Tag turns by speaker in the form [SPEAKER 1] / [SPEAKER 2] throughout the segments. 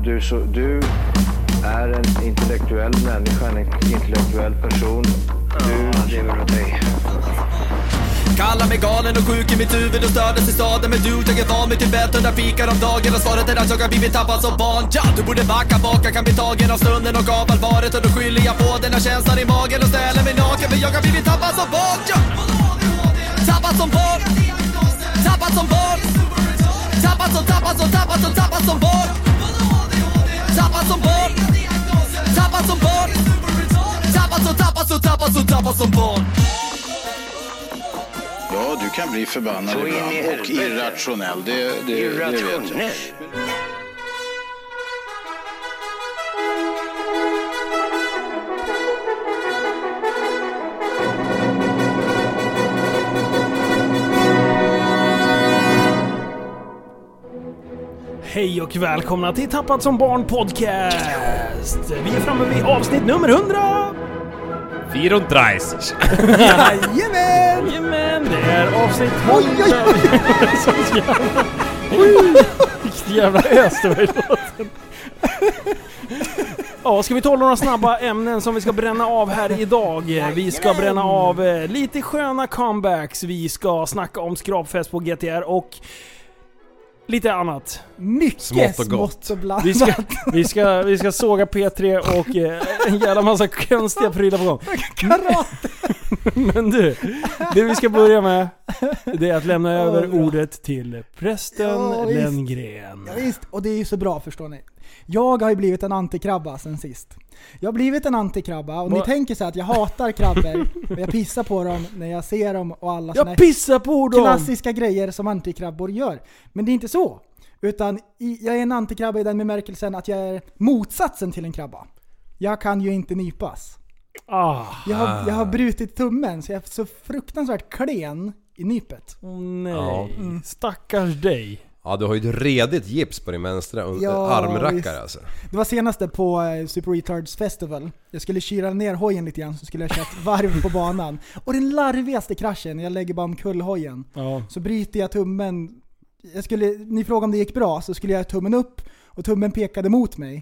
[SPEAKER 1] Du är en intellektuell människa, en intellektuell person. Du lever åt dig.
[SPEAKER 2] Kallar mig galen och sjuk i mitt huvud och stördes i staden. Men du, jag är van vid Tibet under fikar om dagen. Och svaret är att jag har blivit tappad som barn. Ja, du borde backa bak, jag kan bli tagen av stunden och av allvaret. Och då skyller jag på den här känslan i magen och ställer mig naken. För jag har blivit tappad som barn. Ja. Tappad som barn. Tappad som barn. Tappad som barn. Tappad som barn. Tappad som barn. Tappad som barn.
[SPEAKER 3] Ja, du kan bli förbannad ibland och irrationell. Det vet jag.
[SPEAKER 4] Hej och välkomna till Tappad som barn podcast. Vi är framme vid avsnitt nummer 100.
[SPEAKER 5] 34.
[SPEAKER 4] Jajamän, det är avsnitt 100. Vilket jävla ös det var i låten. Ja, ska vi ta några snabba ämnen som vi ska bränna av här idag. Vi ska bränna av lite sköna comebacks. Vi ska snacka om skrapfest på GTR och lite annat.
[SPEAKER 6] Mycket
[SPEAKER 5] smått och gott.
[SPEAKER 6] Och blandat.
[SPEAKER 4] Vi ska såga P3 och en jävla massa konstiga prylar på gång.
[SPEAKER 6] Karate.
[SPEAKER 4] Men du, det vi ska börja med, det är att lämna över ordet till prästen Lenngren.
[SPEAKER 6] Ja, visst, och det är ju så bra, förstår ni. Jag har ju blivit en antikrabba sen sist. Jag har blivit en antikrabba och ni tänker så här att jag hatar krabbor och jag pissar på dem när jag ser dem och alla såna
[SPEAKER 4] pissar på dem.
[SPEAKER 6] Klassiska grejer som antikrabbor gör. Men det är inte så. Utan jag är en antikrabba i den bemärkelsen att jag är motsatsen till en krabba. Jag kan ju inte nypas. Jag har brutit tummen så jag är så fruktansvärt klen i nypet.
[SPEAKER 4] Nej, stackars dig.
[SPEAKER 5] Ja, du har ju ett redigt gips på din vänstra armrackare alltså.
[SPEAKER 6] Det var senaste på Super Retards Festival. Jag skulle kyla ner hojen lite grann, så skulle jag köra ett varv på banan. Och den larvigaste kraschen, jag lägger bara omkull hojen. Så bryter jag tummen. Ni frågade om det gick bra, så skulle jag tummen upp och tummen pekade mot mig.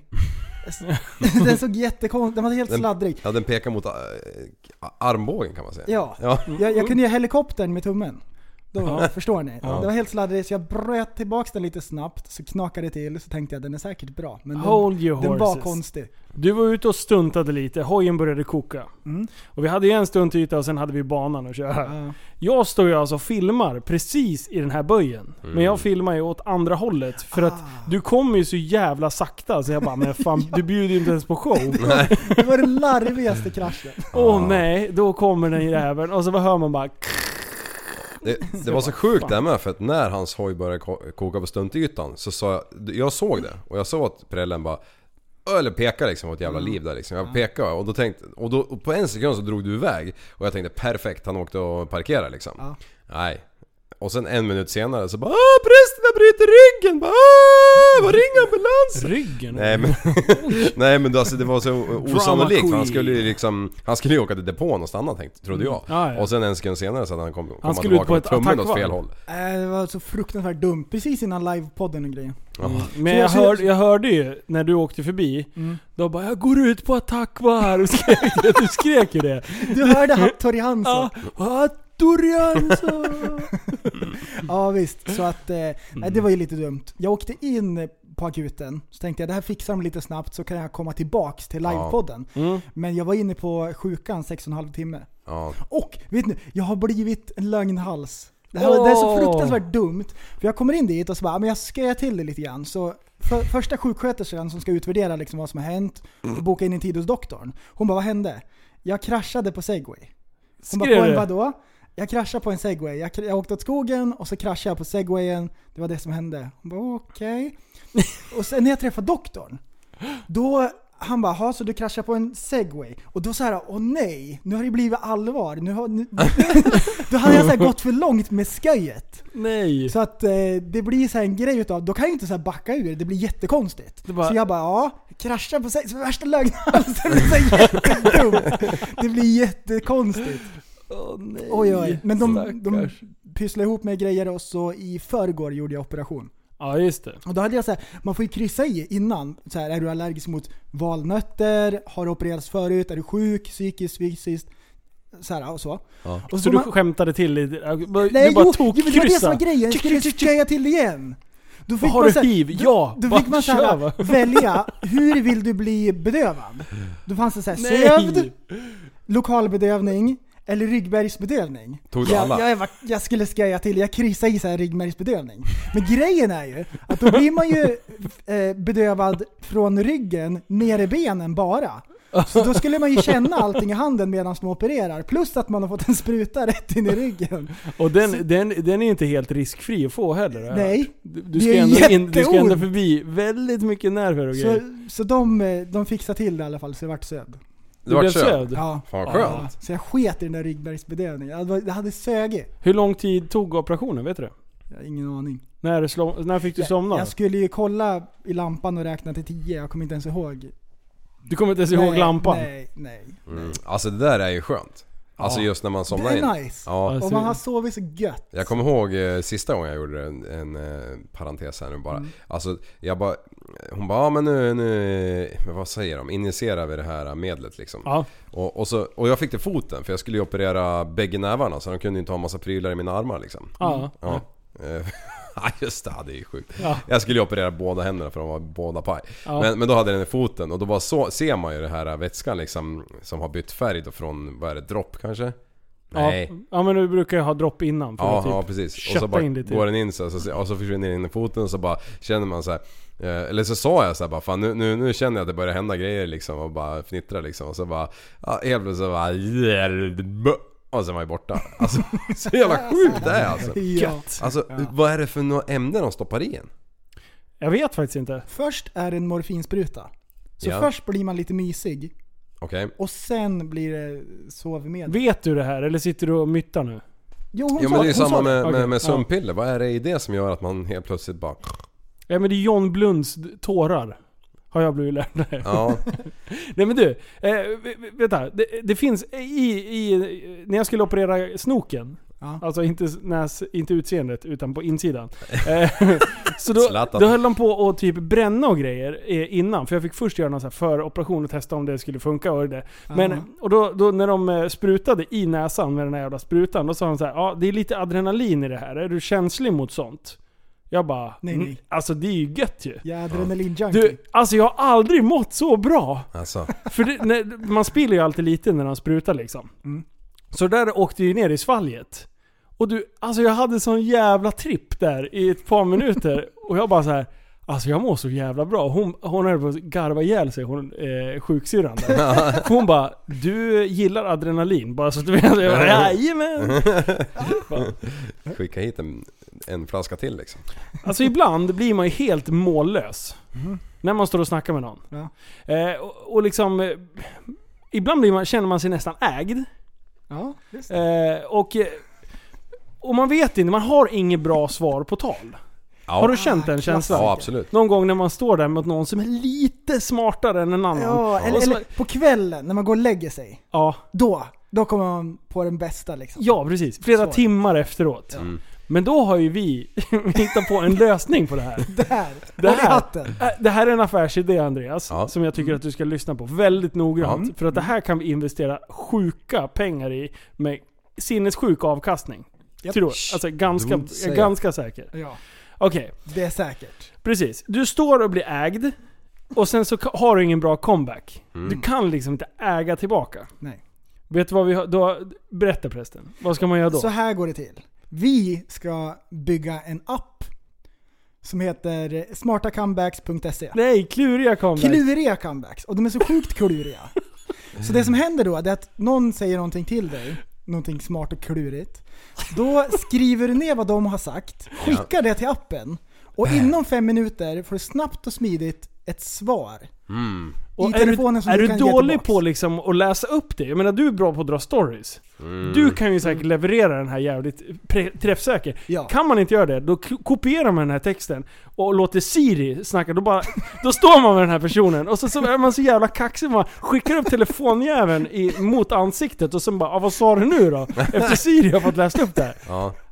[SPEAKER 6] Den såg jättekonstig, den var helt sladdrig.
[SPEAKER 5] Ja, den pekar mot armbågen kan man säga.
[SPEAKER 6] Ja. Jag kunde göra helikoptern med tummen. Då förstår ni. Det var helt sladdrigt så jag bröt tillbaka den lite snabbt, så knakade det till, så tänkte jag den är säkert bra, men den var konstig.
[SPEAKER 4] Du var ute och stuntade lite, hojen började koka. Och vi hade ju en stuntyta och sen hade vi banan att köra. Jag står ju alltså och filmar precis i den här böjen. Men jag filmar ju åt andra hållet för att du kommer ju så jävla sakta, så jag bara, men fan, du bjuder ju inte ens på show.
[SPEAKER 6] Det var den larvigaste kraschen.
[SPEAKER 4] Nej, då kommer den jäveln och så hör man bara.
[SPEAKER 5] Det var så sjukt där med, för att när hans hoj började koka på stuntytan så sa jag såg det och jag såg att prällen bara eller pekade liksom på ett jävla liv där liksom. Jag pekade och då på en sekund så drog du iväg och jag tänkte perfekt, han åkte och parkerade liksom. Nej. Och sen en minut senare så bara prästen har brutit ryggen. Vad ring ambulans?
[SPEAKER 4] Ryggen?
[SPEAKER 5] Nej men alltså, det var så osannolikt, för han skulle ju åka till depån och stanna, trodde jag. Och sen en sekund senare så att han skulle ut på ett tummen åt fel håll.
[SPEAKER 6] Det var så fruktansvärt dumt precis innan livepodden och grejer.
[SPEAKER 4] Men jag hörde ju när du åkte förbi, då bara, jag går ut på attackvar. Du skrek ju det.
[SPEAKER 6] Du hörde Hattori Hansson. Ja visst, så att det var ju lite dumt. Jag åkte in på akuten, så tänkte jag det här fixar de lite snabbt, så kan jag komma tillbaks till livepodden. Men jag var inne på sjukan 6,5 timme. Och vet ni, jag har blivit en lögnhals. Det är så fruktansvärt dumt. För jag kommer in dit och så bara, men jag ska till det lite grann. Så första sjuksköterskan som ska utvärdera liksom vad som har hänt och boka in en tid hos doktorn, hon bara, vad hände? Jag kraschade på Segway. Hon bara, på en vadå? Jag kraschade på en Segway. Jag åkte åt skogen och så kraschade jag på Segwayen. Det var det som hände. Hon bara, okej. Och sen när jag träffade doktorn, då han bara, så du kraschade på en Segway. Och då så här, nej, nu har det blivit allvar. Då hade jag så här gått för långt med sköjet.
[SPEAKER 4] Nej.
[SPEAKER 6] Så att det blir så här en grej utav, då kan jag inte så här backa ur. Det blir jättekonstigt. Så jag bara, kraschade på Segway. Så värsta lögnhalsen. Det blir så jättedumt. Det blir jättekonstigt.
[SPEAKER 4] Nej.
[SPEAKER 6] Oj. Men de pysslar ihop med grejer och så i förrgår gjorde jag operation.
[SPEAKER 4] Ja, just det.
[SPEAKER 6] Och då hade jag så här, man får ju kryssa i innan. Så här, är du allergisk mot valnötter? Har du opererats förut? Är du sjuk? Psykiskt, fysiskt? Så här och så.
[SPEAKER 5] Ja.
[SPEAKER 6] Och
[SPEAKER 4] Så du skämtade till lite?
[SPEAKER 6] Nej,
[SPEAKER 4] du bara
[SPEAKER 6] men det var
[SPEAKER 4] tokkryssa.
[SPEAKER 6] det som var grejen. Jag skulle säga till det igen. Då fick
[SPEAKER 4] Har
[SPEAKER 6] man
[SPEAKER 4] du
[SPEAKER 6] så här,
[SPEAKER 4] hiv? Ja,
[SPEAKER 6] då fick man så här,
[SPEAKER 4] va?
[SPEAKER 6] välja, hur vill du bli bedövad? Då fanns det så här, sövd, lokalbedövning eller ryggmärgsbedövning.
[SPEAKER 5] Tog du alla?
[SPEAKER 6] Jag skulle säga till, jag kryssar i så här ryggmärgsbedövning. Men grejen är ju att då blir man ju bedövad från ryggen ner i benen bara. Så då skulle man ju känna allting i handen medan man opererar. Plus att man har fått en spruta rätt in i ryggen.
[SPEAKER 4] Och den är inte helt riskfri att få heller.
[SPEAKER 6] Nej.
[SPEAKER 4] Du ska ändå förbi väldigt mycket nerver och grejer.
[SPEAKER 6] Så de fixar till det i alla fall, så det vart sövd.
[SPEAKER 5] Du vart sövd?
[SPEAKER 6] Ja.
[SPEAKER 5] Fan skönt.
[SPEAKER 6] Så jag sket i den där ryggmärgsbedövningen. Det hade sögit.
[SPEAKER 4] Hur lång tid tog operationen, vet du?
[SPEAKER 6] Jag har ingen aning.
[SPEAKER 4] När fick du somna?
[SPEAKER 6] Jag skulle ju kolla i lampan och räkna till 10. Jag kommer inte ens ihåg.
[SPEAKER 4] Du kommer inte ens ihåg lampan?
[SPEAKER 6] Nej.
[SPEAKER 5] Alltså det där är ju skönt. Alltså just när man somnar in.
[SPEAKER 6] Det är nice.
[SPEAKER 5] Ja.
[SPEAKER 6] Och man har sovit så gött.
[SPEAKER 5] Jag kommer ihåg sista gången jag gjorde en parentes här nu bara. Alltså hon bara, ja men nu vad säger de? Injicerar vi det här medlet liksom.
[SPEAKER 4] Ja.
[SPEAKER 5] Och jag fick det foten för jag skulle ju operera bägge nävarna så de kunde inte ha massa prylar i mina armar liksom.
[SPEAKER 4] Ja.
[SPEAKER 5] Ja, just det är ju sjukt.
[SPEAKER 4] Ja.
[SPEAKER 5] Jag skulle ju operera båda händerna för de var båda paj.
[SPEAKER 4] Ja.
[SPEAKER 5] Men då hade den i foten och då bara ser man ju det här vätskan liksom som har bytt färg då från, vad är det, dropp kanske? Nej.
[SPEAKER 4] Ja, men du brukar ju ha dropp innan. För
[SPEAKER 5] Ja,
[SPEAKER 4] att typ
[SPEAKER 5] ja, precis. Och så bara
[SPEAKER 4] in lite.
[SPEAKER 5] går den in så och så försvinner den in i foten och så bara känner man så här, eller så sa jag så här bara, fan nu känner jag att det börjar hända grejer liksom och bara fnittrar liksom och så bara, ja, helt plötsligt så bara och sen var jag borta. Alltså, så jävla sjukt det är alltså.
[SPEAKER 6] Ja.
[SPEAKER 5] Alltså, vad är det för några ämnen de stoppar i en?
[SPEAKER 4] Jag vet faktiskt inte.
[SPEAKER 6] Först är det en morfinspruta. Så först blir man lite mysig.
[SPEAKER 5] Okej.
[SPEAKER 6] Och sen blir det sovmedel.
[SPEAKER 4] Vet du det här? Eller sitter du och myttar nu?
[SPEAKER 6] Jo,
[SPEAKER 5] men det är ju samma
[SPEAKER 4] Okej.
[SPEAKER 5] med sömnpiller. Vad är det i det som gör att man helt plötsligt bara...
[SPEAKER 4] Ja, men det är John Blunds tårar. Har jag blivit lärd där.
[SPEAKER 5] Ja.
[SPEAKER 4] Nej men du, vänta. Det finns när jag skulle operera snoken.
[SPEAKER 6] Ja.
[SPEAKER 4] Alltså inte utseendet utan på insidan. Så då höll de på att typ bränna och grejer innan. För jag fick först göra någon så här föroperation och testa om det skulle funka och det. Men, och då när de sprutade i näsan med den här jävla sprutan, då sa de så här: ja, det är lite adrenalin i det här. Är du känslig mot sånt? Jag bara,
[SPEAKER 6] nej.
[SPEAKER 4] Alltså det är ju gött ju.
[SPEAKER 6] Ja, adrenalin-junkie.
[SPEAKER 4] Du, alltså jag har aldrig mått så bra.
[SPEAKER 5] Alltså.
[SPEAKER 4] För man spiller ju alltid lite när man sprutar liksom. Så där åkte ju ner i svalget. Och du, alltså jag hade sån jävla tripp där i ett par minuter. Och jag bara så här, alltså jag mår så jävla bra. Hon höll på att garva ihjäl sig, sjuksyrran där. Hon bara, du gillar adrenalin. Bara så att du vet. Jag bara, jajamän.
[SPEAKER 5] Skicka hit en flaska till liksom.
[SPEAKER 4] Alltså ibland blir man ju helt mållös. När man står och snackar med någon.
[SPEAKER 6] Ja.
[SPEAKER 4] Och liksom, ibland känner man sig nästan ägd.
[SPEAKER 6] Ja, just
[SPEAKER 4] och man vet inte, man har inget bra svar på tal.
[SPEAKER 5] Ja.
[SPEAKER 4] Har du känt den känslan?
[SPEAKER 5] Ja, absolut.
[SPEAKER 4] Någon gång när man står där mot någon som är lite smartare än en annan.
[SPEAKER 6] Ja, eller på kvällen när man går och lägger sig.
[SPEAKER 4] Ja.
[SPEAKER 6] Då kommer man på den bästa liksom.
[SPEAKER 4] Ja, precis. Flera timmar efteråt. Ja. Men då har ju vi hittat på en lösning på det här. Det här är en affärsidé, Andreas, som jag tycker att du ska lyssna på väldigt noggrant. För att det här kan vi investera sjuka pengar i med sinnessjuk avkastning. Tror. Alltså ganska säker.
[SPEAKER 6] Ja.
[SPEAKER 4] Okej.
[SPEAKER 6] Det är säkert.
[SPEAKER 4] Precis. Du står och blir ägd och sen så har du ingen bra comeback. Du kan liksom inte äga tillbaka.
[SPEAKER 6] Nej.
[SPEAKER 4] Vet du vad vi har då? Berätta prästen. Vad ska man göra då?
[SPEAKER 6] Så här går det till. Vi ska bygga en app som heter smartacomebacks.se.
[SPEAKER 4] Nej, kluriga comebacks.
[SPEAKER 6] Kluriga comebacks. Och de är så sjukt kluriga. Så det som händer då är att någon säger någonting till dig, någonting smart och klurigt. Då skriver du ner vad de har sagt, skickar det till appen och inom 5 minuter får du snabbt och smidigt ett svar.
[SPEAKER 4] Och är du dålig på liksom att läsa upp det? Jag menar, du är bra på att dra stories. Du kan ju säkert leverera den här jävligt träffsäker.
[SPEAKER 6] Ja.
[SPEAKER 4] Kan man inte göra det, då kopierar man den här texten och låter Siri snacka. Då står man med den här personen och så är man så jävla kaxig. Man skickar upp telefonjäveln mot ansiktet och sen bara, vad sa du nu då? Efter Siri har fått läsa upp det här.
[SPEAKER 5] Ja.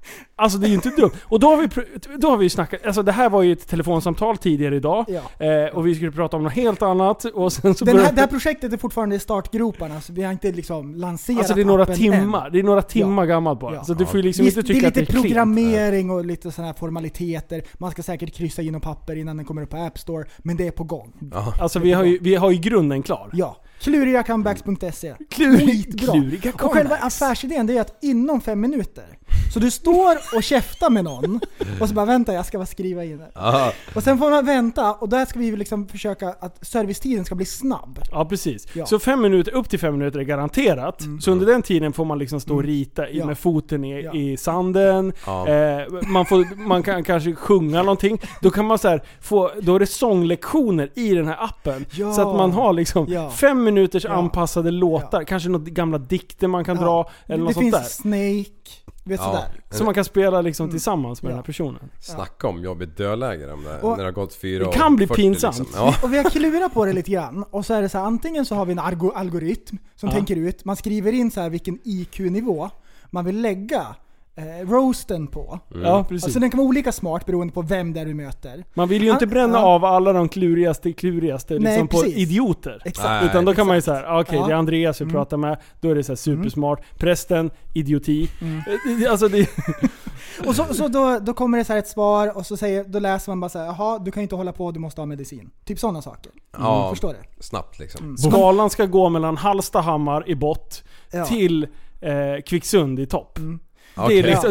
[SPEAKER 4] Alltså det är ju inte dumt. Och då har vi ju snackat, alltså det här var ju ett telefonsamtal tidigare idag. Och vi skulle prata om något helt annat. Och sen så
[SPEAKER 6] det här projektet är fortfarande i startgroparna, så vi har inte liksom lanserat.
[SPEAKER 4] Alltså det är några timmar. Det är några timmar gammalt bara. Så du får ju liksom inte tycka att det är
[SPEAKER 6] lite programmering och lite sådana här formaliteter. Man ska säkert kryssa in och papper innan den kommer upp på App Store. Men det är på gång.
[SPEAKER 4] Alltså vi har ju grunden klar.
[SPEAKER 6] Ja. Klurigacomeback.se.
[SPEAKER 4] Kluriga
[SPEAKER 6] och själva affärsidén det är att inom 5 minuter så du står och käftar med någon och så bara vänta, jag ska bara skriva in det. Och sen får man vänta och där ska vi liksom försöka att servicetiden ska bli snabb.
[SPEAKER 4] Ja, precis. Ja. Så 5 minuter, upp till 5 minuter är garanterat. Så under den tiden får man liksom stå och rita med foten i sanden. Man kan kanske sjunga någonting. Då kan man så här då är det sånglektioner i den här appen. Så att man har liksom 5 minuters anpassade låtar. Kanske något gamla dikter man kan dra eller något sånt där.
[SPEAKER 6] Det finns Snake. Sådär.
[SPEAKER 4] Så man kan spela liksom tillsammans med den här personen.
[SPEAKER 5] Snacka om jobbigt dödläge när det har gått 4 år.
[SPEAKER 4] Det kan bli pinsamt.
[SPEAKER 5] Liksom.
[SPEAKER 6] Och vi har klurat på det lite grann. Och så är det så här, antingen så har vi en algoritm som tänker ut. Man skriver in så här vilken IQ-nivå man vill lägga roasten på.
[SPEAKER 4] Ja, precis.
[SPEAKER 6] Alltså den kan vara olika smart beroende på vem där du möter.
[SPEAKER 4] Man vill ju inte bränna av alla de klurigaste liksom på idioter.
[SPEAKER 6] Exakt.
[SPEAKER 4] Utan då kan man ju säga, okej, det är Andreas vi pratar med. Då är det så här supersmart. Prästen, idioti. Alltså det...
[SPEAKER 6] Och så då kommer det så här ett svar och så då läser man bara så här, jaha, du kan inte hålla på, du måste ha medicin. Typ sådana saker. Förstår det?
[SPEAKER 5] Snabbt liksom.
[SPEAKER 4] Skalan ska gå mellan Hallstahammar i bott till Kvicksund i topp. Det är liksom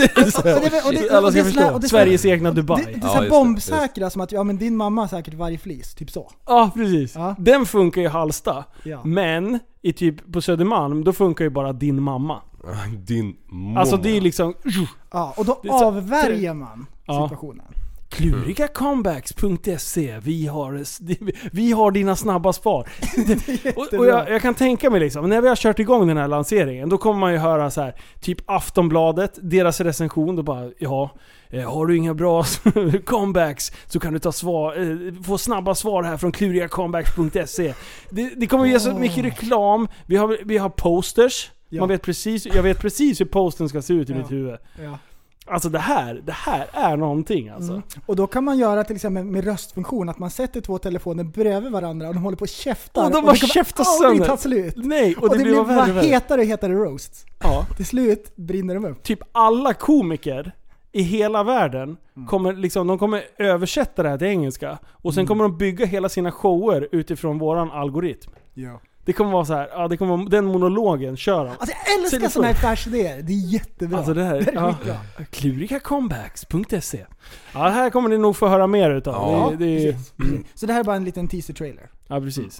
[SPEAKER 4] alla ska förstå. Sveriges egna Dubai.
[SPEAKER 6] Det är så bombsäkra som att men din mamma har säkert varje flis, typ så.
[SPEAKER 4] Ja, precis. Den funkar ju i Hallsta. Men i typ på Södermalm då funkar ju bara din mamma.
[SPEAKER 5] Din mamma.
[SPEAKER 4] Alltså det är liksom
[SPEAKER 6] och då avvärjer man situationen.
[SPEAKER 4] Klurigacombacks.se. Vi har dina snabba spar. och jag kan tänka mig liksom, när vi har kört igång den här lanseringen, då kommer man ju höra så här, typ Aftonbladet, deras recension, då bara, har du inga bra comebacks så kan du få snabba svar här från klurigacombacks.se. Det kommer ge så mycket reklam. Vi har posters. Jag vet precis hur posten ska se ut i mitt huvud. Alltså det här är någonting alltså.
[SPEAKER 6] Och då kan man göra till exempel med röstfunktion att man sätter 2 telefoner bredvid varandra och de håller på att käfta.
[SPEAKER 4] Och de bara käftar sönder.
[SPEAKER 6] Ta slut.
[SPEAKER 4] Nej,
[SPEAKER 6] och det blir bara hetare och hetare roasts. Ja. Till slut brinner de upp.
[SPEAKER 4] Typ alla komiker i hela världen kommer översätta det här till engelska och sen kommer de bygga hela sina shower utifrån våran algoritm.
[SPEAKER 6] Ja.
[SPEAKER 4] Det kommer vara så här, det kommer vara den monologen kör han.
[SPEAKER 6] Alltså jag älskar såna här affärsidéer. Det är jättebra.
[SPEAKER 4] Alltså det här klurigacombacks.se. Ja, här kommer ni nog få höra mer utav.
[SPEAKER 6] Ja, så det här är bara en liten teaser trailer.
[SPEAKER 4] Ja, precis.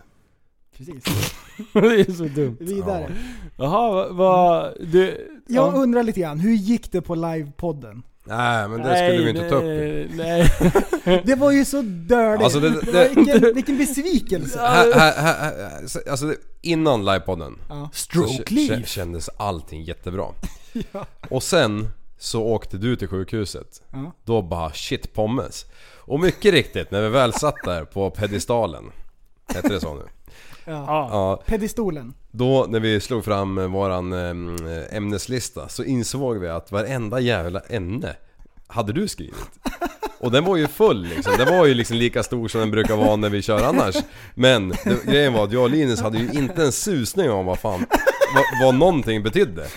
[SPEAKER 6] Det
[SPEAKER 4] är så dumt.
[SPEAKER 6] Vidare.
[SPEAKER 4] Jaha,
[SPEAKER 6] jag undrar lite grann, hur gick det på livepodden?
[SPEAKER 5] Nej, men det skulle vi inte ta upp.
[SPEAKER 4] Nej.
[SPEAKER 6] Det var ju så dörligt.
[SPEAKER 5] Alltså
[SPEAKER 6] vilken besvikelse.
[SPEAKER 5] Alltså innan livepodden
[SPEAKER 4] Stroke
[SPEAKER 5] kändes allting jättebra. Och sen så åkte du till sjukhuset. Då bara shit pommes. Och mycket riktigt, när vi väl satt där på pedestalen, heter det så nu?
[SPEAKER 6] Pedistolen.
[SPEAKER 5] Då när vi slog fram våran ämneslista så insåg vi att varenda jävla ämne hade du skrivit. Och den var ju full liksom. Den var ju liksom lika stor som den brukar vara när vi kör annars. Men grejen var att jag och Linus hade ju inte en susning om vad någonting betydde.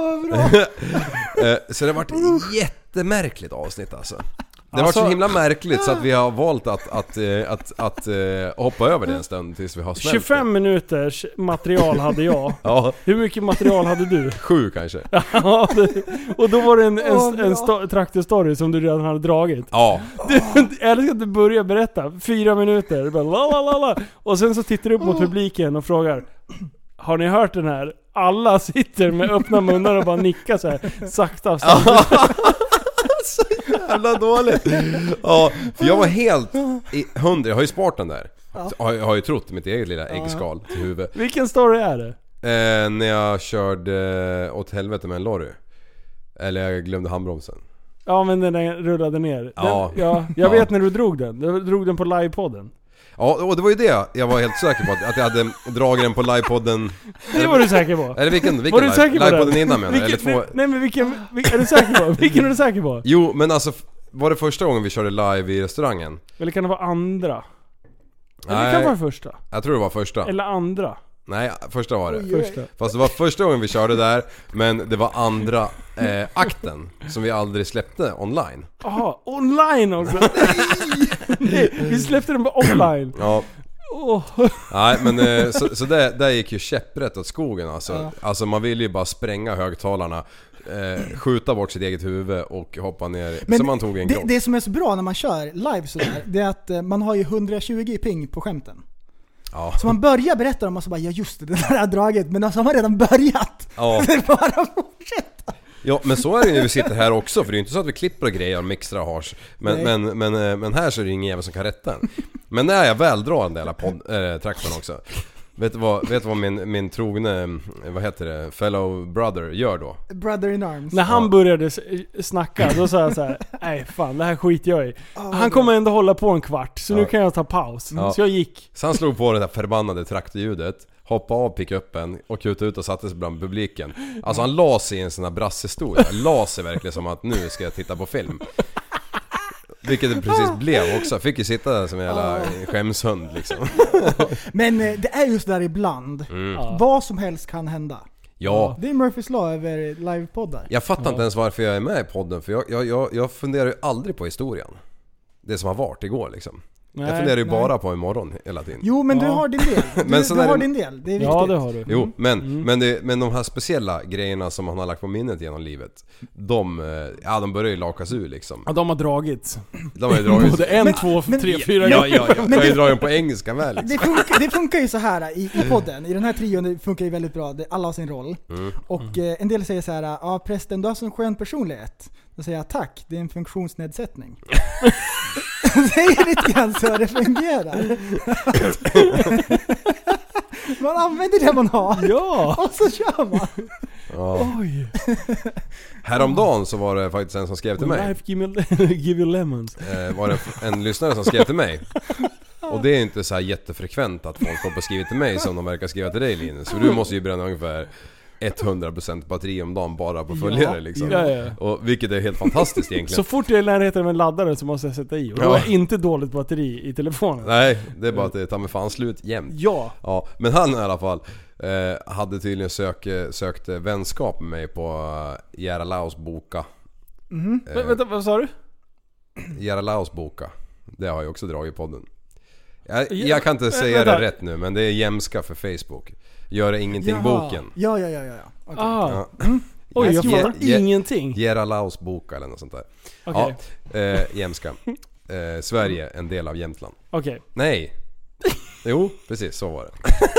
[SPEAKER 5] Så det var ett jättemärkligt avsnitt alltså. Det var så himla märkligt så att vi har valt att hoppa över det en stund tills vi har smält
[SPEAKER 4] 25 minuters material hade jag. Hur mycket material hade du?
[SPEAKER 5] 7 kanske.
[SPEAKER 4] Och då var det en traktorstory som du redan hade dragit.
[SPEAKER 5] Ja.
[SPEAKER 4] Jag älskar att du börjar berätta 4 minuter bara, och sen så tittar du upp mot publiken och frågar: har ni hört den här? Alla sitter med öppna munnar och bara nickar så här sakta.
[SPEAKER 5] Så jävla dåligt. Ja, för jag var helt 100. Jag har ju sporten där. Jag har ju trott mitt eget lilla äggskal till huvud.
[SPEAKER 4] Vilken story är det?
[SPEAKER 5] När jag körde åt helvete med en lorry. Eller jag glömde handbromsen.
[SPEAKER 4] Ja, men den rullade ner. Jag vet när du drog den. Du drog den på livepodden.
[SPEAKER 5] Ja, och det var ju det jag var helt säker på att jag hade dragit den på livepodden.
[SPEAKER 4] Det var du säker på?
[SPEAKER 5] Eller vilken
[SPEAKER 4] var du säker på
[SPEAKER 5] livepodden innan menar eller två.
[SPEAKER 4] Nej men vilken är du säker på? Vilken är du säker på?
[SPEAKER 5] Jo, men alltså var det första gången vi körde live i restaurangen?
[SPEAKER 4] Eller kan det vara andra? Eller
[SPEAKER 5] Nej,
[SPEAKER 4] det kan vara första.
[SPEAKER 5] Jag tror det var första.
[SPEAKER 4] Eller andra.
[SPEAKER 5] Nej, första var det.
[SPEAKER 4] Första.
[SPEAKER 5] Fast det var första gången vi körde där, men det var andra akten som vi aldrig släppte online.
[SPEAKER 4] Jaha, online också. Nej, vi släppte den bara offline.
[SPEAKER 5] Ja.
[SPEAKER 4] Oh.
[SPEAKER 5] Nej men så där gick ju käpprätt åt skogen alltså. Ja. Alltså man vill ju bara spränga högtalarna, skjuta bort sitt eget huvud och hoppa ner. Men så man tog en
[SPEAKER 6] det som är så bra när man kör live sådär, det är att man har ju 120 ping på skämten. Ja. Så man börjar berätta om och så bara, ja just det där har dragit, men alltså har man redan börjat. Ja. Det är bara fortsätta.
[SPEAKER 5] Ja, men så är det ju när vi sitter här också, för det är inte så att vi klipper och grejer och mixar och hars. Men här så är det ingen jävel som kan rätta den. Men när jag väl drar den där traktorn också. Vet du vad min trogne, vad heter det, fellow brother gör då?
[SPEAKER 6] Brother in arms.
[SPEAKER 4] När han började snacka, då sa jag så här: nej fan, det här skit jag i. Han kommer ändå hålla på en kvart, så nu kan jag ta paus. Så jag gick.
[SPEAKER 5] Så han slog på det där förbannade traktorljudet, hoppade av pickuppen och kutade ut och satte sig bland publiken. Alltså han la sig i en sån här brasshistoria. La sig verkligen som att nu ska jag titta på film. Vilket det precis blev också. Fick ju sitta där som en jävla skämshund liksom.
[SPEAKER 6] Men det är just där ibland. Vad som helst kan hända.
[SPEAKER 5] Ja.
[SPEAKER 6] Det är Murphys Law över livepoddar.
[SPEAKER 5] Jag fattar inte ens varför jag är med i podden. För jag funderar ju aldrig på historien. Det som har varit igår liksom. Nej, jag funderar ju bara på imorgon hela tiden.
[SPEAKER 6] Jo, men du har din del. Du har din del, det är viktigt.
[SPEAKER 4] Ja, det har du.
[SPEAKER 5] Jo, men de här speciella grejerna som han har lagt på minnet genom livet, de börjar ju lakas ur liksom.
[SPEAKER 4] Ja, de har dragits.
[SPEAKER 5] De har ju dragits.
[SPEAKER 4] Både 1, 2, 3, 4
[SPEAKER 5] Ja. Jag har ju dragit på engelska med liksom.
[SPEAKER 6] Det funkar ju så här i podden. I den här trion det funkar ju väldigt bra. Alla har sin roll. Och en del säger så här: ja prästen, du har sån skön personlighet. Då säger jag tack, det är en funktionsnedsättning. Det är lite grann så det fungerar. Man använder det man har. Ja. Och så kör man.
[SPEAKER 5] Ja. Oj. Häromdagen så var det faktiskt en som skrev till mig.
[SPEAKER 4] Life give you lemons.
[SPEAKER 5] Var det en lyssnare som skrev till mig. Och det är inte så här jättefrekvent att folk kommer och skriver till mig som de verkar skriva till dig, Linus. Så du måste ju bränna ungefär 100% batteri om dagen bara på följare liksom.
[SPEAKER 4] Ja.
[SPEAKER 5] Och vilket är helt fantastiskt egentligen.
[SPEAKER 4] Så fort jag är i närheten av en laddare så måste jag sätta i. Och då är inte dåligt batteri i telefonen.
[SPEAKER 5] Nej, det är bara att det tar med fan slut jämt. Ja. Men han i alla fall hade tydligen sökt vänskap med mig på Järalaus boka.
[SPEAKER 4] Vänta, vad sa du?
[SPEAKER 5] Järalaus boka. Det har jag också dragit i podden. Jag kan inte säga det rätt nu, men det är jämska för Facebook. Gör det ingenting boken.
[SPEAKER 6] Ja. Okay.
[SPEAKER 4] Oj, jag fattar ingenting.
[SPEAKER 5] Järalaus boka eller något sånt där.
[SPEAKER 4] Okay.
[SPEAKER 5] Ja, jämska. Sverige, en del av Jämtland.
[SPEAKER 4] Okej.
[SPEAKER 5] Nej. Jo, precis, så var det.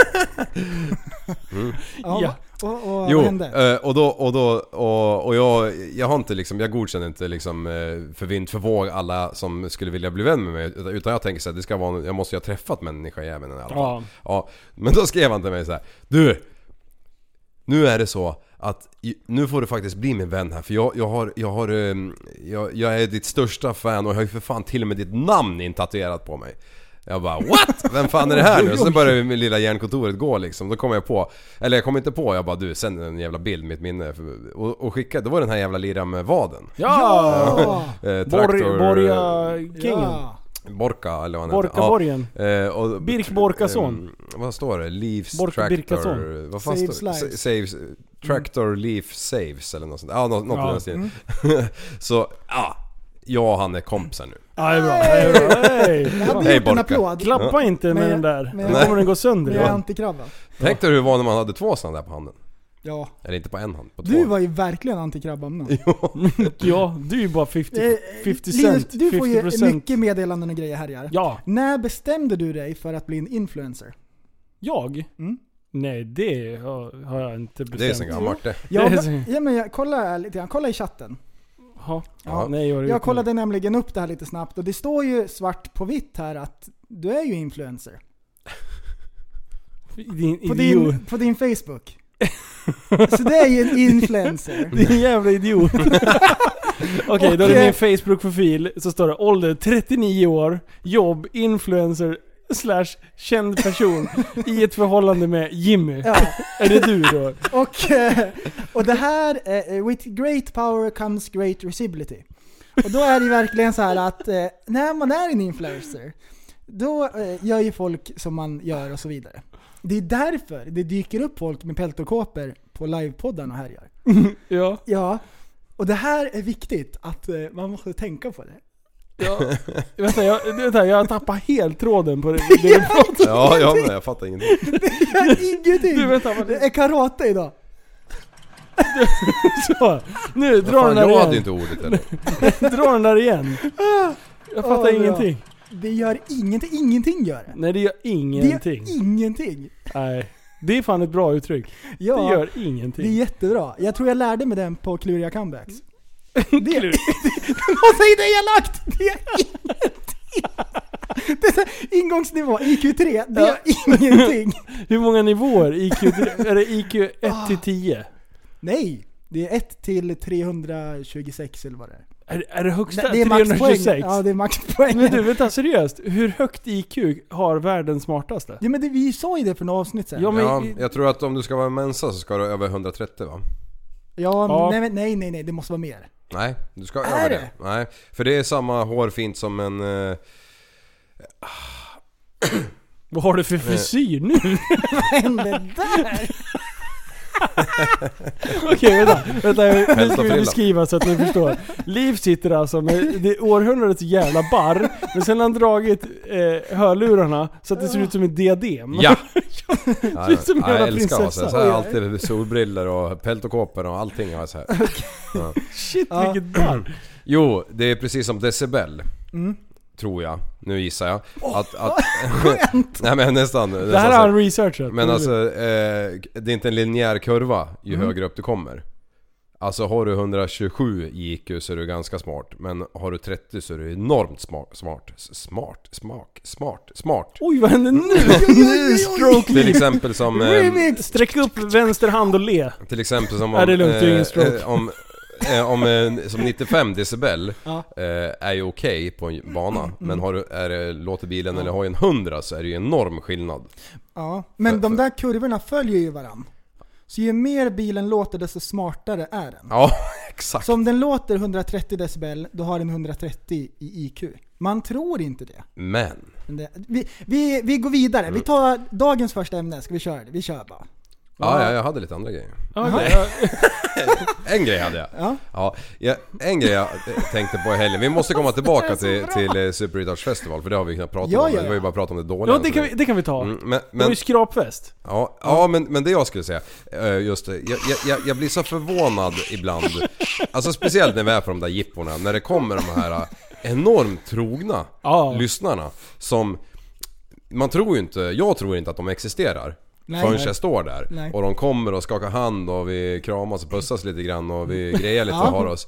[SPEAKER 6] Ja. Och jo,
[SPEAKER 5] och jag har inte liksom, jag godkänner inte liksom för vind för våg alla som skulle vilja bli vän med mig, utan jag tänker så här, det ska vara, jag måste ju ha träffat människa jäveln i alla fall. Ja, men då skrev han till mig så här: du, nu är det så att nu får du faktiskt bli min vän här, för jag är ditt största fan och jag har ju för fan till och med ditt namn intatuerat på mig. Jag bara, what? Vem fan är det här nu? Och så började min lilla hjärnkontoret gå liksom. Då kom jag på, eller jag kom inte på, jag bara, du, sänd en jävla bild, mitt minne. Och skickade, då var den här jävla lira med vaden.
[SPEAKER 4] Ja!
[SPEAKER 6] Borga-kingen.
[SPEAKER 5] Borka, eller vad han
[SPEAKER 4] heter. Borka-borgen. Birk Borkason.
[SPEAKER 5] Vad står det? Leafs
[SPEAKER 4] Borka
[SPEAKER 5] Tractor. Vad fan står det? Saves Tractor Leaf Saves eller något sånt. Ja, något på den stilen. Så, ja, han är kompisar nu.
[SPEAKER 4] Ja, det är bra.
[SPEAKER 6] Hej Borka.
[SPEAKER 4] Klappa inte med den där. Då kommer den gå sönder.
[SPEAKER 6] Med antikrabba.
[SPEAKER 5] Tänk dig hur det var när man hade 2 sådana där på handen.
[SPEAKER 6] Ja.
[SPEAKER 5] Eller inte på en hand, på 2.
[SPEAKER 6] Du var ju verkligen antikrabban.
[SPEAKER 4] Ja, du är ju bara 50
[SPEAKER 6] Linus,
[SPEAKER 4] cent.
[SPEAKER 6] du får ju mycket meddelanden och grejer här.
[SPEAKER 4] Ja.
[SPEAKER 6] När bestämde du dig för att bli en influencer?
[SPEAKER 4] Jag? Nej, det har jag inte bestämt.
[SPEAKER 5] Det är så gammalt det.
[SPEAKER 6] Ja, men jag kolla i chatten. Jag kollade nämligen upp det här lite snabbt och det står ju svart på vitt här att du är ju influencer. På din Facebook. Så det är ju en influencer.
[SPEAKER 4] Det är en jävla idiot. Okej, då är det min Facebook-profil. Så står det ålder 39 år, jobb, influencer, / känd person i ett förhållande med Jimmy.
[SPEAKER 6] Ja.
[SPEAKER 4] Är det du då?
[SPEAKER 6] Och det här, with great power comes great responsibility. Och då är det verkligen så här att när man är en influencer, då gör ju folk som man gör och så vidare. Det är därför det dyker upp folk med peltokåpor på livepoddarna och härjar.
[SPEAKER 4] Ja.
[SPEAKER 6] Ja, och det här är viktigt att man måste tänka på det.
[SPEAKER 4] Ja. Vänta, jag tappar helt tråden på det du pratar.
[SPEAKER 5] Ja, men jag fattar ingenting.
[SPEAKER 6] Det är ingenting.
[SPEAKER 4] Du, vänta, vad
[SPEAKER 6] det är karate idag.
[SPEAKER 4] Så, nu drar den där
[SPEAKER 5] jag
[SPEAKER 4] igen.
[SPEAKER 5] hade inte ordet eller.
[SPEAKER 4] Dra den där igen. Jag fattar ingenting.
[SPEAKER 6] Det gör ingenting gör det.
[SPEAKER 4] Nej, det gör ingenting.
[SPEAKER 6] Det gör ingenting.
[SPEAKER 4] Nej, det är fan ett bra uttryck.
[SPEAKER 6] Ja,
[SPEAKER 4] det gör ingenting.
[SPEAKER 6] Det är jättebra. Jag tror jag lärde mig den på kluriga comebacks. Det är det elakt. Det är ingenting. Det är så ingångsnivå IQ3. Det är ingenting.
[SPEAKER 4] Hur många nivåer IQ? Är det IQ 1 till 10?
[SPEAKER 6] Nej, det är 1 till 326 eller vad det är.
[SPEAKER 4] Är det högsta?
[SPEAKER 6] Det är
[SPEAKER 4] 326?
[SPEAKER 6] maxpoäng. Ja, det är maxpoäng.
[SPEAKER 4] Men du, vänta, seriöst. Hur högt IQ har världens smartaste?
[SPEAKER 6] Ja, men vi sa ju det för några avsnitt sen.
[SPEAKER 4] Ja, men,
[SPEAKER 5] Ja, jag tror att om du ska vara mensa så ska du över 130 va?
[SPEAKER 6] Ja. Nej, det måste vara mer.
[SPEAKER 5] Nej, du ska över det. Nej, för det är samma hårfint som en...
[SPEAKER 4] vad har du för frisyr nu?
[SPEAKER 6] Vad hände där?
[SPEAKER 4] Okej, vänta. Nu ska vi beskriva så att ni förstår. Liv sitter alltså med det århundradets jävla barr, men sen har han dragit hörlurarna så att det ser ut som ett diadem.
[SPEAKER 5] Ja!
[SPEAKER 4] Ser ut som en jävla
[SPEAKER 5] jag älskar att
[SPEAKER 4] prinsessa.
[SPEAKER 5] så här, alltid solbriller och peltokåpor och allting har så här. Ja.
[SPEAKER 4] Shit, vilket barr.
[SPEAKER 5] Jo, det är precis som decibel. Tror jag. Nu gissar jag. Nej men nästan.
[SPEAKER 4] Det här har han researchat.
[SPEAKER 5] Men alltså, det är inte en linjär kurva ju högre upp du kommer. Alltså har du 127 i IQ så är du ganska smart. Men har du 30 så är du enormt smart.
[SPEAKER 4] Oj, vad händer nu? Stroke.
[SPEAKER 5] Till exempel som...
[SPEAKER 4] Sträck upp vänster hand och le.
[SPEAKER 5] Till exempel som
[SPEAKER 4] Är det lugnt, det är ingen stroke.
[SPEAKER 5] Som 95 decibel är ju okej på en bana. Men låter bilen eller har en 100 så är det ju enorm skillnad.
[SPEAKER 6] Ja, men de där kurvorna följer ju varann. Så ju mer bilen låter desto smartare är den.
[SPEAKER 5] Ja, exakt.
[SPEAKER 6] Så om den låter 130 decibel, då har den 130 i IQ. Man tror inte det.
[SPEAKER 5] Men
[SPEAKER 6] vi går vidare. Vi tar dagens första ämne. Ska vi köra det? Vi kör bara.
[SPEAKER 5] Ja, jag hade lite andra grejer. En grej hade jag. Ja, en grej jag tänkte på i helgen. Vi måste komma tillbaka till Super Retouch Festival, för det har vi kunnat prata om. Det var ju bara prata om det dåliga.
[SPEAKER 4] Ja, det kan vi ta.
[SPEAKER 5] Men,
[SPEAKER 4] det var ju skrapfest.
[SPEAKER 5] Men det jag skulle säga, just det, jag blir så förvånad ibland. Alltså speciellt när vi är på de där jipporna, när det kommer de här enormt trogna lyssnarna som jag tror inte att de existerar. Förrän jag står där. Nej. Och de kommer och skakar hand och vi kramas och pussas lite grann och vi grejer lite och har oss.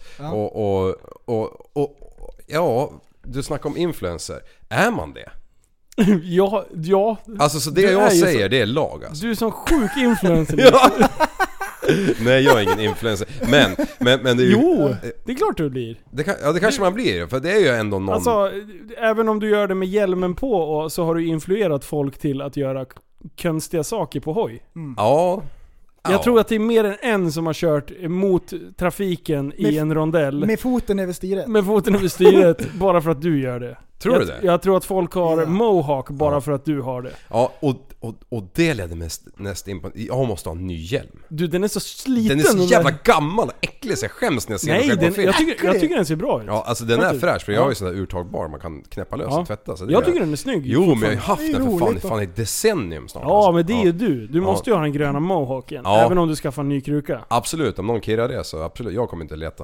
[SPEAKER 5] Och du snackar om influencer. Är man det?
[SPEAKER 4] Ja.
[SPEAKER 5] Alltså så det jag säger, det är lag alltså.
[SPEAKER 4] Du är som sjuk influencer.
[SPEAKER 5] Nej, jag är ingen influencer. Men det är ju...
[SPEAKER 4] Jo, det är klart du blir.
[SPEAKER 5] Det kanske man blir, för det är ju ändå någon...
[SPEAKER 4] Alltså, även om du gör det med hjälmen på och så har du influerat folk till att göra konstiga saker på hoj.
[SPEAKER 5] Ja.
[SPEAKER 4] Jag tror att det är mer än en som har kört mot trafiken i en rondell.
[SPEAKER 6] Med foten över styret.
[SPEAKER 4] Med foten över styret, bara för att du gör det.
[SPEAKER 5] Tror du det?
[SPEAKER 4] Jag tror att folk har mohawk bara för att du har det.
[SPEAKER 5] Ja, och det ledde mest in på... Jag måste ha en ny hjälm.
[SPEAKER 4] Du, den är så sliten.
[SPEAKER 5] Den är så jävla gammal och äcklig så jag skäms när jag ser den själv.
[SPEAKER 4] Jag tycker den ser bra ut.
[SPEAKER 5] Ja, alltså den är fräsch, för jag har ju sån där urtagbar man kan knäppa lös och tvätta. Så
[SPEAKER 4] jag tycker den är snygg.
[SPEAKER 5] Jo, men jag har ju haft den för fan i ett decennium snart.
[SPEAKER 4] Ja, alltså. Men det är ju du. Du måste ju ha den gröna mohawken. Ja. Även om du skaffar en ny kruka.
[SPEAKER 5] Absolut, om någon kirrar det så absolut. Jag kommer inte leta.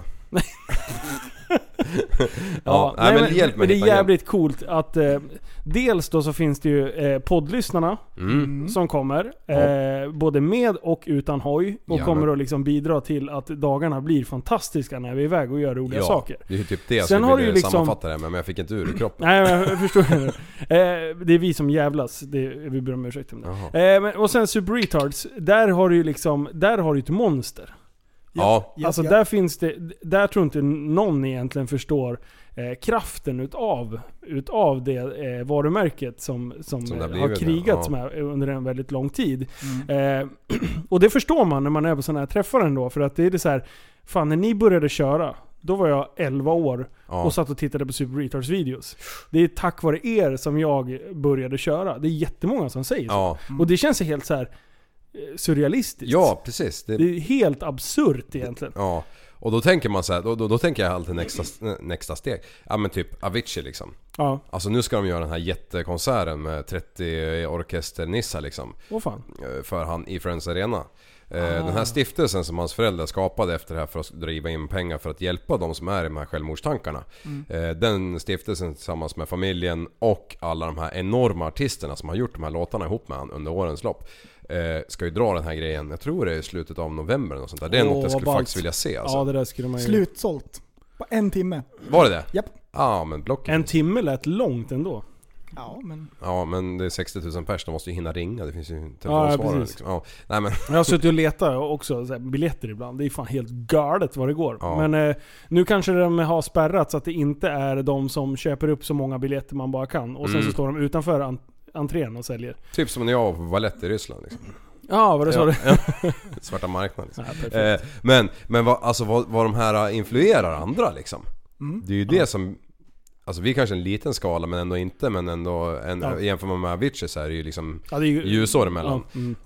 [SPEAKER 4] Men det är jävligt coolt att dels då så finns det ju poddlyssnarna som kommer både med och utan hoj och kommer att liksom bidra till att dagarna blir fantastiska när vi är iväg och gör roliga saker.
[SPEAKER 5] Det är typ det.
[SPEAKER 4] Sen har du ju liksom
[SPEAKER 5] sammanfatta det, men jag fick inte ur kroppen.
[SPEAKER 4] Nej, jag förstår det. Det är vi som jävlas. Vi ber om ursäkt om det. Och sen Super Retards, där har du ju liksom, där har du ett monster. Alltså där finns det, där tror inte någon egentligen förstår kraften utav det varumärket som har krigats med under en väldigt lång tid. Och det förstår man när man är på sådana här träffar ändå, för att det är så här, fan när ni började köra, då var jag 11 år och satt och tittade på Super Retards videos. Det är tack vare er som jag började köra. Det är jättemånga som säger så. Och det känns helt så här surrealistiskt.
[SPEAKER 5] Ja, precis.
[SPEAKER 4] Det är helt absurt egentligen.
[SPEAKER 5] Ja. Och då tänker man så här, då tänker jag alltid nästa steg. Ja, men typ Avicii liksom. Ja. Alltså nu ska de göra den här jättekonserten med 30 orkesternissar liksom.
[SPEAKER 4] Fan.
[SPEAKER 5] För han i Friends Arena. Den här stiftelsen som hans föräldrar skapade efter det här för att driva in pengar för att hjälpa de som är i de här självmordstankarna. Den stiftelsen tillsammans med familjen och alla de här enorma artisterna som har gjort de här låtarna ihop med han under årens lopp ska ju dra den här grejen. Jag tror det är i slutet av november och sånt där. Det är något jag skulle faktiskt vilja se alltså.
[SPEAKER 4] Ja, det där skulle man ju...
[SPEAKER 6] Slutsålt. På 1 timme.
[SPEAKER 5] Var det det?
[SPEAKER 6] Japp.
[SPEAKER 5] Ja, men blocken.
[SPEAKER 4] 1 timme lät långt ändå.
[SPEAKER 6] Ja, men
[SPEAKER 5] det är 60 000 pers, de måste ju hinna ringa. Det finns ju telefonsvarare liksom. Nej, men. Jag
[SPEAKER 4] har suttit och letat också så här, biljetter ibland. Det är fan helt galet vad det går. Men nu kanske de har spärrat så att det inte är de som köper upp så många biljetter man bara kan. Och sen så står de utanför entrén och säljer.
[SPEAKER 5] Typ som när jag var på ballett i Ryssland liksom.
[SPEAKER 4] Ja, vad det sa du?
[SPEAKER 5] Svarta marknaden liksom. Men vad de här influerar andra liksom. Det är ju det som... Alltså vi är kanske en liten skala men ändå inte, men ändå jämför man med Avicii så är det ju liksom ljusår emellan.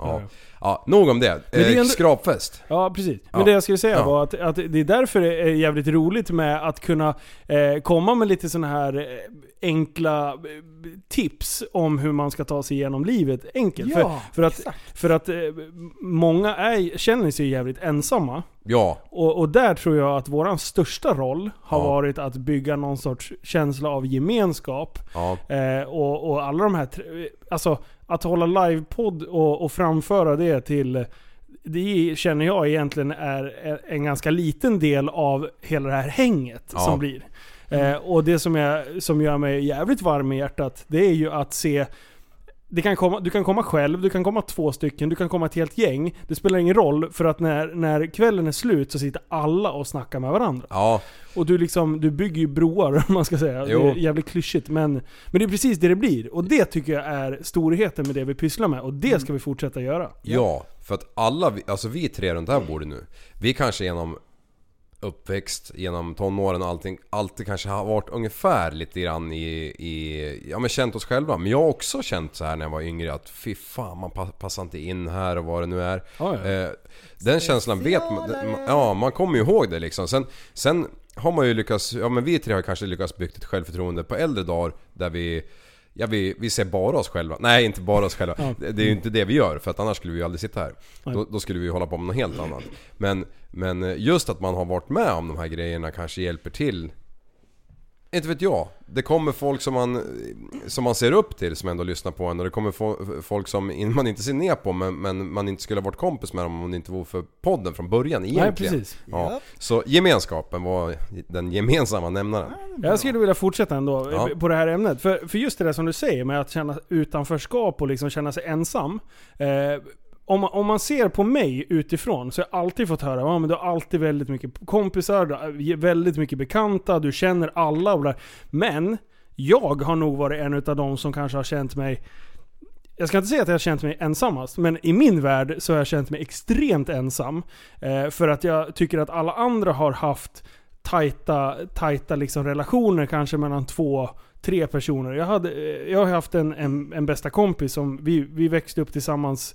[SPEAKER 5] Ja, nog om det. Skrapfest.
[SPEAKER 4] Ja, precis. Men det jag skulle säga var att det är därför det är jävligt roligt med att kunna komma med lite såna här enkla tips om hur man ska ta sig igenom livet enkelt.
[SPEAKER 6] Ja,
[SPEAKER 4] för att många känner sig jävligt ensamma.
[SPEAKER 5] Ja.
[SPEAKER 4] Och där tror jag att våran största roll har varit att bygga någon sorts känsla av gemenskap.
[SPEAKER 5] Ja.
[SPEAKER 4] Och alla de här... Alltså, att hålla livepodd och framföra det till... Det känner jag egentligen är en ganska liten del av hela det här hänget som blir. Och det som gör mig jävligt varm i hjärtat, det är ju att se... Du kan komma själv, du kan komma 2 stycken, du kan komma ett helt gäng. Det spelar ingen roll, för att när kvällen är slut så sitter alla och snackar med varandra.
[SPEAKER 5] Ja.
[SPEAKER 4] Och du bygger ju broar, om man ska säga.
[SPEAKER 5] Jo.
[SPEAKER 4] Det är jävligt klyschigt, men det är precis det blir. Och det tycker jag är storheten med det vi pysslar med. Och det ska vi fortsätta göra.
[SPEAKER 5] Ja, för att alla, alltså vi 3 runt här bordet nu, vi kanske genom uppväxt, genom tonåren och allting, alltid kanske har varit ungefär lite grann men känt oss själva. Men jag har också känt så här när jag var yngre att fy fan, man passar inte in här och vad det nu är. Den känslan vet man, man kommer ju ihåg det liksom. Sen har man ju lyckats, men vi 3 har kanske lyckats byggt ett självförtroende på äldre dagar där vi ser bara oss själva. Nej, inte bara oss själva. Det är ju inte det vi gör, för att annars skulle vi ju aldrig sitta här. Då skulle vi hålla på med något helt annat. Men just att man har varit med om de här grejerna kanske hjälper till. Inte vet jag. Det kommer folk som man ser upp till, som ändå lyssnar på en. Och det kommer folk som man inte ser ner på, men man inte skulle ha varit kompis med dem om det inte var för podden från början egentligen.
[SPEAKER 4] Nej, precis.
[SPEAKER 5] Ja. Så gemenskapen var den gemensamma nämnaren.
[SPEAKER 4] Jag skulle vilja fortsätta ändå på det här ämnet. För just det där som du säger med att känna utanförskap och liksom känna sig ensam. Om man ser på mig utifrån så har jag alltid fått höra men du har alltid väldigt mycket kompisar, du har väldigt mycket bekanta, du känner alla och där. Men jag har nog varit en av de som kanske har känt mig, jag ska inte säga att jag har känt mig ensammast, men i min värld så har jag känt mig extremt ensam. För att jag tycker att alla andra har haft tajta liksom relationer kanske mellan 2-3 personer. Jag har haft en bästa kompis som vi växte upp tillsammans.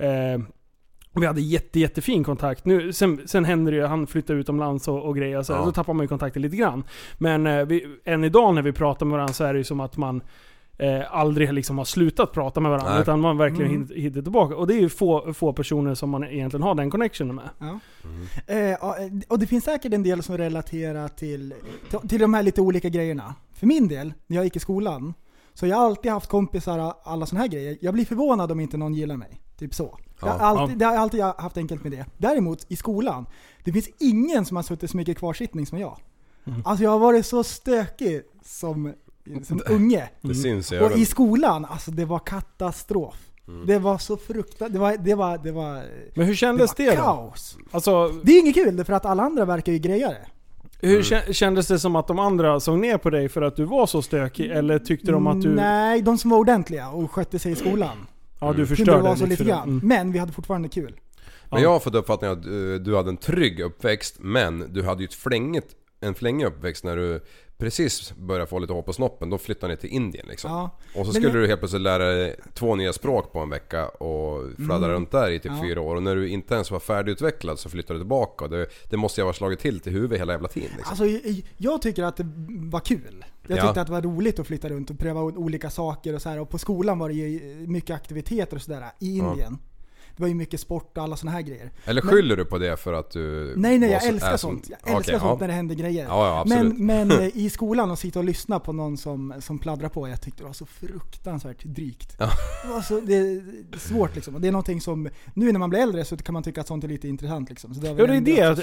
[SPEAKER 4] Vi hade jättefin kontakt. Nu, sen händer det ju, han flyttade utomlands och grejer, så då tappar man ju kontakten lite grann. Men än idag när vi pratar med varandra så är det ju som att man aldrig liksom har slutat prata med varandra. Nej. Utan man verkligen hittar tillbaka. Och det är ju få personer som man egentligen har den connectionen med.
[SPEAKER 6] Ja. Och det finns säkert en del som relaterar till de här lite olika grejerna. För min del, när jag gick i skolan, så jag har alltid haft kompisar, alla såna här grejer. Jag blir förvånad om inte någon gillar mig. Typ så. Jag har alltid haft enkelt med det. Däremot i skolan, det finns ingen som har suttit så mycket kvarsittning som jag. Alltså jag har varit så stökig som unge.
[SPEAKER 5] Det syns
[SPEAKER 6] och i skolan, alltså det var katastrof. Det var så fruktansvärt. Det var
[SPEAKER 4] Men hur kändes det
[SPEAKER 6] kaos.
[SPEAKER 4] Alltså,
[SPEAKER 6] det är inget kul för att alla andra verkar ju grejare.
[SPEAKER 4] Hur kändes det som att de andra såg ner på dig för att du var så stökig? Eller tyckte de att du...
[SPEAKER 6] Nej, de som var ordentliga och skötte sig i skolan.
[SPEAKER 4] Ja, du förstörde
[SPEAKER 6] det var så lite grann. Men vi hade fortfarande kul.
[SPEAKER 5] Men jag har fått uppfattningen att du hade en trygg uppväxt, men du hade ju en flängig uppväxt när du precis började få lite hår på snoppen. Då flyttade ni till Indien liksom.
[SPEAKER 6] Ja.
[SPEAKER 5] Och så skulle du helt plötsligt lära dig 2 nya språk på en vecka och fladdra runt där i typ 4 år. Och när du inte ens var färdigutvecklad så flyttade du tillbaka. Och det måste jag ha slagit till huvudet hela jävla tiden liksom.
[SPEAKER 6] Alltså jag tycker att det var kul. Jag tyckte att det var roligt att flytta runt och pröva olika saker och så här. Och på skolan var det ju mycket aktiviteter och sådär i Indien. Det var ju mycket sport och alla såna här grejer.
[SPEAKER 5] Eller skyller du på det för att du...
[SPEAKER 6] Nej, jag älskar sånt. Jag älskar sånt när det händer grejer.
[SPEAKER 5] Ja, absolut.
[SPEAKER 6] Men i skolan och sitta och lyssna på någon som pladdrar på, jag tyckte det var så fruktansvärt drygt. Ja. Det är svårt liksom. Och det är någonting som, nu när man blir äldre så kan man tycka att sånt är lite intressant liksom. Så det
[SPEAKER 4] är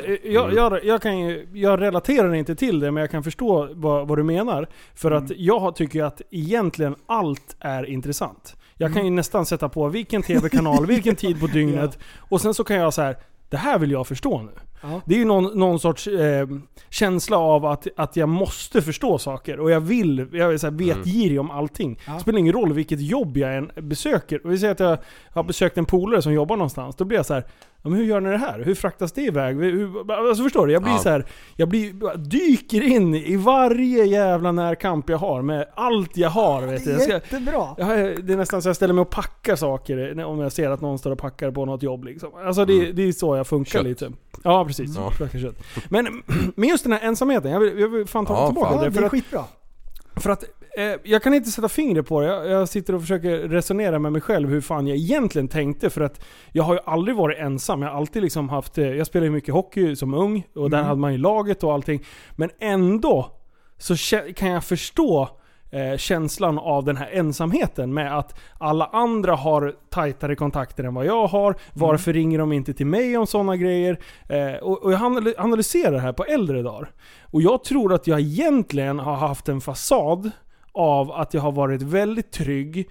[SPEAKER 4] det. Jag relaterar inte till det, men jag kan förstå vad du menar. För att jag tycker att egentligen allt är intressant. Jag kan ju nästan sätta på vilken tv-kanal, vilken tid på dygnet. Och sen så kan jag så här, det här vill jag förstå nu. Ja. Det är ju någon sorts känsla av att jag måste förstå saker. Och jag är så här vetgirig om allting. Ja. Det spelar ingen roll vilket jobb jag än besöker. Och vi säger att jag har besökt en polare som jobbar någonstans. Då blir jag så här, men hur gör ni det här? Hur fraktas det iväg? Alltså förstår du? Jag blir så här, dyker in i varje jävla närkamp jag har med allt jag har. Vet du.
[SPEAKER 6] Jättebra.
[SPEAKER 4] Det är nästan så jag ställer mig och packar saker om jag ser att någon står och packar på något jobb. Liksom. Alltså det är så jag funkar lite. Ja, precis. Ja. Men just den här ensamheten, jag vill fan ta tillbaka det.
[SPEAKER 6] Det är skitbra.
[SPEAKER 4] För att jag kan inte sätta fingret på det. Jag sitter och försöker resonera med mig själv hur fan jag egentligen tänkte. För att jag har ju aldrig varit ensam. Jag har alltid liksom haft... Jag spelade ju mycket hockey som ung. Och där hade man ju laget och allting. Men ändå så kan jag förstå känslan av den här ensamheten med att alla andra har tajtare kontakter än vad jag har. Varför ringer de inte till mig om sådana grejer? Och jag analyserar det här på äldre dagar. Och jag tror att jag egentligen har haft en fasad av att jag har varit väldigt trygg.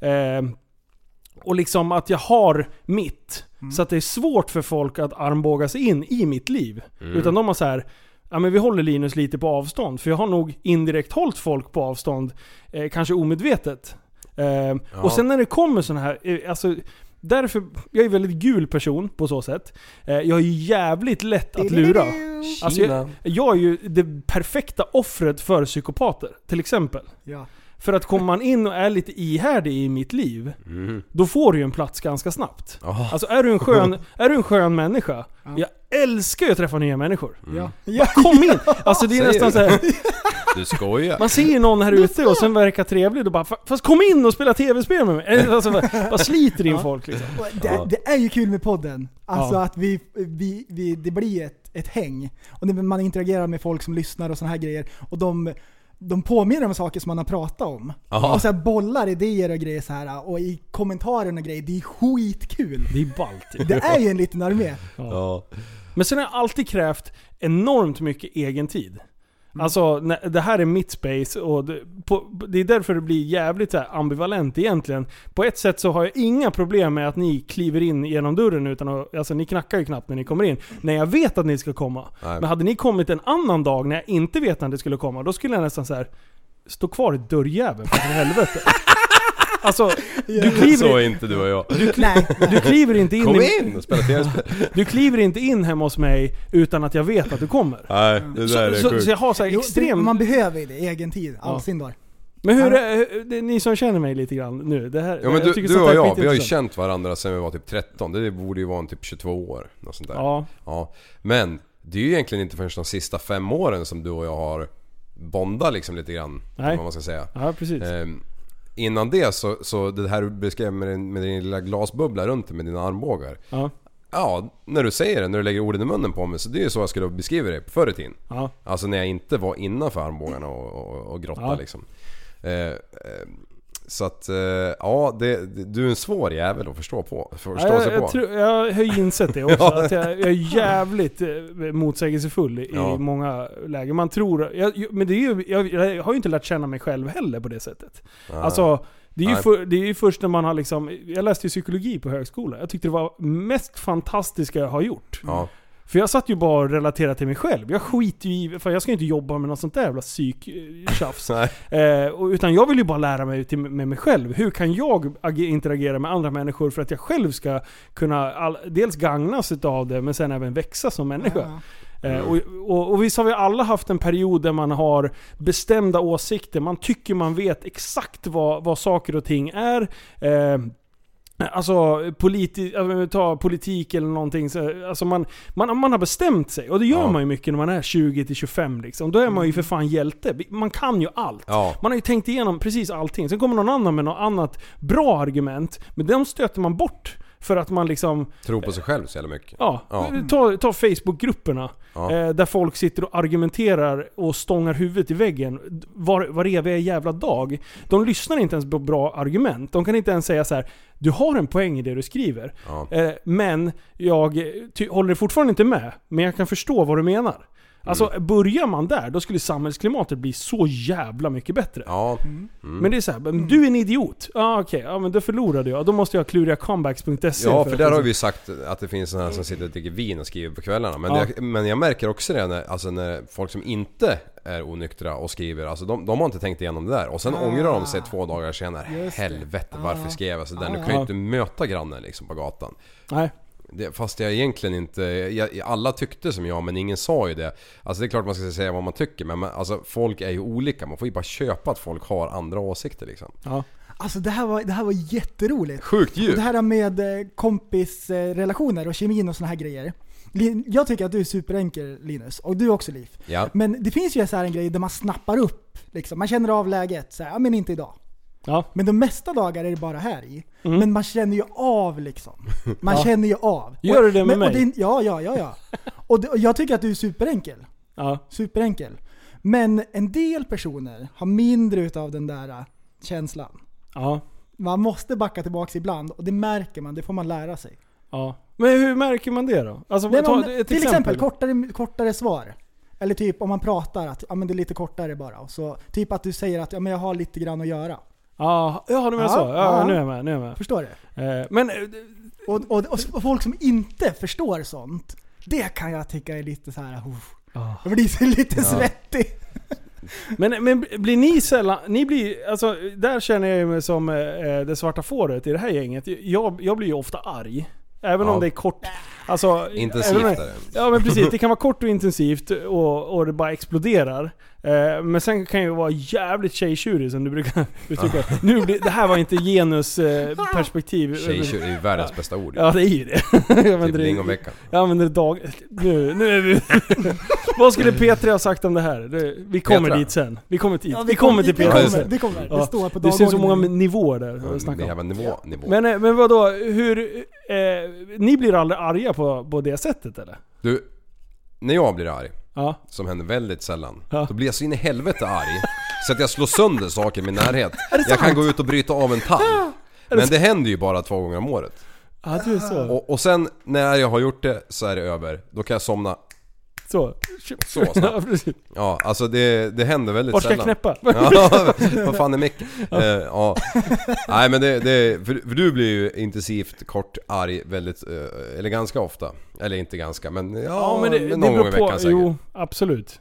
[SPEAKER 4] Och liksom att jag har mitt. Så att det är svårt för folk att armbåga sig in i mitt liv. Utan de har så här... Ja, men vi håller Linus lite på avstånd. För jag har nog indirekt hållit folk på avstånd. Kanske omedvetet. Och sen när det kommer såna här... Alltså, därför, jag är en väldigt gul person på så sätt. Jag är ju jävligt lätt att lura. Alltså, jag är ju det perfekta offret för psykopater. Till exempel. Ja. För att kommer man in och är lite ihärdig i mitt liv, då får du ju en plats ganska snabbt. Alltså är du en skön människa, jag älskar ju att träffa nya människor. Bara kom in! Alltså det är nästan så här.
[SPEAKER 5] Du skojar.
[SPEAKER 4] Man ser ju någon här ute och sen verkar trevlig och bara, fast kom in och spela tv-spel med mig. Alltså, bara sliter in folk liksom.
[SPEAKER 6] Det är ju kul med podden. Alltså att det blir ett häng. Och man interagerar med folk som lyssnar och såna här grejer. Och de påminner om saker som man har pratat om. Aha. Och så här bollar idéer och grejer så här. Och i kommentarerna och grejer, det är skitkul.
[SPEAKER 4] Det är ballt.
[SPEAKER 6] Det är ju en liten armé.
[SPEAKER 4] Ja. Men sen har jag alltid krävt enormt mycket egen tid. Alltså, det här är mitt space och det är därför det blir jävligt så här ambivalent egentligen. På ett sätt så har jag inga problem med att ni kliver in genom dörren utan att, alltså ni knackar ju knappt när ni kommer in. När jag vet att ni ska komma. Nej. Men hade ni kommit en annan dag när jag inte vet att ni skulle komma, då skulle jag nästan så här stå kvar i dörrjäveln för helvete. Alltså, du kliver
[SPEAKER 5] så inte du och jag.
[SPEAKER 4] Du kliver inte in.
[SPEAKER 5] Kom in och spela tv-spel.
[SPEAKER 4] Du kliver inte in hemma hos mig utan att jag vet att du kommer.
[SPEAKER 5] Nej, det där är sjukt.
[SPEAKER 4] Så jag har så här extrem...
[SPEAKER 6] Man behöver det, egen tid, all sin dag.
[SPEAKER 4] Men hur är ni som känner mig lite grann nu? Det här,
[SPEAKER 5] ja, men du och jag, vi har ju känt varandra sedan vi var typ 13. Det borde ju vara en typ 22 år. Något sånt där. Ja. Men det är ju egentligen inte förrän de sista 5 åren som du och jag har bondat liksom lite grann. Nej. Vad man ska säga.
[SPEAKER 4] Ja, precis.
[SPEAKER 5] Innan det så det här du beskrev med din lilla glasbubbla runt med dina armbågar. Ja, när du säger det, när du lägger orden i munnen på mig, så det är ju så jag skulle beskriva det förr i tiden. Alltså när jag inte var innanför armbågarna och grotta liksom. Så att du är en svår jävel att förstå sig på.
[SPEAKER 4] Jag har ju insett det också. Att jag är jävligt motsägelsefull i många lägen. Man tror, men det är ju, jag har ju inte lärt känna mig själv heller på det sättet. Alltså det är ju först när man har liksom, jag läste ju psykologi på högskolan. Jag tyckte det var mest fantastiska jag har gjort. För jag satt ju bara och relaterade till mig själv. Jag skiter ju i, för jag ska inte jobba med något sånt där jävla psyktjafs. Utan jag vill ju bara lära mig med mig själv. Hur kan jag interagera med andra människor för att jag själv ska kunna dels gagnas av det, men sen även växa som människa. Och visst har vi alla haft en period där man har bestämda åsikter. Man tycker man vet exakt vad saker och ting är. Alltså ta politik eller någonting. Alltså man har bestämt sig. Och det gör man ju mycket när man är 20-25 liksom. Då är man ju för fan hjälte. Man kan ju allt. Man har ju tänkt igenom precis allting. Sen kommer någon annan med något annat bra argument. Men de stöter man bort. För att man liksom
[SPEAKER 5] tror på sig själv så jävla mycket.
[SPEAKER 4] Ta Facebook-grupperna. Där folk sitter och argumenterar och stångar huvudet i väggen var eviga jävla dag. De lyssnar inte ens på bra argument. De kan inte ens säga så här: du har en poäng i det du skriver. Men jag håller fortfarande inte med. Men jag kan förstå vad du menar. Alltså börjar man där, då skulle samhällsklimatet bli så jävla mycket bättre. Men det är så här, du är en idiot. Men då förlorade jag. Då måste jag klura comebacks.se.
[SPEAKER 5] Ja, för där har vi sagt att det finns sådana här som sitter och dricker vin och skriver på kvällarna. Men jag märker också det när folk som inte är onyktra och skriver, alltså de har inte tänkt igenom det där. Och sen ångrar de sig 2 dagar senare. Helvete, varför skrev jag så där? Nu kan ju inte möta grannen liksom på gatan.
[SPEAKER 4] Nej.
[SPEAKER 5] Fast jag egentligen inte alla tyckte som jag, men ingen sa ju det. Alltså det är klart man ska säga vad man tycker, men alltså, folk är ju olika. Man får ju bara köpa att folk har andra åsikter liksom.
[SPEAKER 6] Alltså det här var jätteroligt.
[SPEAKER 5] Sjukt djupt.
[SPEAKER 6] Och det här med kompisrelationer och kemin och såna här grejer. Jag tycker att du är superenkel, Linus, och du också, Liv. Men det finns ju så här en grej där man snappar upp liksom. Man känner av läget så här, men inte idag. Men de mesta dagar är det bara här i. Men man känner ju av liksom. Man känner ju av.
[SPEAKER 4] Gör du det med mig?
[SPEAKER 6] Ja. Och jag tycker att du är superenkel. Superenkel. Men en del personer har mindre utav den där känslan. Man måste backa tillbaka ibland. Och det märker man, det får man lära sig.
[SPEAKER 4] Men hur märker man det då? Alltså,
[SPEAKER 6] till exempel kortare svar. Eller typ om man pratar att men det är lite kortare bara. Och så, typ att du säger att men jag har lite grann att göra.
[SPEAKER 4] Nu är så. Nu är jag med.
[SPEAKER 6] Förstår du? Men och folk som inte förstår sånt, det kan jag tycka är lite så här. Jag blir lite svettig.
[SPEAKER 4] Men blir ni sällan, alltså där känner jag mig som det svarta fåret i det här gänget. Jag blir ju ofta arg. Även om det är kort. Alltså,
[SPEAKER 5] intensivt är det.
[SPEAKER 4] Ja, men precis. Det kan vara kort och intensivt och det bara exploderar. Men sen kan ju vara jävligt tjejtjurig som du brukar uttrycka. Det här var inte genusperspektiv.
[SPEAKER 5] Tjejtjurig är ju världens bästa ord.
[SPEAKER 4] Ja, det är ju det.
[SPEAKER 5] Typ om veckan.
[SPEAKER 4] Ja, men det nu är vi... Vad skulle P3 ha sagt om det här? Vi kommer dit sen. Vi kommer till P3 sen.
[SPEAKER 6] Det kommer.
[SPEAKER 4] Ja,
[SPEAKER 6] det står på
[SPEAKER 4] det ser så många nivåer där.
[SPEAKER 5] Det är nivå.
[SPEAKER 4] Men vadå? Ni blir aldrig arga på det sättet, eller?
[SPEAKER 5] Du, när jag blir arg, som händer väldigt sällan, då blir jag så in i helvete arg så att jag slår sönder saker i min närhet. Jag kan gå ut och bryta av en tand. Men det händer ju bara 2 gånger om året.
[SPEAKER 4] Du är så.
[SPEAKER 5] Och sen när jag har gjort det så är det över. Då kan jag somna
[SPEAKER 4] så
[SPEAKER 5] snabbt. Ja, alltså det händer väldigt sällan.
[SPEAKER 4] Var ska jag knäppa?
[SPEAKER 5] Vad fan är micken? Nej, men för du blir ju intensivt kort arg väldigt, eller ganska ofta. Eller inte ganska, men men någon gång i veckan säkert.
[SPEAKER 4] Jo, absolut.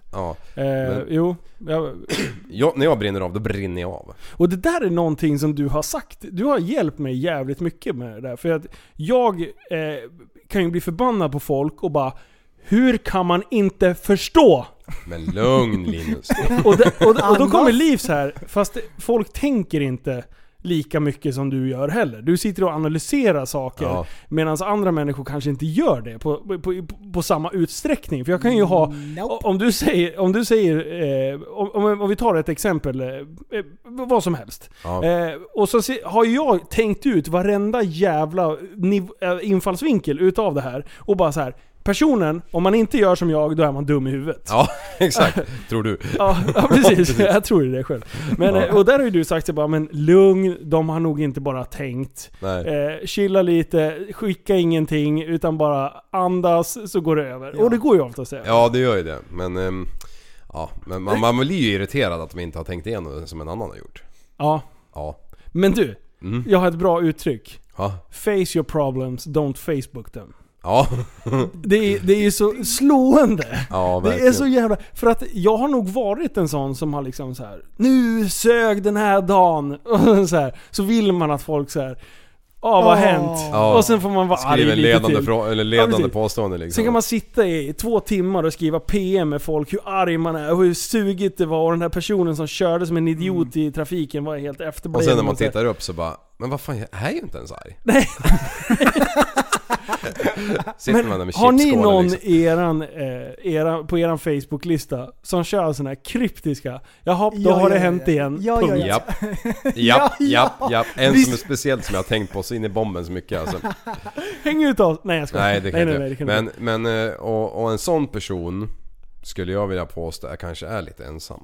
[SPEAKER 5] När jag brinner av, då brinner jag av.
[SPEAKER 4] Och det där är någonting som du har sagt. Du har hjälpt mig jävligt mycket med det där. För att jag kan ju bli förbannad på folk och bara, hur kan man inte förstå?
[SPEAKER 5] Men lugn, Linus.
[SPEAKER 4] och då kommer Liv så här, fast folk tänker inte lika mycket som du gör heller. Du sitter och analyserar saker medan andra människor kanske inte gör det på samma utsträckning. För jag kan ju ha om du säger om vi tar ett exempel vad som helst. Och så har jag tänkt ut varenda jävla infallsvinkel utav det här och bara så här: personen, om man inte gör som jag, då är man dum i huvudet.
[SPEAKER 5] Ja, exakt. Tror du.
[SPEAKER 4] Ja, precis. Jag tror det själv. Men, och där har ju du sagt bara, men lugn, de har nog inte bara tänkt. Chilla lite, skicka ingenting, utan bara andas, så går det över. Och det går ju ofta att säga.
[SPEAKER 5] Ja, det gör ju det. Men, men man blir ju irriterad att de inte har tänkt igenom det som en annan har gjort.
[SPEAKER 4] Ja. Men du, jag har ett bra uttryck. Face your problems, don't Facebook them.
[SPEAKER 5] Ja.
[SPEAKER 4] Det är ju så slående.
[SPEAKER 5] Ja,
[SPEAKER 4] det
[SPEAKER 5] verkligen.
[SPEAKER 4] är så jävla... För att jag har nog varit en sån som har liksom så här: nu sög den här dagen. Och så här, så vill man att folk så här: vad har hänt?
[SPEAKER 5] Ja.
[SPEAKER 4] Och sen får man vara
[SPEAKER 5] skriva
[SPEAKER 4] arg lite till.
[SPEAKER 5] ledande påstående liksom.
[SPEAKER 4] Sen kan man sitta i 2 timmar och skriva PM med folk, hur arg man är och hur sugigt det var, och den här personen som körde som en idiot i trafiken var helt efterbliven.
[SPEAKER 5] Och sen när man tittar upp så bara, men vad fan, jag är ju inte ens arg.
[SPEAKER 4] Nej.
[SPEAKER 5] Sitter man där med
[SPEAKER 4] har ni
[SPEAKER 5] chipskålen,
[SPEAKER 4] någon
[SPEAKER 5] liksom.
[SPEAKER 4] på eran Facebook-lista som kör såna här kryptiska? Jaha, då har det hänt igen.
[SPEAKER 5] Japp. En som är speciellt som jag har tänkt på så in i bomben så mycket alltså.
[SPEAKER 4] Häng ut oss. Nej, jag ska.
[SPEAKER 5] Nej, det kan
[SPEAKER 4] nej,
[SPEAKER 5] inte. Men och en sån person skulle jag vilja påstå kanske är lite ensam.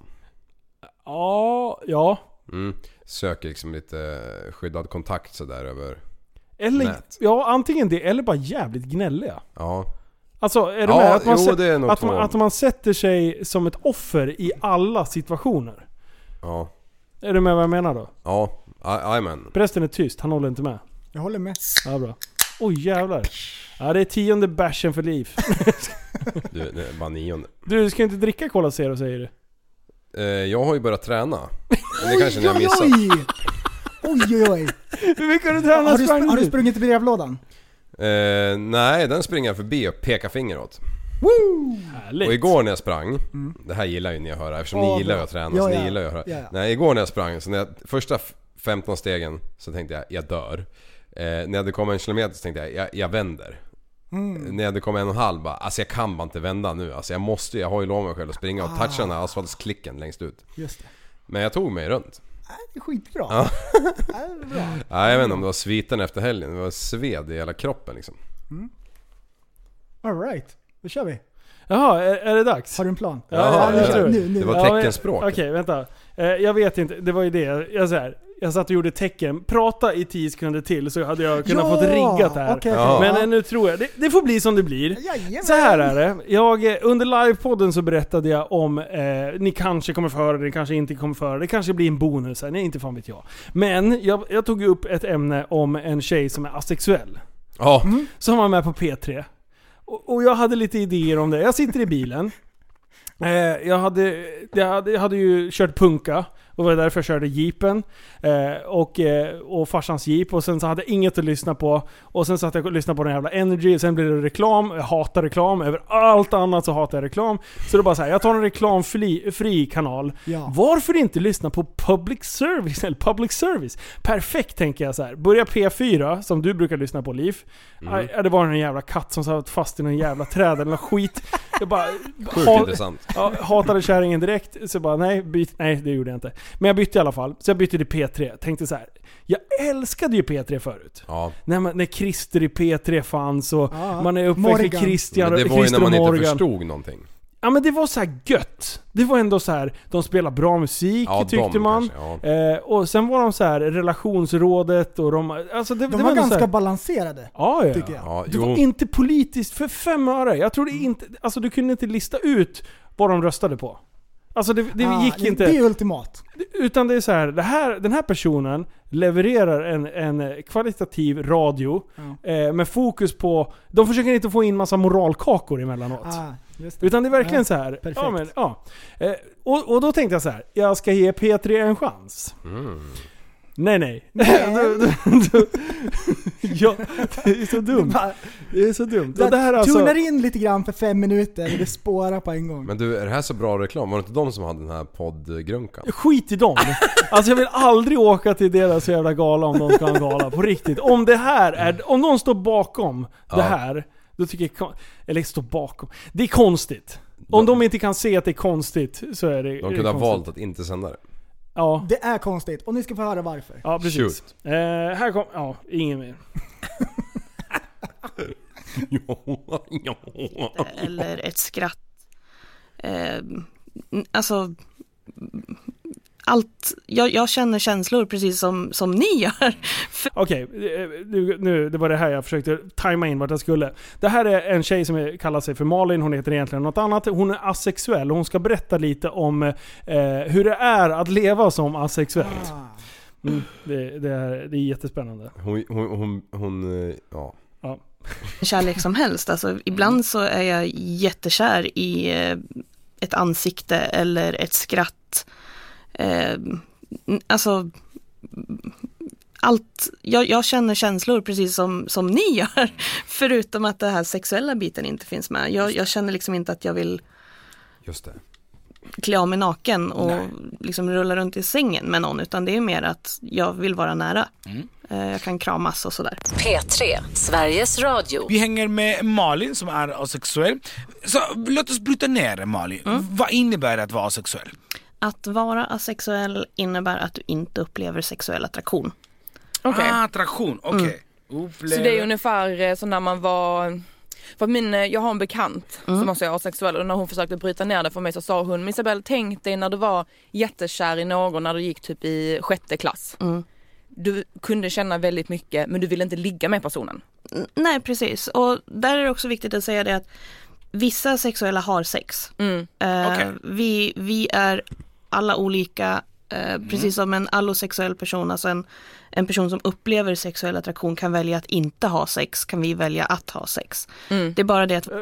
[SPEAKER 4] Ja.
[SPEAKER 5] Söker liksom lite skyddad kontakt så där över
[SPEAKER 4] eller
[SPEAKER 5] nät.
[SPEAKER 4] Ja, antingen det eller bara jävligt gnälliga.
[SPEAKER 5] Ja.
[SPEAKER 4] Alltså, är det med att
[SPEAKER 5] att
[SPEAKER 4] man sätter sig som ett offer i alla situationer?
[SPEAKER 5] Ja.
[SPEAKER 4] Är du med vad jag menar då?
[SPEAKER 5] Ja, amen.
[SPEAKER 4] Prästen är tyst, han håller inte med.
[SPEAKER 6] Jag håller med.
[SPEAKER 4] Ja, bra. Oj, jävlar. Ja, det är 10:e bärsen för liv.
[SPEAKER 5] Du, det är bara 9:e.
[SPEAKER 4] Du ska inte dricka Cola Zero, säger du?
[SPEAKER 5] Jag har ju börjat träna. Men det kanske ni har missat.
[SPEAKER 6] Oj.
[SPEAKER 4] Hur mycket har du tränat?
[SPEAKER 6] Har du sprungit i brevlådan?
[SPEAKER 5] Nej, den springer jag förbi och pekar finger åt.
[SPEAKER 6] Woo!
[SPEAKER 4] Härligt.
[SPEAKER 5] Och igår när jag sprang, det här gillar ju ni att höra eftersom ni gillar ju att träna, så ni gillar ju att höra.
[SPEAKER 6] Ja.
[SPEAKER 5] Nej, igår när jag sprang, så när jag, första 15 stegen så tänkte jag dör. När jag hade kommit 1 kilometer så tänkte jag vänder. När jag hade kommit 1,5 bara, alltså jag kan bara inte vända nu. Alltså jag har ju lovat mig själv att springa och toucha den här asfaltsklicken längst ut.
[SPEAKER 6] Just det.
[SPEAKER 5] Men jag tog mig runt.
[SPEAKER 6] Det är skitbra.
[SPEAKER 5] Ja.
[SPEAKER 6] Det är bra.
[SPEAKER 5] Nej, jag vet inte om det var sviten efter helgen. Det var sved i hela kroppen liksom.
[SPEAKER 6] All right, då kör vi.
[SPEAKER 4] Jaha, är det dags?
[SPEAKER 6] Har du en plan?
[SPEAKER 5] Ja,
[SPEAKER 4] jag tror
[SPEAKER 6] nu.
[SPEAKER 5] Det var teckenspråk.
[SPEAKER 4] Okej, vänta. Jag vet inte, det var ju det. Jag satt och gjorde tecken. Prata i 10 sekunder till så hade jag kunnat fått riggat här.
[SPEAKER 6] Okay.
[SPEAKER 5] Ja.
[SPEAKER 4] Men nu tror jag, det får bli som det blir.
[SPEAKER 6] Jajamän.
[SPEAKER 4] Så här är det. Under livepodden så berättade jag om, ni kanske kommer föra det, ni kanske inte kommer föra det. Kanske blir en bonus här, nej inte fan vet jag. Men jag tog upp ett ämne om en tjej som är asexuell.
[SPEAKER 5] Ja.
[SPEAKER 4] Som var med på P3. Och jag hade lite idéer om det. Jag sitter i bilen. Jag hade ju kört punka. Och var därför jag körde jeepen. Och farsans jeep. Och sen så hade jag inget att lyssna på. Och sen satt jag och lyssnade på den jävla Energy. Och sen blev det reklam. Jag hatar reklam. Över allt annat så hatar jag reklam. Så det bara så här, jag tar en reklamfri kanal. Ja. Varför inte lyssna på public service? Eller public service? Perfekt, tänker jag så här. Börja P4, som du brukar lyssna på, Liv. Det var en jävla katt som satt fast i någon jävla träd eller någon skit. Jag bara...
[SPEAKER 5] Sjukt intressant.
[SPEAKER 4] Hatade kärringen direkt. Så bara, nej, det gjorde jag inte. Men jag bytte i alla fall. Så jag bytte till P3. Tänkte så här. Jag älskade ju P3 förut. Ja. När Christer i P3 fanns och man är uppväxt med Christian och
[SPEAKER 5] Christer. Men det var ju när man inte förstod någonting.
[SPEAKER 4] Ja, men det var så här gött. Det var ändå så här, de spelar bra musik, tyckte man. Kanske, och sen var de så här relationsrådet och de
[SPEAKER 6] var ganska här, balanserade.
[SPEAKER 4] Ja.
[SPEAKER 6] Tycker jag.
[SPEAKER 5] Ja,
[SPEAKER 4] det var inte politiskt för 5 öre. Jag tror det inte, alltså du kunde inte lista ut vad de röstade på. Alltså det gick inte.
[SPEAKER 6] Det är ultimat.
[SPEAKER 4] Utan det är så här, den här personen levererar en kvalitativ radio med fokus på, de försöker inte få in massa moralkakor emellanåt. Utan det är verkligen så här.
[SPEAKER 6] Perfekt.
[SPEAKER 4] Och då tänkte jag så här, jag ska ge P3 en chans. Nej. Ja, det är så dumt. Det är så dumt.
[SPEAKER 6] Det här alltså... tunar in lite grann för 5 minuter och det spårar på en gång.
[SPEAKER 5] Men du, är det här så bra reklam? Var det inte de som hade den här poddgrunkan?
[SPEAKER 4] Skit i dem. Alltså jag vill aldrig åka till deras jävla gala om de ska ha en gala. På riktigt. Om det här är... Om någon står bakom det här, då tycker jag... Eller står bakom. Det är konstigt. Om de inte kan se att det är konstigt så är det...
[SPEAKER 5] De kunde ha valt att inte sända det.
[SPEAKER 6] Ja. Det är konstigt. Och ni ska få höra varför.
[SPEAKER 4] Ja, precis. Här kom... Ja, ingen mer.
[SPEAKER 7] Eller ett skratt. Alltså... Allt... Jag känner känslor precis som ni gör.
[SPEAKER 4] Okej, nu det var det här jag försökte tajma in vart jag skulle. Det här är en tjej som kallar sig för Malin. Hon heter egentligen något annat. Hon är asexuell och hon ska berätta lite om hur det är att leva som asexuellt. Det är jättespännande.
[SPEAKER 5] Hon
[SPEAKER 7] Kärlek som helst. Alltså, ibland så är jag jättekär i ett ansikte eller ett skratt. Alltså allt, jag känner känslor precis som ni gör, förutom att den här sexuella biten inte finns med. Jag känner liksom inte att jag vill
[SPEAKER 5] Just det.
[SPEAKER 7] klä av mig naken och liksom rulla runt i sängen med någon, utan det är mer att jag vill vara nära. Jag kan kramas och sådär.
[SPEAKER 8] P3, Sveriges Radio.
[SPEAKER 9] Vi hänger med Malin som är asexuell. Så låt oss bryta ner det, Malin. Vad innebär det att vara asexuell?
[SPEAKER 7] Att vara asexuell innebär att du inte upplever sexuell attraktion.
[SPEAKER 10] Okay.
[SPEAKER 9] Attraktion, okej.
[SPEAKER 10] Så det är ungefär så när man var... För jag har en bekant som också är asexuell, och när hon försökte bryta ner det för mig så sa hon: Isabel, tänk dig när du var jättekär i någon när du gick typ i 6:e klass. Du kunde känna väldigt mycket, men du ville inte ligga med personen.
[SPEAKER 7] Nej, precis. Och där är det också viktigt att säga det att vissa sexuella har sex. Vi är alla olika, precis som en allosexuell person, alltså en person som upplever sexuell attraktion kan välja att inte ha sex, kan vi välja att ha sex. Det är bara det att...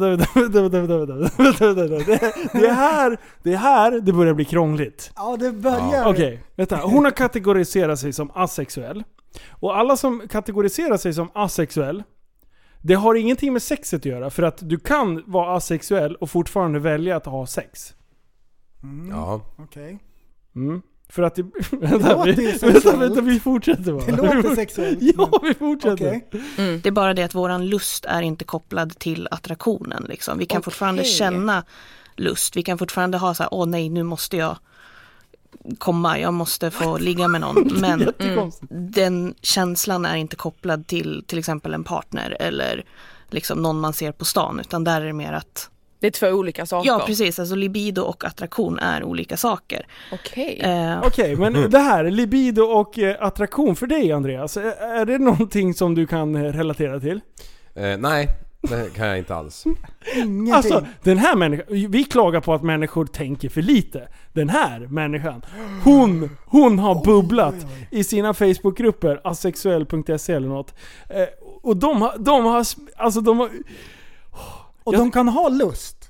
[SPEAKER 4] Det här det börjar bli krångligt.
[SPEAKER 6] Ja, det börjar.
[SPEAKER 4] Okej, vänta. Hon har kategoriserat sig som asexuell. Och alla som kategoriserar sig som asexuell, det har ingenting med sexet att göra. För att du kan vara asexuell och fortfarande välja att ha sex.
[SPEAKER 5] Ja.
[SPEAKER 6] Okej.
[SPEAKER 4] För att
[SPEAKER 6] vänta,
[SPEAKER 4] vi fortsätter bara.
[SPEAKER 6] Det låter sexuellt.
[SPEAKER 4] Ja, vi fortsätter.
[SPEAKER 6] Okay.
[SPEAKER 7] Det är bara det att våran lust är inte kopplad till attraktionen. Liksom. Vi kan fortfarande känna lust. Vi kan fortfarande ha så här: nej, nu måste jag komma. Jag måste få ligga med någon. Men den känslan är inte kopplad till exempel en partner eller liksom någon man ser på stan. Utan där är det mer att...
[SPEAKER 10] Det är två olika saker.
[SPEAKER 7] Ja, precis. Alltså libido och attraktion är olika saker.
[SPEAKER 4] Okej, men det här, libido och attraktion för dig, Andreas, är det någonting som du kan relatera till?
[SPEAKER 5] Nej, det kan jag inte alls.
[SPEAKER 6] Ingenting.
[SPEAKER 4] Alltså, den här människan, vi klagar på att människor tänker för lite. Den här människan, hon har bubblat i sina Facebookgrupper, asexuell.se eller något. Och de har
[SPEAKER 6] och de kan ha lust.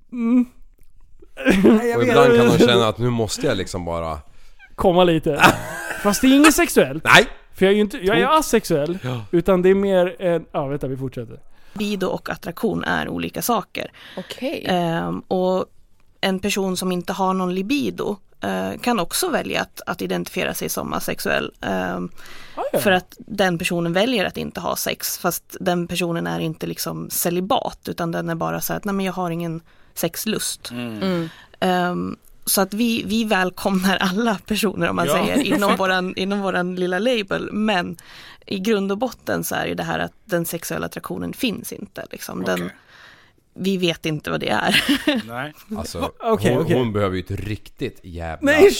[SPEAKER 5] Och ibland kan de känna att nu måste jag liksom bara
[SPEAKER 4] komma lite. Fast det är inget sexuellt.
[SPEAKER 5] Nej.
[SPEAKER 4] För jag är asexuell. Utan det är mer vi fortsätter.
[SPEAKER 7] Libido och attraktion är olika saker. Och en person som inte har någon libido kan också välja att identifiera sig som asexuell. För att den personen väljer att inte ha sex, fast den personen är inte liksom celibat, utan den är bara så att nej, men jag har ingen sexlust. Så att vi välkomnar alla personer, om man säger, inom våran lilla label, men i grund och botten så är det här att den sexuella attraktionen finns inte liksom. Vi vet inte vad det är.
[SPEAKER 9] Nej.
[SPEAKER 5] Alltså,
[SPEAKER 4] Okay.
[SPEAKER 5] Hon behöver ju ett riktigt jävla...
[SPEAKER 4] Nej!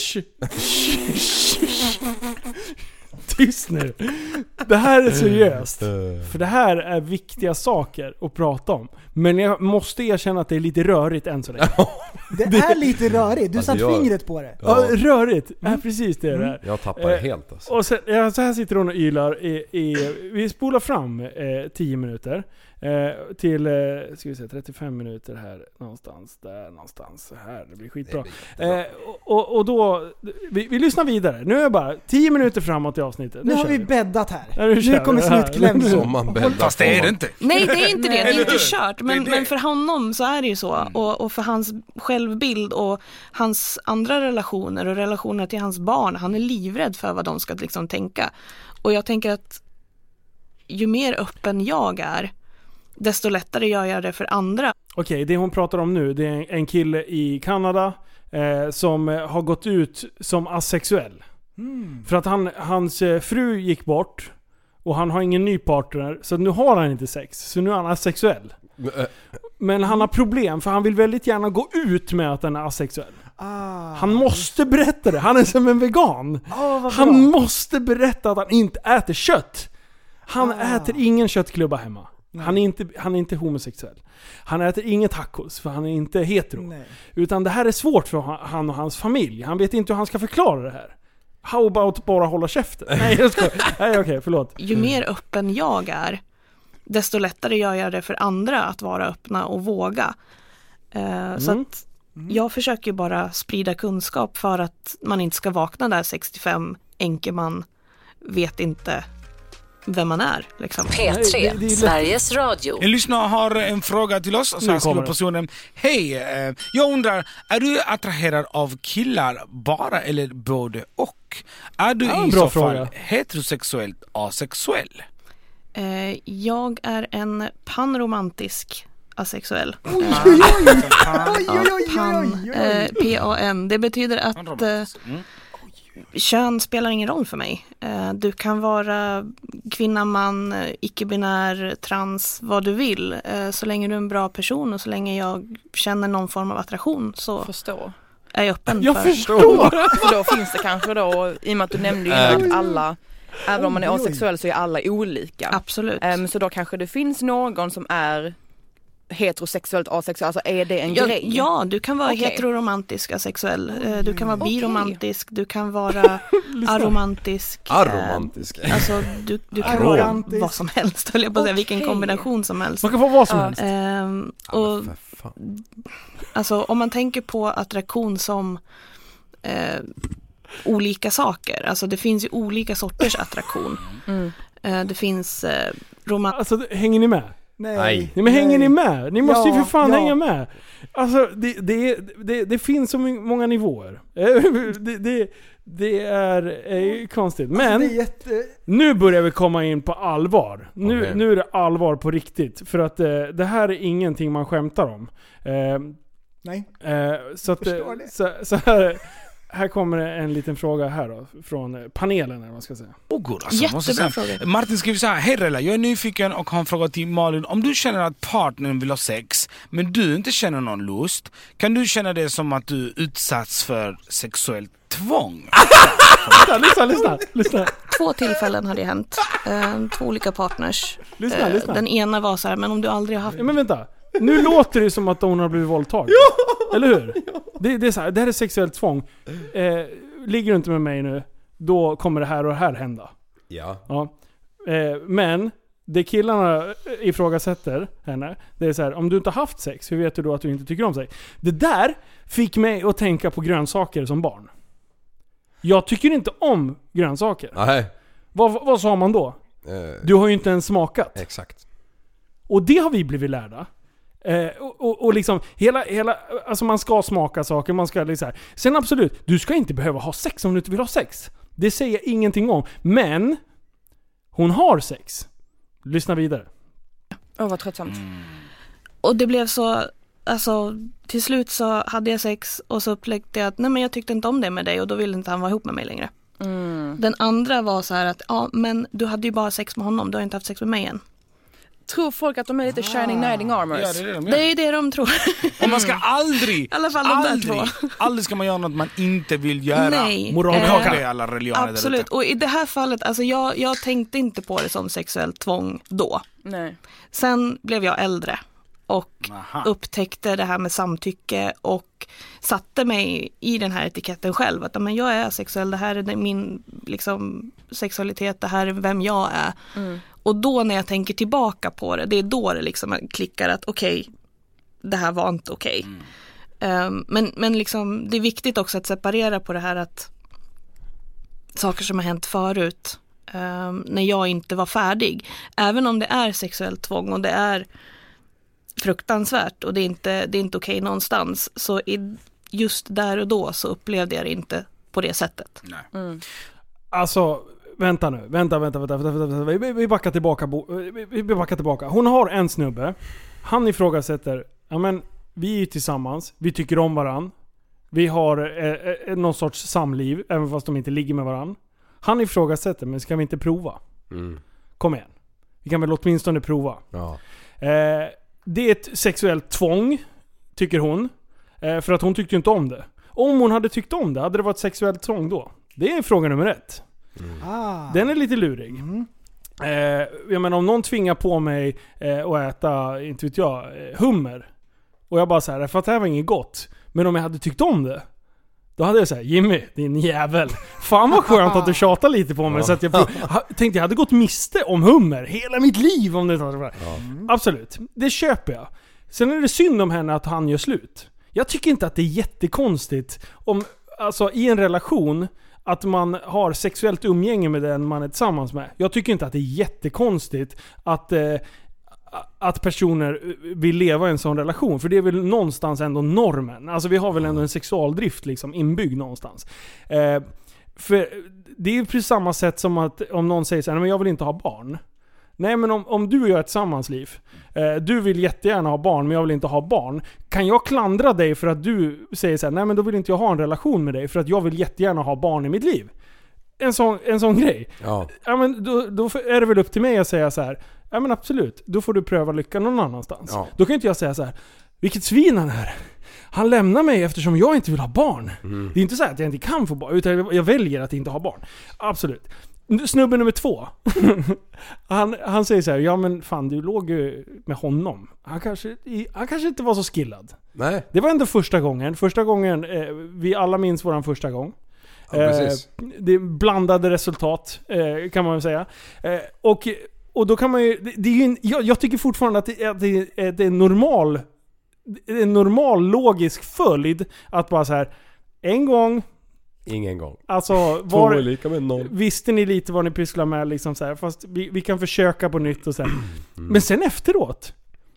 [SPEAKER 4] Tyst nu. Det här är seriöst. För det här är viktiga saker att prata om. Men jag måste erkänna att det är lite rörigt än så länge.
[SPEAKER 6] Det är lite rörigt. Du
[SPEAKER 5] alltså,
[SPEAKER 6] satt fingret på det.
[SPEAKER 4] Ja, rörigt. Precis det är det här.
[SPEAKER 5] Jag tappar det helt alltså.
[SPEAKER 4] Och så här sitter hon och ylar vi spolar fram 10 minuter till ska vi säga 35 minuter här någonstans här, det blir skitbra. Och då vi lyssnar vidare. Nu är jag bara 10 minuter framåt i avsnittet.
[SPEAKER 6] Nu har vi bäddat här. Nu kommer slutklämmen.
[SPEAKER 5] Som man bäddar.
[SPEAKER 9] Fast det är det inte.
[SPEAKER 7] Nej, det är inte det. Det är inte kört. Men för honom så är det ju så. Och för hans självbild och hans andra relationer och relationer till hans barn. Han är livrädd för vad de ska liksom tänka. Och jag tänker att ju mer öppen jag är, desto lättare gör jag det för andra.
[SPEAKER 4] Okej, det hon pratar om nu, det är en kille i Kanada som har gått ut som asexuell. För att hans fru gick bort och han har ingen ny partner, så nu har han inte sex. Så nu är han asexuell. Men han har problem, för han vill väldigt gärna gå ut med att han är asexuell. Han måste berätta det. Han är som en vegan. Han måste berätta att han inte äter kött. Han äter ingen köttklubba hemma. Han är inte homosexuell. Han äter inget tacos, för han är inte hetero. Nej. Utan det här är svårt för han och hans familj. Han vet inte hur han ska förklara det här. How about bara hålla käften? Nej, jag ska. Nej, okej, förlåt.
[SPEAKER 7] Ju mer öppen jag är, desto lättare gör jag det för andra att vara öppna och våga. Så att jag försöker bara sprida kunskap för att man inte ska vakna där 65 enkeman vet inte vem man är. Liksom.
[SPEAKER 8] P3, det Sveriges Radio.
[SPEAKER 9] En lyssnare har en fråga till oss. Så här skriver personen: hej, jag undrar, är du attraherad av killar bara eller både och? Är du i så fall heterosexuellt asexuell?
[SPEAKER 7] Jag är en panromantisk asexuell. PAN. Det betyder att kön spelar ingen roll för mig. Du kan vara kvinna, man, icke-binär, trans, vad du vill. Så länge du är en bra person och så länge jag känner någon form av attraktion så är jag öppen för.
[SPEAKER 10] Förstår! För då finns det kanske då, i och med att du nämnde ju att alla, även om man är asexuell så är alla olika.
[SPEAKER 7] Absolut.
[SPEAKER 10] Så då kanske det finns någon som är heterosexuellt asexuell, alltså är det en grej?
[SPEAKER 7] Ja, du kan vara heteroromantisk asexuell, du kan vara biromantisk, du kan vara aromantisk. Alltså du kan vara vad som helst, höll jag på att säga, vilken kombination som helst.
[SPEAKER 4] Man kan få vad som helst.
[SPEAKER 7] Och alltså om man tänker på attraktion som olika saker, alltså det finns ju olika sorters attraktion. Det finns
[SPEAKER 4] alltså hänger ni med? Nej, men hänger ni med? Ni måste ju för fan hänga med. Alltså det finns så många nivåer. Det är konstigt. Men nu börjar vi komma in på allvar. Nu är det allvar på riktigt. För att det här är ingenting man skämtar om.
[SPEAKER 6] Nej.
[SPEAKER 4] Så att här kommer en liten fråga här då, från panelen eller vad man ska säga.
[SPEAKER 7] Jättebra fråga.
[SPEAKER 9] Martin skriver så här: hej Rella, jag är nyfiken och har en fråga till Malin. Om du känner att partnern vill ha sex men du inte känner någon lust, kan du känna det som att du utsatts för sexuellt tvång?
[SPEAKER 4] Lyssna.
[SPEAKER 7] 2 tillfällen hade hänt. 2 olika partners.
[SPEAKER 4] Lyssna.
[SPEAKER 7] Den ena var så här: men om du aldrig har haft...
[SPEAKER 4] Men vänta. Nu låter det som att hon har blivit våldtagen. Eller hur? Det är så här, det här är sexuellt tvång. Ligger du inte med mig nu, då kommer det här och det här hända. Ja. Men det killarna ifrågasätter henne, det är så här: om du inte har haft sex, hur vet du då att du inte tycker om sex? Det där fick mig att tänka på grönsaker som barn. Jag tycker inte om grönsaker.
[SPEAKER 5] Nej.
[SPEAKER 4] Vad sa man då? Du har ju inte ens smakat.
[SPEAKER 5] Exakt.
[SPEAKER 4] Och det har vi blivit lärda. Och liksom hela alltså man ska smaka saker, man ska liksom. Sen absolut, du ska inte behöva ha sex om du inte vill ha sex. Det säger jag ingenting om. Men hon har sex. Lyssna vidare.
[SPEAKER 10] Vad tröttsamt.
[SPEAKER 7] Och det blev så, alltså till slut så hade jag sex och så upptäckte jag att nej, men jag tyckte inte om det med dig och då ville inte han vara ihop med mig längre. Den andra var så här att ja, men du hade ju bara sex med honom, du har inte haft sex med mig än.
[SPEAKER 10] Tror folk att de är lite shining knighting armors?
[SPEAKER 9] Ja,
[SPEAKER 7] det är det de tror.
[SPEAKER 9] Och man ska aldrig,
[SPEAKER 7] i alla fall
[SPEAKER 9] aldrig ska man göra något man inte vill göra.
[SPEAKER 7] Nej.
[SPEAKER 9] Moralkaka är alla religioner.
[SPEAKER 7] Absolut. Och i det här fallet, alltså jag tänkte inte på det som sexuellt tvång då.
[SPEAKER 10] Nej.
[SPEAKER 7] Sen blev jag äldre och upptäckte det här med samtycke och satte mig i den här etiketten själv. Att men jag är sexuell, det här är min liksom, sexualitet, det här är vem jag är. Och då när jag tänker tillbaka på det, det är då det liksom klickar att okej, det här var inte okej. Men liksom, det är viktigt också att separera på det här att saker som har hänt förut när jag inte var färdig. Även om det är sexuellt tvång och det är fruktansvärt och det är inte okej någonstans, så just där och då så upplevde jag det inte på det sättet.
[SPEAKER 4] Alltså vänta nu. Vi backar tillbaka. Hon har en snubbe. Han ifrågasätter, ja men vi är tillsammans, vi tycker om varann. Vi har någon sorts samliv även fast de inte ligger med varann. Han ifrågasätter, men ska vi inte prova? Kom igen. Vi kan väl åtminstone prova.
[SPEAKER 5] Ja.
[SPEAKER 4] Det är ett sexuellt tvång, tycker hon. För att hon tyckte inte om det. Om hon hade tyckt om det, hade det varit sexuellt tvång då? Det är fråga nummer 1. Den är lite lurig. Jag menar, om någon tvingar på mig att äta, inte vet jag, hummer. Och jag bara så här, för att det här var inget gott. Men om jag hade tyckt om det, Då hade jag så här: Jimmy, din jävel. Fan vad skönt att du tjatar lite på mig. Så att jag tänkte jag hade gått miste om hummer hela mitt liv om det tar så. Absolut, det köper jag. Sen är det synd om henne att han gör slut. Jag tycker inte att det är jättekonstigt om, alltså i en relation, att man har sexuellt umgänge med den man är tillsammans med. Jag tycker inte att det är jättekonstigt att personer vill leva i en sån relation. För det är väl någonstans ändå normen. Alltså vi har väl ändå en sexualdrift liksom inbyggd någonstans. För det är ju precis samma sätt som att om någon säger så här: men jag vill inte ha barn. Nej, men om du och jag är ett sammansliv, du vill jättegärna ha barn men jag vill inte ha barn. Kan jag klandra dig för att du säger så här: nej men då vill inte jag ha en relation med dig för att jag vill jättegärna ha barn i mitt liv? En sån grej. Ja, men då är det väl upp till mig att säga så här: ja men absolut, då får du pröva lyckan någon annanstans. Ja. Då kan inte jag säga så här: vilket svin han är. Han lämnar mig eftersom jag inte vill ha barn. Det är inte så att jag inte kan få barn, utan jag väljer att inte ha barn. Absolut. Snubben nummer 2. han säger så här: ja men fan, du låg ju med honom. Han kanske inte var så skillad. Nej. Det var ändå första gången vi alla minns våran första gång. Ja, precis. Det är blandade resultat kan man väl säga. Och då kan man ju, det är ju jag tycker fortfarande att det är en normal logisk följd att bara så här: en gång,
[SPEAKER 5] ingen gång.
[SPEAKER 4] Alltså,
[SPEAKER 5] lika med noll.
[SPEAKER 4] Visste ni lite vad ni pysslar med liksom så här, fast vi kan försöka på nytt och så här. Men sen efteråt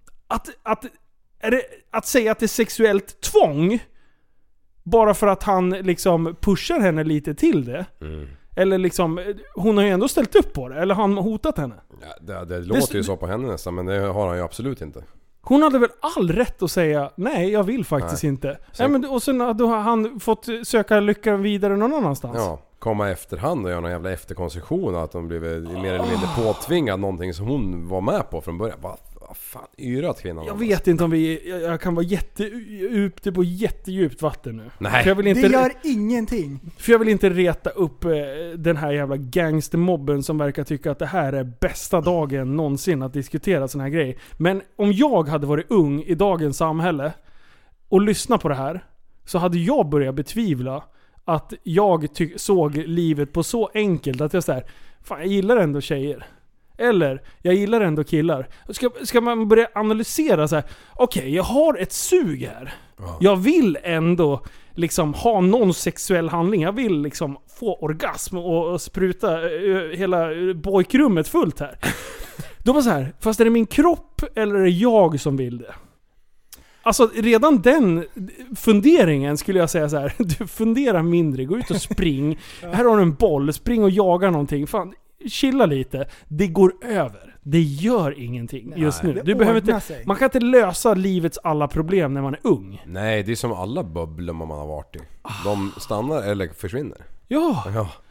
[SPEAKER 4] att säga att det är sexuellt tvång bara för att han liksom pushar henne lite till det. Eller liksom, hon har ju ändå ställt upp på det. Eller har han hotat henne?
[SPEAKER 5] Ja, det låter ju så på henne nästan, men det har han ju absolut inte.
[SPEAKER 4] Hon hade väl all rätt att säga: nej, jag vill faktiskt inte. Och sen hade han fått söka lyckan vidare någon annanstans.
[SPEAKER 5] Ja, komma efterhand och göra någon jävla efterkonstruktion, att de blev mer eller mindre påtvingad någonting som hon var med på från början. Vad fan, yrat kvinnan.
[SPEAKER 4] Jag vet inte om jag kan vara ute på jättedjupt vatten nu.
[SPEAKER 5] Nej.
[SPEAKER 4] För jag vill inte,
[SPEAKER 6] det gör ingenting.
[SPEAKER 4] För jag vill inte reta upp den här jävla gangstermobben som verkar tycka att det här är bästa dagen någonsin att diskutera sån här grej. Men om jag hade varit ung i dagens samhälle och lyssnat på det här, så hade jag börjat betvivla att jag såg livet på så enkelt att jag såhär: fan, jag gillar ändå tjejer. Eller, jag gillar ändå killar. Ska man börja analysera så här: okej, jag har ett sug här. Jag vill ändå liksom ha någon sexuell handling. Jag vill liksom få orgasm och spruta hela pojkrummet fullt här. Då var så här: fast är det min kropp eller är det jag som vill det? Alltså redan den funderingen skulle jag säga så här: du funderar mindre, gå ut och spring. Här har du en boll, spring och jaga någonting. Fan, chilla lite. Det går över. Det gör ingenting just nu. Du behöver inte, man kan inte lösa livets alla problem när man är ung.
[SPEAKER 5] Nej, det är som alla bubblor man har varit i. De stannar eller försvinner.
[SPEAKER 4] Ja.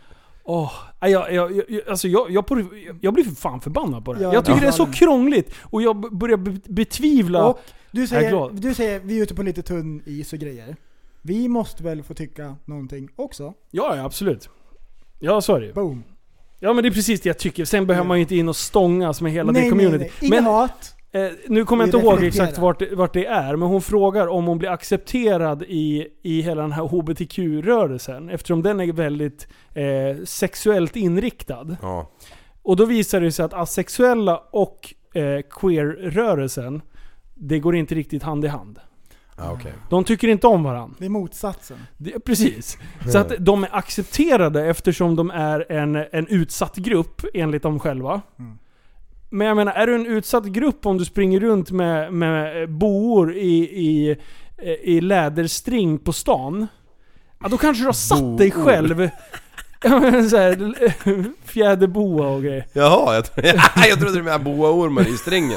[SPEAKER 4] Jag blir för fan förbannad på det. Jag tycker det är så krångligt. Och jag börjar betvivla. Och
[SPEAKER 6] du säger vi är ute på lite tunn is och grejer. Vi måste väl få tycka någonting också?
[SPEAKER 4] Ja, absolut. Ja, så är det.
[SPEAKER 6] Boom.
[SPEAKER 4] Ja, men det är precis det jag tycker. Sen behöver man ju inte in och stångas med hela det community.
[SPEAKER 6] Nej. Ingen hat.
[SPEAKER 4] Nu kommer jag inte ihåg exakt vart det är, men hon frågar om hon blir accepterad i hela den här HBTQ-rörelsen, eftersom den är väldigt sexuellt inriktad. Ja. Och då visar det sig att asexuella och queer-rörelsen, det går inte riktigt hand i hand.
[SPEAKER 5] Okay.
[SPEAKER 4] De tycker inte om varandra.
[SPEAKER 6] Det är motsatsen.
[SPEAKER 4] Precis. Så att de är accepterade eftersom de är en utsatt grupp enligt dem själva. Men jag menar, är du en utsatt grupp om du springer runt med boor i läderstring på stan? Ja, då kanske du har satt dig själv. Så här, fjäderboa och grejer.
[SPEAKER 5] Jaha, jag trodde du med boaormar i strängen.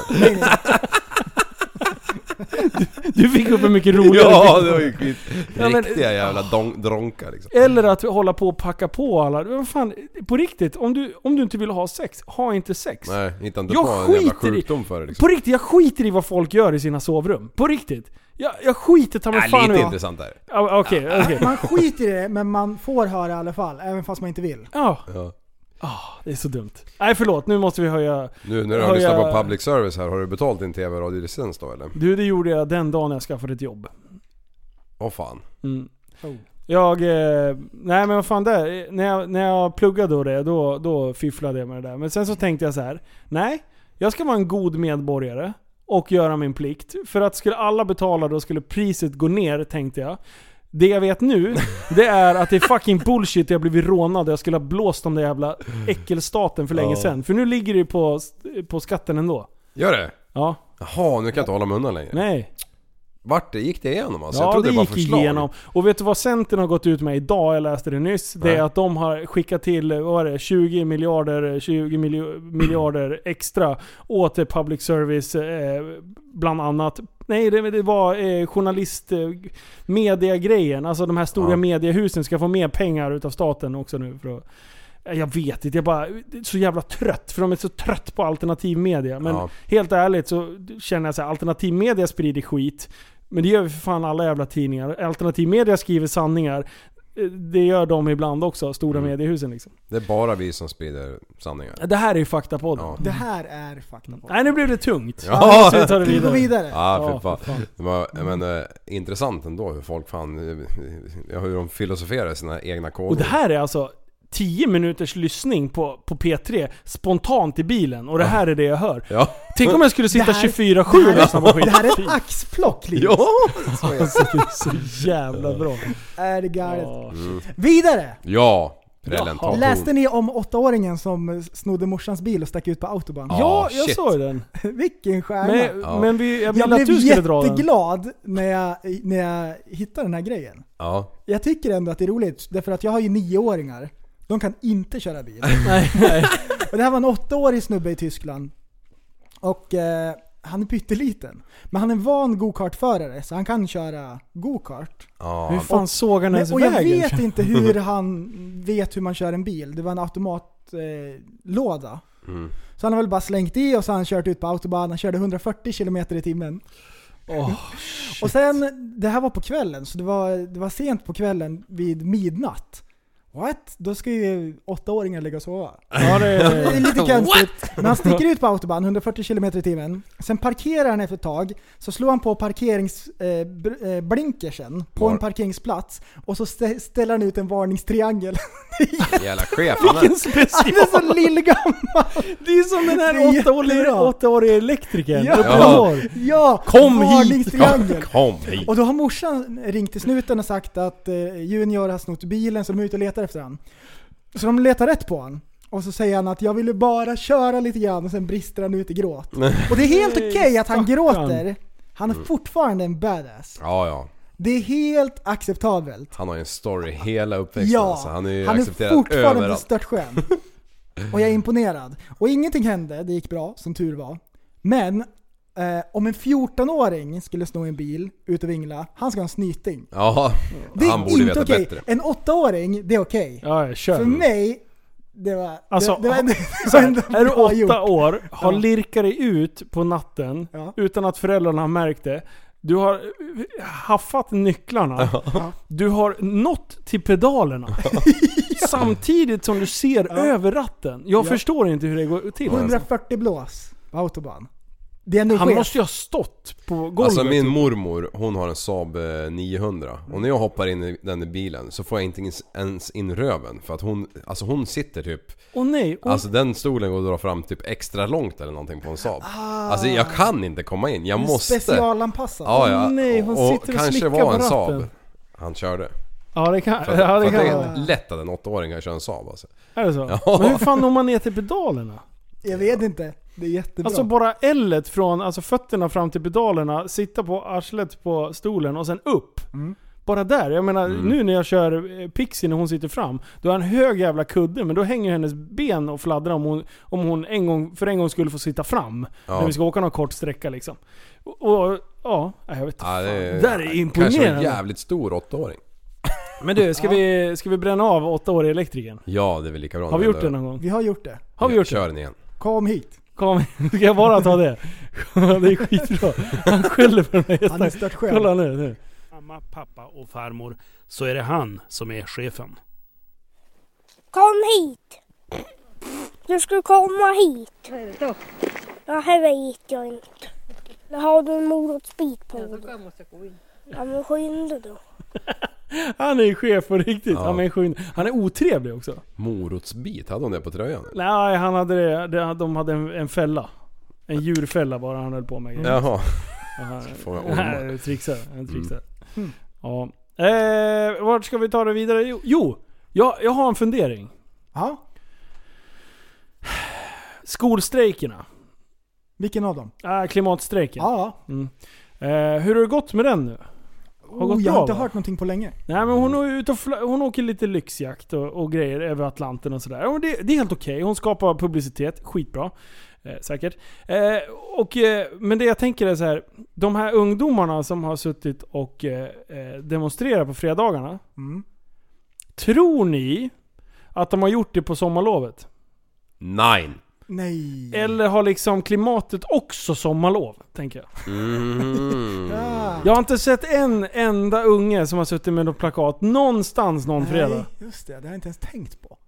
[SPEAKER 4] Du fick upp en mycket roligare.
[SPEAKER 5] Ja, det var ju riktiga jävla dronkar liksom.
[SPEAKER 4] Eller att hålla på och packa på alla. Vad fan, på riktigt, om du inte vill ha sex, ha inte sex.
[SPEAKER 5] Nej, inte på en jävla sjukdom för det liksom.
[SPEAKER 4] På riktigt, jag skiter i vad folk gör i sina sovrum. På riktigt. Jag skiter ta mig fan.
[SPEAKER 5] Lite intressant där.
[SPEAKER 4] Okej.
[SPEAKER 6] Man skiter i det, men man får höra i alla fall, även fast man inte vill.
[SPEAKER 4] Ja. Det är så dumt. Nej, förlåt, nu måste vi höja.
[SPEAKER 5] Nu när du har lyssnat på public service här, har du betalt din tv- och radiolicens då eller?
[SPEAKER 4] Du, det gjorde jag den dagen jag skaffade ett jobb.
[SPEAKER 5] Fan.
[SPEAKER 4] Nej men vad fan det när jag pluggade då fifflade jag med det där. Men sen så tänkte jag så här: nej, jag ska vara en god medborgare och göra min plikt. För att skulle alla betala då skulle priset gå ner, tänkte jag. Det jag vet nu, det är att det är fucking bullshit. Jag blivit rånad och jag skulle ha blåst om den jävla äckelstaten för länge sedan. För nu ligger det på skatten ändå.
[SPEAKER 5] Gör det?
[SPEAKER 4] Ja.
[SPEAKER 5] Jaha, nu kan jag inte hålla mig undan längre.
[SPEAKER 4] Nej.
[SPEAKER 5] Vart det gick det igenom alltså?
[SPEAKER 4] Ja,
[SPEAKER 5] jag trodde
[SPEAKER 4] det
[SPEAKER 5] var
[SPEAKER 4] gick
[SPEAKER 5] förslag.
[SPEAKER 4] igenom. Och vet du vad Centern har gått ut med idag? Jag läste det nyss. Det är att de har skickat till 20 miljarder extra åt public service bland annat. Nej, det var journalist mediegrejen. Alltså de här stora mediehusen ska få mer pengar utav staten också nu för att, jag vet inte, jag bara så jävla trött. För de är så trött på alternativ media. Men helt ärligt så känner jag så här, alternativ media sprider skit. Men det gör vi för fan alla jävla tidningar. Alternativ media skriver sanningar. Det gör de ibland också, stora mediehusen liksom. Det
[SPEAKER 5] är bara vi som sprider sanningar.
[SPEAKER 4] Det här är ju Faktapodden.
[SPEAKER 6] Ja. Det här är Faktapodden.
[SPEAKER 4] Nej, nu blev det tungt.
[SPEAKER 6] Ja, så vi tar det vidare.
[SPEAKER 5] Ja, för fan. Men intressant ändå hur folk hur de filosoferar sina egna koder.
[SPEAKER 4] Och det här är alltså 10 minuters lyssning på P3 spontant i bilen. Och det här är det jag hör. Ja. Tänk om jag skulle sitta 24/7 och lyssna på skit.
[SPEAKER 6] Det här är ett axplock, Linus.
[SPEAKER 5] Ja!
[SPEAKER 4] Det är så jävla bra.
[SPEAKER 6] Är det galet? Vidare!
[SPEAKER 5] Ja.
[SPEAKER 6] Läste ni om 8-åringen som snodde morsans bil och stack ut på autobahn?
[SPEAKER 4] Ja, jag såg den.
[SPEAKER 6] Vilken stjärna.
[SPEAKER 4] Men jag blev
[SPEAKER 6] jätteglad när jag hittade den här grejen.
[SPEAKER 5] Ja.
[SPEAKER 6] Jag tycker ändå att det är roligt, därför att jag har ju 9-åringar. De kan inte köra bil.
[SPEAKER 4] Nej.
[SPEAKER 6] Och det här var en 8-årig snubbe i Tyskland. Och han är pytteliten. Men han är en van go-kartförare, så han kan köra go-kart.
[SPEAKER 4] Hur fan såg han ens vägen?
[SPEAKER 6] Och jag vet inte hur han vet hur man kör en bil. Det var en automatlåda. Så han har väl bara slängt i och så har han kört ut på autobahn. Han körde 140 km i timmen. Och sen, det här var på kvällen, så det var sent på kvällen vid midnatt. What? Då ska ju 8-åringar lägga och sova. Ja, det är lite konstigt. Men han sticker ut på autobahn 140 km i timmen. Sen parkerar han efter ett tag. Så slår han på parkeringsblinkersen på en parkeringsplats. Och så ställer han ut en varningstriangel.
[SPEAKER 5] Jävla chef.
[SPEAKER 6] Vilken special. Han är så lillgammal.
[SPEAKER 4] Det är som den här 8-åriga elektrikern.
[SPEAKER 6] Ja,
[SPEAKER 4] kom
[SPEAKER 6] varningstriangel.
[SPEAKER 5] Kom hit.
[SPEAKER 6] Och då har morsan ringt till snuten och sagt att Junior har snott bilen, så de är ute och letar efter han. Så de letar rätt på han. Och så säger han att jag ville bara köra lite grann, och sen brister han ut i gråt. Och det är helt okej att han gråter. Han är fortfarande en badass.
[SPEAKER 5] Ja.
[SPEAKER 6] Det är helt acceptabelt.
[SPEAKER 5] Han har ju en story hela uppväxten.
[SPEAKER 6] Ja,
[SPEAKER 5] så han är ju
[SPEAKER 6] han
[SPEAKER 5] accepterad
[SPEAKER 6] är fortfarande
[SPEAKER 5] överallt.
[SPEAKER 6] störtskön. Och jag är imponerad. Och ingenting hände, det gick bra, som tur var. Men om en 14-åring skulle sno en bil ut och vingla, han ska ha en snyting.
[SPEAKER 5] Ja, han borde veta bättre.
[SPEAKER 6] En 8-åring, det är okej.
[SPEAKER 4] Ja, kör.
[SPEAKER 6] För mig, det var...
[SPEAKER 4] Alltså, är du 8 år, har lirkat dig ut på natten utan att föräldrarna har märkt det. Du har haffat nycklarna. Du har nått till pedalerna. Samtidigt som du ser över ratten. Jag förstår inte hur det går till.
[SPEAKER 6] 140 blås på autobahn.
[SPEAKER 4] Han måste ju ha stått på golvet.
[SPEAKER 5] Alltså min mormor, hon har en Saab 900. Och när jag hoppar in i den i bilen så får jag inte ens in röven. För att hon sitter typ...
[SPEAKER 4] nej.
[SPEAKER 5] Alltså den stolen går att dra fram typ extra långt eller någonting på en Saab. Alltså jag kan inte komma in. Jag måste...
[SPEAKER 6] Specialanpassad.
[SPEAKER 5] Ja.
[SPEAKER 4] Nej, hon sitter och
[SPEAKER 5] kanske
[SPEAKER 4] slickar
[SPEAKER 5] var en
[SPEAKER 4] på
[SPEAKER 5] Saab
[SPEAKER 4] ratten.
[SPEAKER 5] han körde.
[SPEAKER 4] Ja, det kan.
[SPEAKER 5] För det är lätt att en 8-åring kan köra en Saab alltså.
[SPEAKER 4] Är det så? Ja. Men hur fan når man ner till pedalerna?
[SPEAKER 6] Jag vet inte. Det är jättebra.
[SPEAKER 4] Alltså bara L-et från fötterna fram till pedalerna, sitta på arslet på stolen och sen upp. Bara där. Jag menar, nu när jag kör Pixie när hon sitter fram, då är en hög jävla kudde, men då hänger hennes ben och fladdrar om hon en gång skulle få sitta fram när vi ska åka någon kort sträcka liksom. Och jag vet inte.
[SPEAKER 5] Ja,
[SPEAKER 4] det där är imponerande.
[SPEAKER 5] Kanske en jävligt stor 8-åring.
[SPEAKER 4] Men du, ska vi bränna av 8-åriga elektrikern?
[SPEAKER 5] Ja, det är väl lika bra.
[SPEAKER 4] Har vi gjort det någon gång?
[SPEAKER 6] Vi har gjort det.
[SPEAKER 4] Har vi gjort
[SPEAKER 5] Kör den igen.
[SPEAKER 6] Kom hit.
[SPEAKER 4] Ska jag bara ta det? Det är skitbra. Han skäller på den här hästen.
[SPEAKER 6] Han är stört själv.
[SPEAKER 4] Kolla nu.
[SPEAKER 11] Mamma, pappa och farmor, så är det han som är chefen.
[SPEAKER 12] Kom hit. Du ska komma hit. Ja, här vet jag inte. Där har du en morotsbit på dig. Ja, men skynda då.
[SPEAKER 4] Han är chef på riktigt.
[SPEAKER 5] Ja.
[SPEAKER 4] Han är otrevlig också.
[SPEAKER 5] Morotsbit, hade hon det på tröjan?
[SPEAKER 4] Nej, han hade det. De hade en fälla. En djurfälla bara han höll på med.
[SPEAKER 5] Jaha.
[SPEAKER 4] Nej, trixar. Ja. Vart ska vi ta det vidare? Jo, jag har en fundering.
[SPEAKER 6] Ja.
[SPEAKER 4] Skolstrejkerna.
[SPEAKER 6] Vilken av dem?
[SPEAKER 4] Klimatstrejken.
[SPEAKER 6] Ja.
[SPEAKER 4] Hur har det gått med den nu?
[SPEAKER 6] Jag har inte hört någonting på länge.
[SPEAKER 4] Nej, men hon åker lite lyxjakt och grejer över Atlanten och sådär. Och det är helt okej. Hon skapar publicitet. Skitbra. Säkert. Men det jag tänker är så här. De här ungdomarna som har suttit och demonstrerat på fredagarna. Tror ni att de har gjort det på sommarlovet?
[SPEAKER 5] Nej.
[SPEAKER 4] Eller har liksom klimatet också sommarlov, tänker jag. Jag har inte sett en enda unge som har suttit med något plakat någonstans någon fredag.
[SPEAKER 6] Just det har jag inte ens tänkt på.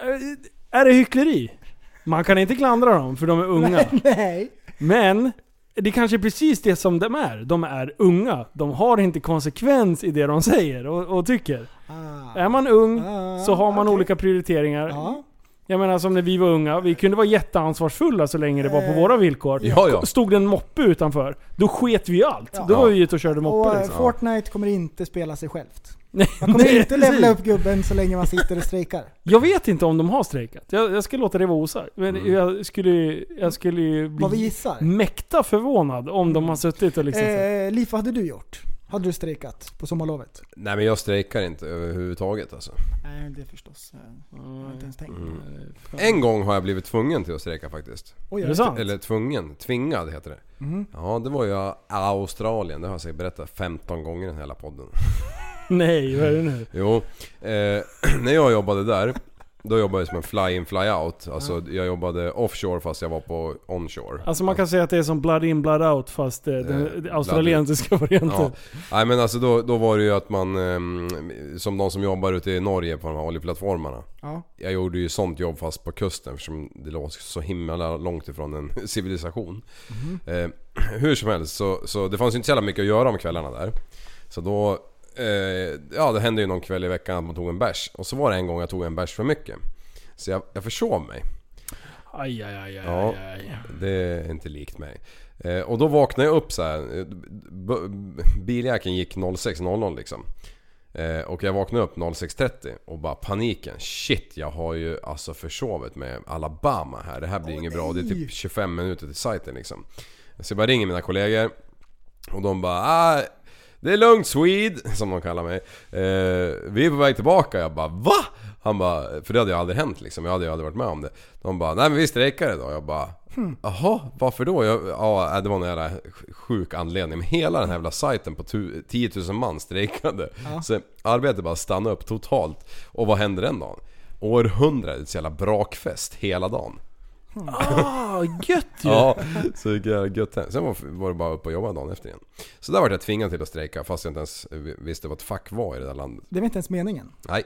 [SPEAKER 4] Är det hyckleri? Man kan inte klandra dem för de är unga.
[SPEAKER 6] Nej.
[SPEAKER 4] Men det kanske är precis det som de är. De är unga. De har inte konsekvens i det de säger och tycker. Är man ung så har man olika prioriteringar. Jag menar som när vi var unga. Vi kunde vara jätteansvarsfulla så länge det var på våra villkor.
[SPEAKER 5] Ja.
[SPEAKER 4] Stod det en moppe utanför, då sket vi ju allt. Då var vi ute och körde moppe.
[SPEAKER 6] Och
[SPEAKER 4] liksom.
[SPEAKER 6] Fortnite kommer inte spela sig självt. Man kommer inte levla upp gubben så länge man sitter och strejkar.
[SPEAKER 4] Jag vet inte om de har strejkat. Jag ska låta det vara osagt. Men jag skulle ju bli mäkta förvånad om de har suttit och liksom...
[SPEAKER 6] Liv, vad hade du gjort? Hade du strejkat på sommarlovet?
[SPEAKER 5] Nej, men jag strejkar inte överhuvudtaget alltså.
[SPEAKER 6] Nej, det är förstås. Jag har inte ens tänkt.
[SPEAKER 5] En gång har jag blivit tvungen till att strejka faktiskt.
[SPEAKER 4] Oj, är det sant?
[SPEAKER 5] Eller tvingad heter det. Ja, det var ju Australien. Det har jag säkert berättat 15 gånger i den hela podden.
[SPEAKER 4] Nej, vad är det nu?
[SPEAKER 5] Jo, när jag jobbade där, då jobbade jag som en fly-in, fly-out. Alltså jag jobbade offshore fast jag var på onshore.
[SPEAKER 4] Alltså man kan säga att det är som blood in, blood out fast den australiensiska varianten.
[SPEAKER 5] Ja. Nej, men alltså då var det ju att man, som de som jobbar ute i Norge på de här oljeplattformarna. Ja. Jag gjorde ju sånt jobb fast på kusten eftersom det låg så himla långt ifrån en civilisation. Hur som helst så det fanns ju inte så jävla mycket att göra om kvällarna där. Så då... det hände ju någon kväll i veckan att man tog en bärs. Och så var det en gång jag tog en bärs för mycket. Så jag försov mig.
[SPEAKER 4] Aj.
[SPEAKER 5] Ja, det är inte likt mig. Och då vaknade jag upp så här. Biljäkeln gick 06.00 liksom. Och jag vaknade upp 06.30 och bara paniken. Shit, jag har ju alltså försovit med Alabama här. Det här blir inget bra. Det är typ 25 minuter till sajten liksom. Så jag bara ringer mina kollegor. Och de bara... Det är lugnt Swede, som de kallar mig. Vi är på väg tillbaka. Jag bara, va? Han bara, för det hade ju aldrig hänt liksom. Jag hade ju aldrig varit med om det. De bara, nej men vi strejkar idag. Jag bara, jaha, varför då? Det var en jävla sjuk anledning. Men hela den här jävla sajten på 10 000 man strejkade. Så arbetet bara stannade upp totalt. Och vad hände den dagen? Århundradets jävla brakfest hela dagen.
[SPEAKER 4] Gött ju.
[SPEAKER 5] Ja, så gött. Sen var det bara upp och jobba dagen efter igen. Så där var jag tvingad till att strejka fast jag inte ens visste vad ett fack var i det där landet.
[SPEAKER 6] Det var inte ens meningen.
[SPEAKER 5] Nej.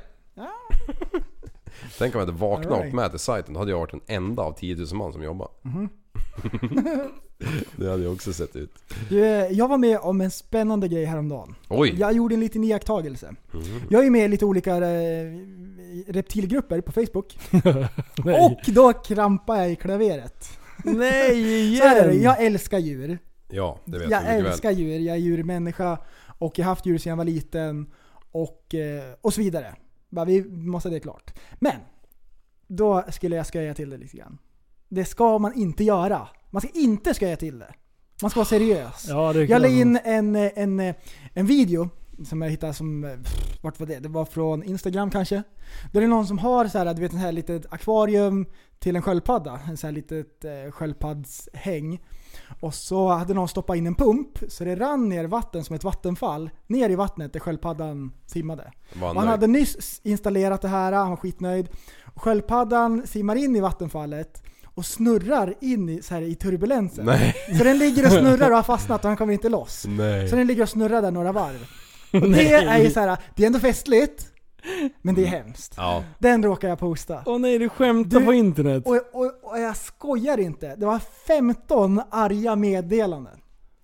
[SPEAKER 5] Tänk om jag hade vaknat och med till sajten. Då hade jag varit den enda av 10 000 man som jobbar. Det hade jag också sett ut.
[SPEAKER 6] Jag var med om en spännande grej häromdagen.
[SPEAKER 5] Oj.
[SPEAKER 6] Jag gjorde en liten iakttagelse. Jag är med i lite olika reptilgrupper på Facebook. Och då krampar jag i klaveret.
[SPEAKER 4] Nej, igen.
[SPEAKER 6] Så är det. Jag älskar djur.
[SPEAKER 5] Ja, det vet
[SPEAKER 6] jag
[SPEAKER 5] mycket
[SPEAKER 6] älskar
[SPEAKER 5] väl.
[SPEAKER 6] djur. Jag är djurmänniska. Och jag har haft djur sedan jag var liten. Och så vidare. Bara, vi måste det klart. Men då skulle jag skoja till det lite grann. Det ska man inte göra. Man ska inte skoja till det. Man ska vara seriös.
[SPEAKER 4] Ja,
[SPEAKER 6] jag la in en video som jag hittade som... Vart var det? Det var från Instagram kanske. Där är någon som har så här, du vet, en här litet akvarium till en sköldpadda. En så här litet sköldpaddshäng. Och så hade någon stoppat in en pump. Så det rann ner vatten som ett vattenfall. Ner i vattnet där sköldpaddan simmade. Och han hade nyss installerat det här. Han var skitnöjd. Och sköldpaddan simmar in i vattenfallet. Och snurrar in så här i turbulensen.
[SPEAKER 5] Nej.
[SPEAKER 6] Så den ligger och snurrar och har fastnat och han kommer inte loss.
[SPEAKER 5] Nej.
[SPEAKER 6] Så den ligger och snurrar där några varv. Och det är ju så här, det är ändå festligt. Men det är hemskt.
[SPEAKER 5] Ja.
[SPEAKER 6] Den råkar jag posta.
[SPEAKER 4] Åh nej, du skämtar på internet.
[SPEAKER 6] Och jag skojar inte. Det var 15 arga meddelanden.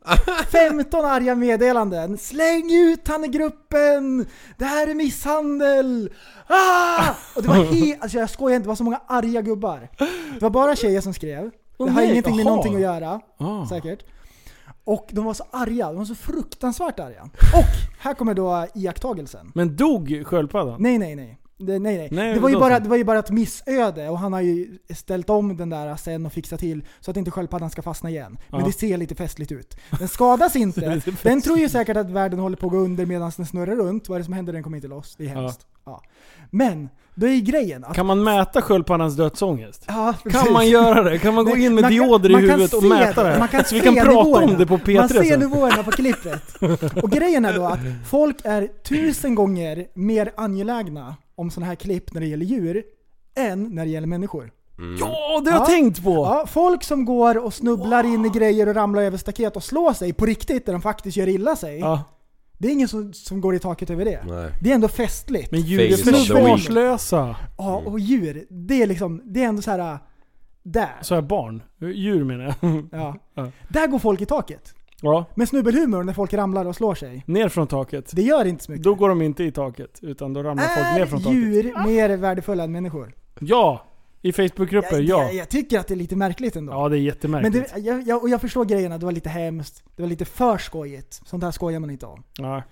[SPEAKER 6] 15 arga meddelanden. Släng ut han i gruppen. Det här är misshandel. Och det var alltså jag skojar inte, det var så många arga gubbar. Det var bara tjejer som skrev. Det har ingenting med någonting att göra. Säkert. Och de var så arga, de var så fruktansvärt arga. Och här kommer då iakttagelsen.
[SPEAKER 4] Men dog sköldpaddan?
[SPEAKER 6] Nej. Det var ju bara ett missöde, och han har ju ställt om den där sen och fixat till så att inte sköldpaddan ska fastna igen. Men det ser lite festligt ut. Den skadas inte. Den tror ju säkert att världen håller på att gå under medan den snurrar runt. Vad är det som händer? Den kommer inte loss. Det är hemskt. Ja. Men då är grejen att...
[SPEAKER 4] Kan man mäta sköldpaddans dödsångest? Ja, kan man göra det? Kan man gå in med dioder i huvudet och mäta det? Så vi kan prata om det på P3.
[SPEAKER 6] Man ser nivåerna på klippet. Och grejen är då att folk är 1000 gånger mer angelägna om såna här klipp när det gäller djur än när det gäller människor.
[SPEAKER 4] Ja, det har jag tänkt på!
[SPEAKER 6] Ja, folk som går och snubblar in i grejer och ramlar över staket och slår sig på riktigt där de faktiskt gör illa sig. Ja. Det är ingen som går i taket över det. Nej. Det är ändå festligt.
[SPEAKER 4] Men djur är försvarslösa.
[SPEAKER 6] Ja, och djur, det är liksom, det är ändå så här där.
[SPEAKER 4] Så här barn. Djur menar jag.
[SPEAKER 6] Ja. Där går folk i taket.
[SPEAKER 4] Ja.
[SPEAKER 6] Med snubbelhumor när folk ramlar och slår sig.
[SPEAKER 4] Ner från taket.
[SPEAKER 6] Det gör inte så mycket.
[SPEAKER 4] Då går de inte i taket, utan då ramlar folk ner från taket.
[SPEAKER 6] Djur mer värdefulla än människor?
[SPEAKER 4] Ja. I Facebookgrupper,
[SPEAKER 6] jag tycker att det är lite märkligt ändå.
[SPEAKER 4] Ja, det är jättemärkligt.
[SPEAKER 6] Men jag förstår grejerna, det var lite hemskt. Det var lite för skojigt. Sånt här skojar man inte om.
[SPEAKER 4] Ja.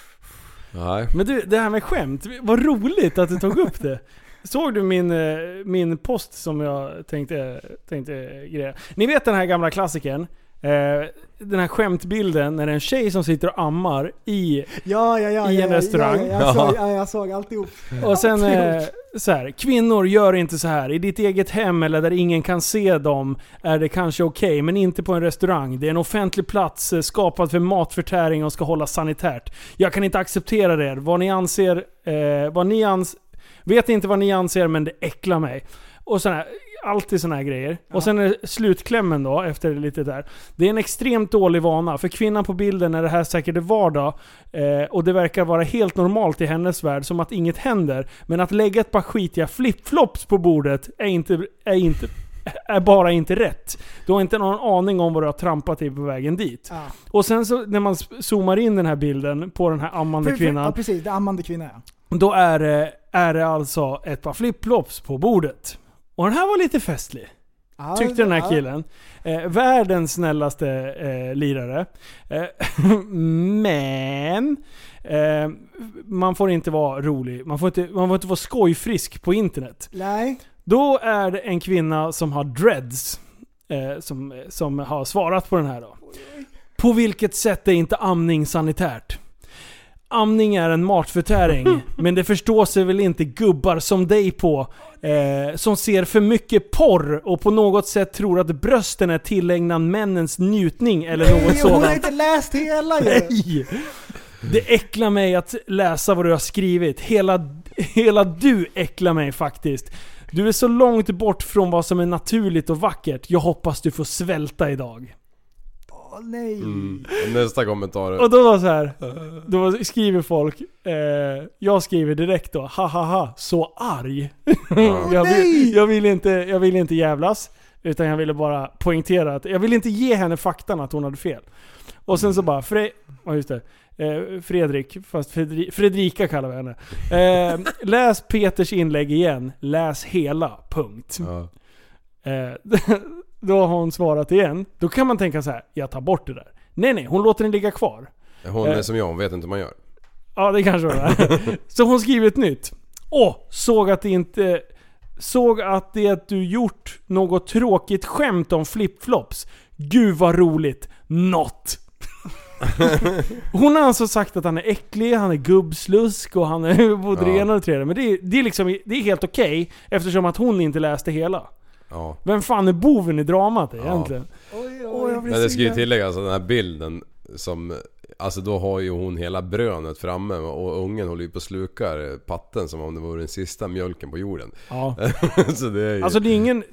[SPEAKER 4] Nej. Men du, det här med skämt, vad roligt att du tog upp det. Såg du min post som jag tänkte greja? Ni vet den här gamla klassikern? Den här skämtbilden när det är en tjej som sitter och ammar i en restaurang.
[SPEAKER 6] Jag såg alltihop.
[SPEAKER 4] Och sen så här, kvinnor gör inte så här. I ditt eget hem eller där ingen kan se dem är det kanske okej, men inte på en restaurang. Det är en offentlig plats skapad för matförtäring och ska hålla sanitärt. Jag kan inte acceptera det. Vet inte vad ni anser, men det äcklar mig. Och så här, alltid såna här grejer. Ja. Och sen är slutklämmen då, efter lite där. Det är en extremt dålig vana. För kvinnan på bilden är det här säkert vardag. Och det verkar vara helt normalt i hennes värld, som att inget händer. Men att lägga ett par skitiga flipflops på bordet är bara inte rätt. Du har inte någon aning om vad du har trampat i på vägen dit. Ja. Och sen så när man zoomar in den här bilden på den här ammande kvinnan.
[SPEAKER 6] Ja, precis. Det är ammande kvinna, ja.
[SPEAKER 4] Då är det alltså ett par flipflops på bordet. Och den här var lite festlig. Tyckte den här killen. Världens snällaste lirare. Men man får inte vara rolig. Man får inte vara skojfrisk på internet.
[SPEAKER 6] Nej.
[SPEAKER 4] Då är det en kvinna som har dreads som har svarat på den här då. På vilket sätt är inte amning sanitärt? Amning är en matförtäring, men det förstår sig väl inte gubbar som dig på, som ser för mycket porr och på något sätt tror att brösten är tillägnad männens njutning eller något sådant.
[SPEAKER 6] Hon har inte läst hela ju.
[SPEAKER 4] Nej. Det äcklar mig att läsa vad du har skrivit. Hela du äcklar mig faktiskt. Du är så långt bort från vad som är naturligt och vackert. Jag hoppas du får svälta idag.
[SPEAKER 6] Nej.
[SPEAKER 5] Nästa kommentar.
[SPEAKER 4] Och då var så här. Då skriver folk. Jag skriver direkt då. Hahaha, så arg. Jag vill inte jävlas. Utan jag ville bara poängtera att jag vill inte ge henne faktan att hon hade fel. Och sen så bara Fredrik, fast Fredrika kallar vi henne. Läs Peters inlägg igen. Läs hela, punkt. Ja. Då har hon svarat igen. Då kan man tänka så här: jag tar bort det där. Nej, hon låter den ligga kvar.
[SPEAKER 5] Hon är som jag, hon vet inte hur man gör.
[SPEAKER 4] Ja, det kanske var det. Så hon skriver ett nytt. Såg att det du gjort något tråkigt skämt om flipflops. Gud vad roligt. Not. Hon har alltså sagt att han är äcklig, han är gubbslusk och han är både det ena och tredje. Men det är liksom, det är helt okej eftersom att hon inte läste hela. Ja. Vem fan är boven i dramat egentligen?
[SPEAKER 5] Men det ska ju tillägga alltså, den här bilden som, alltså då har ju hon hela brönet framme och ungen håller ju på att slukar patten som om det vore den sista mjölken på jorden. Ja. Så det är ju... Alltså
[SPEAKER 4] det är ingen,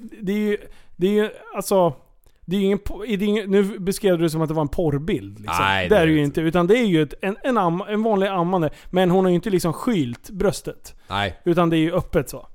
[SPEAKER 4] nu beskrev du det som att det var en porrbild liksom. Nej, det är ju inte, utan det är ju en vanlig ammande, men hon har ju inte liksom skylt bröstet.
[SPEAKER 5] Nej.
[SPEAKER 4] Utan det är ju öppet så.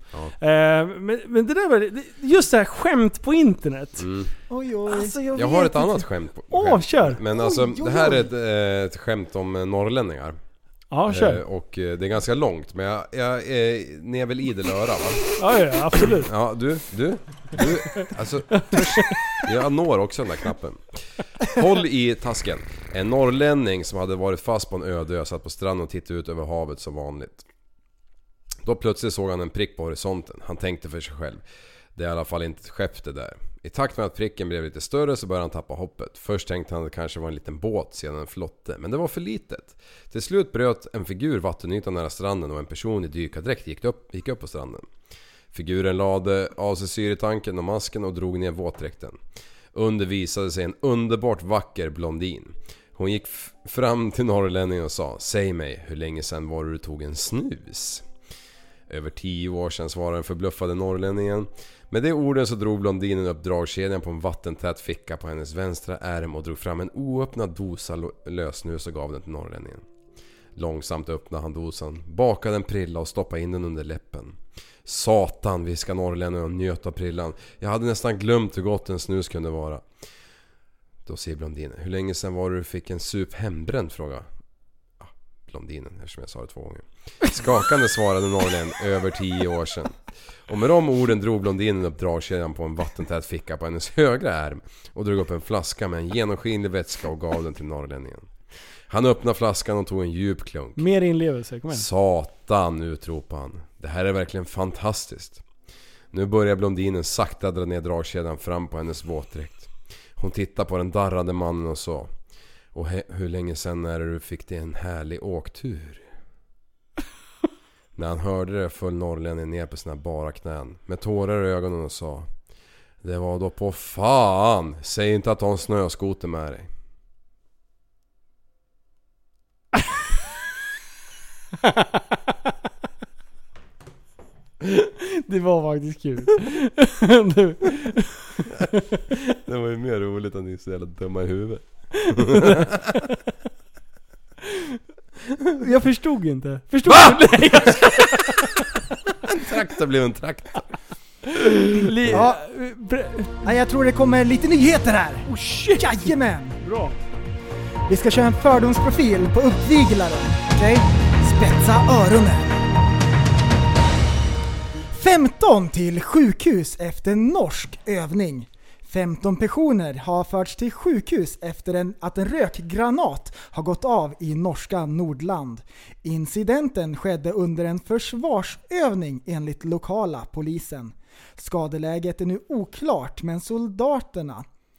[SPEAKER 4] Men det där var just så här skämt på internet.
[SPEAKER 6] Oj.
[SPEAKER 4] Alltså,
[SPEAKER 5] jag har ett annat skämt.
[SPEAKER 4] Kör.
[SPEAKER 5] Men alltså, det här är ett skämt om norrlänningar.
[SPEAKER 4] Ja, kör.
[SPEAKER 5] Och det är ganska långt, men jag är ner väl idel öra, va?
[SPEAKER 4] Ja, absolut.
[SPEAKER 5] Ja, du alltså, jag når också den där knappen. Håll i tasken. En norrlänning som hade varit fast på en öde satt på stranden och tittade ut över havet som vanligt. Då plötsligt såg han en prick på horisonten. Han tänkte för sig själv: det är i alla fall inte ett skepp det där. I takt med att pricken blev lite större så började han tappa hoppet. Först tänkte han att det kanske var en liten båt, sedan en flotte. Men det var för litet. Till slut bröt en figur vattenytan nära stranden och en person i dykardräkt gick upp på stranden. Figuren lade av sig syretanken och masken och drog ner våtdräkten. Under visade sig en underbart vacker blondin. Hon gick fram till norrlänningen och sa: säg mig, hur länge sedan var du tog en snus? Över 10 år sedan, svarade den förbluffade norrlänningen. Med de orden så drog blondinen upp dragkedjan på en vattentät ficka på hennes vänstra ärm och drog fram en oöppnad dosa lösnus och gav den till norrlänningen. Långsamt öppnade han dosan, bakade en prilla och stoppade in den under läppen. Satan, viskade norrlänningen och njöt av prillan. Jag hade nästan glömt hur gott en snus kunde vara. Då säger blondinen: hur länge sedan var du fick en sup hembränd, fråga blondinen, eftersom jag sa det 2 gånger. Skakande svarade norrlänningen: över 10 år sedan. Och med de orden drog blondinen upp dragkedjan på en vattentät ficka på hennes högra ärm och drog upp en flaska med en genomskinlig vätska och gav den till norrlänningen. Han öppnade flaskan och tog en djup klunk.
[SPEAKER 4] Mer inlevelse, kom igen.
[SPEAKER 5] Satan, utropade han. Det här är verkligen fantastiskt. Nu börjar blondinen sakta dra ner dragkedjan fram på hennes våtdräkt. Hon tittade på den darrade mannen och sa: och hur länge sedan är det du fick dig en härlig åktur? När han hörde det föll norrlänningen ner på sina bara knän med tårar i ögonen och sa: det var då på fan. Säg inte att du har en snöskoter med dig.
[SPEAKER 4] Det var faktiskt kul.
[SPEAKER 5] Det var ju mer roligt än ni så jävla dumma i huvudet.
[SPEAKER 4] Jag förstod inte.
[SPEAKER 5] En traktor blev en traktor.
[SPEAKER 6] Jag tror det kommer lite nyheter här.
[SPEAKER 4] Oh shit.
[SPEAKER 6] Jajamän.
[SPEAKER 4] Bra.
[SPEAKER 6] Vi ska köra en fördomsprofil på uppviglaren. Okej? Spetsa öronen. 15 till sjukhus efter norsk övning. 15 personer har förts till sjukhus efter att en rökgranat har gått av i norska Nordland. Incidenten skedde under en försvarsövning enligt lokala polisen. Skadeläget är nu oklart, men soldaterna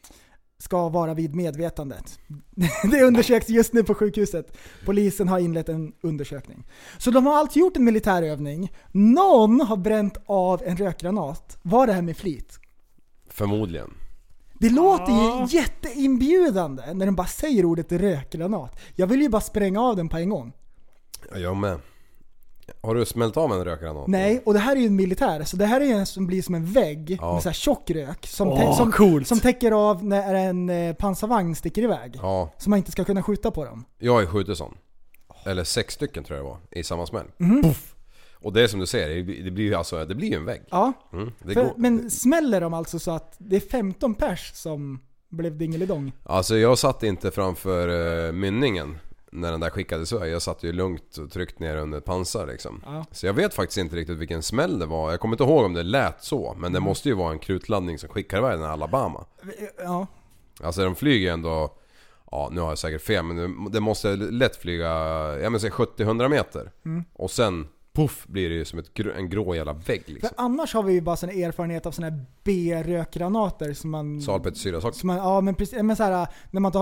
[SPEAKER 6] ska vara vid medvetandet. Det undersöks just nu på sjukhuset. Polisen har inlett en undersökning. Så de har alltså gjort en militärövning. Någon har bränt av en rökgranat. Var det här med flit?
[SPEAKER 5] Förmodligen.
[SPEAKER 6] Det låter ju jätteinbjudande när de bara säger ordet rökgranat. Jag vill ju bara spränga av den på en gång.
[SPEAKER 5] Jag med. Har du smält av en rökgranat?
[SPEAKER 6] Nej, och det här är ju en militär. Så det här är en som blir som en vägg med så här tjock rök som täcker av när en pansarvagn sticker iväg.
[SPEAKER 5] Ja.
[SPEAKER 6] Så man inte ska kunna skjuta på dem.
[SPEAKER 5] Jag har ju skjutit sån. Eller 6 stycken tror jag det var i samma smäll.
[SPEAKER 6] Puff.
[SPEAKER 5] Och det är som du säger, det blir ju alltså, det blir ju en vägg.
[SPEAKER 6] Ja. Men smäller de alltså så att det är 15 pers som blev dingelidong?
[SPEAKER 5] Alltså jag satt inte framför mynningen när den där skickades iväg. Jag satt ju lugnt och tryckt ner under pansar liksom. Ja. Så jag vet faktiskt inte riktigt vilken smäll det var. Jag kommer inte ihåg om det lät så, men det måste ju vara en krutladdning som skickar iväg den i Alabama.
[SPEAKER 6] Ja.
[SPEAKER 5] Alltså de flyger ändå, ja nu har jag säkert fel, men det måste lätt flyga, jag menar 70-100 meter. Och sen puff blir det ju som en grå jävla vägg liksom.
[SPEAKER 6] För annars har vi ju bara sån erfarenhet av såna här B-rökgranater som man...
[SPEAKER 5] Salpetersyrasocker.
[SPEAKER 6] Ja, men precis, men så här, när man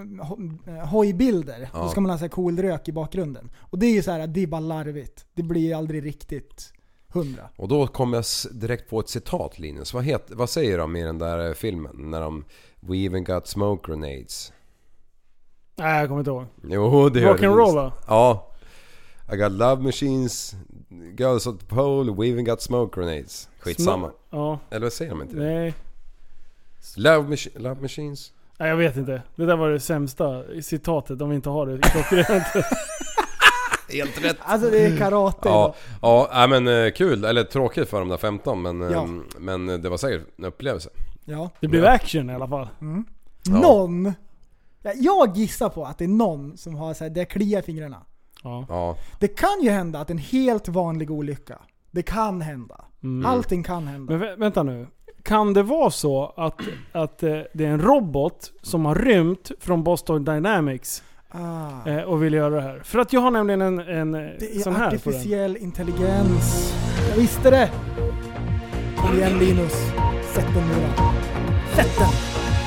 [SPEAKER 6] tar hojbilder, då ska man ha så här cool rök i bakgrunden. Och det är ju så här, det är bara larvigt. Det blir ju aldrig riktigt 100.
[SPEAKER 5] Och då kommer jag direkt på ett citat, Linus. Vad säger de i den där filmen när de We even got smoke grenades?
[SPEAKER 4] Nej, jag kommer inte ihåg.
[SPEAKER 5] Jo, det
[SPEAKER 4] Rock and roll.
[SPEAKER 5] Ja. I got love machines, girls at the pole, we even got smoke grenades. Skitsamma.
[SPEAKER 4] Ja.
[SPEAKER 5] Eller vad säger de inte?
[SPEAKER 4] Nej.
[SPEAKER 5] Love machines?
[SPEAKER 4] Nej, jag vet inte. Det där var det sämsta citatet om vi inte har det klockrent.
[SPEAKER 5] Helt rätt.
[SPEAKER 6] Alltså det är karate.
[SPEAKER 5] Ja, men kul. Eller tråkigt för de där 15. Men det var säkert en upplevelse.
[SPEAKER 6] Ja.
[SPEAKER 4] Det blev action i alla fall.
[SPEAKER 6] Ja. Någon. Jag gissar på att det är någon som har så här, det kliar fingrarna.
[SPEAKER 5] Ja.
[SPEAKER 6] Det kan ju hända att en helt vanlig olycka. Det kan hända. Allting kan hända.
[SPEAKER 4] Men vänta nu. Kan det vara så att det är en robot som har rymt från Boston Dynamics och vill göra det här? För att jag har nämligen en sån här.
[SPEAKER 6] Artificiell intelligens. Jag visste det. Kom igen Linus. Sätt den nu då. Sätt den.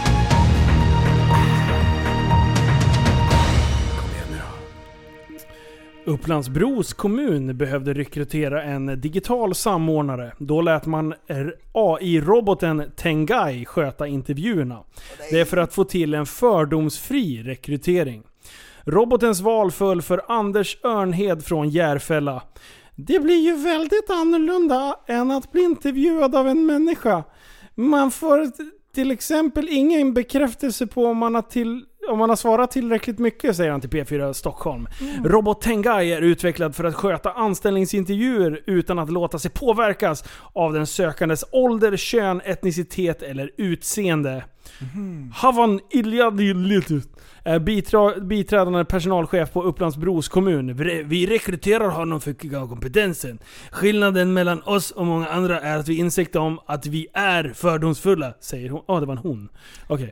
[SPEAKER 4] Upplandsbros kommun behövde rekrytera en digital samordnare. Då lät man AI-roboten Tengai sköta intervjuerna. Det är för att få till en fördomsfri rekrytering. Robotens val föll för Anders Örnhed från Järfälla. Det blir ju väldigt annorlunda än att bli intervjuad av en människa. Man får till exempel ingen bekräftelse på om man har svarat tillräckligt mycket, säger han till P4 Stockholm. Robot Tengai är utvecklad för att sköta anställningsintervjuer utan att låta sig påverkas av den sökandes ålder, kön, etnicitet eller utseende. Havan Iljadilitus är biträdande personalchef på Upplandsbros kommun. Vi rekryterar honom för kompetensen. Skillnaden mellan oss och många andra är att vi insiktar om att vi är fördomsfulla, säger hon. Det var en hon. Okej.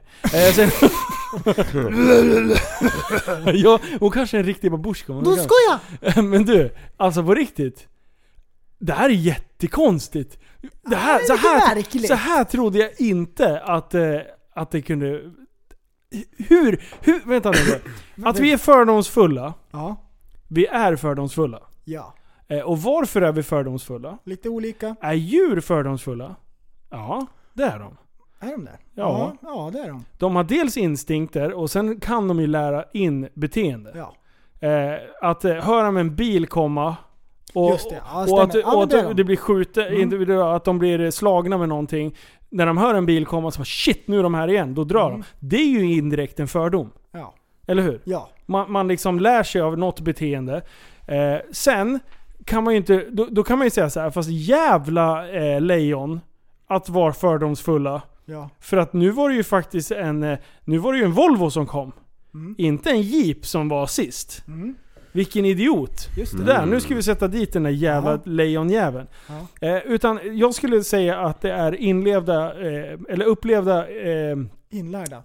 [SPEAKER 4] Ja, hon kanske är en riktig babushka.
[SPEAKER 6] Då skojar!
[SPEAKER 4] Men du, alltså på riktigt. Det här är jättekonstigt. Så här trodde jag inte att det kunde... Hur vänta nu. Att vi är fördomsfulla.
[SPEAKER 6] Ja.
[SPEAKER 4] Vi är fördomsfulla.
[SPEAKER 6] Ja.
[SPEAKER 4] Och varför är vi fördomsfulla?
[SPEAKER 6] Lite olika.
[SPEAKER 4] Är djur fördomsfulla? Ja, det är de.
[SPEAKER 6] Är de det?
[SPEAKER 4] Ja,
[SPEAKER 6] det är de.
[SPEAKER 4] De har dels instinkter och sen kan de ju lära in beteende.
[SPEAKER 6] Ja.
[SPEAKER 4] Att höra med en bil komma och att det blir skjutet, att de blir slagna med någonting. När de hör en bil komma så bara, shit, nu är de här igen. Då drar de. Det är ju indirekt en fördom.
[SPEAKER 6] Ja.
[SPEAKER 4] Eller hur?
[SPEAKER 6] Ja.
[SPEAKER 4] Man liksom lär sig av något beteende. Sen kan man ju inte... Då kan man ju säga så här, fast jävla lejon att vara fördomsfulla.
[SPEAKER 6] Ja.
[SPEAKER 4] För att nu var det ju faktiskt en Volvo som kom. Inte en Jeep som var sist. Vilken idiot.
[SPEAKER 6] Just det.
[SPEAKER 4] Där, nu ska vi sätta dit den där jävla lejonjäveln. Utan jag skulle säga att det är inlevda eller upplevda
[SPEAKER 6] inlärda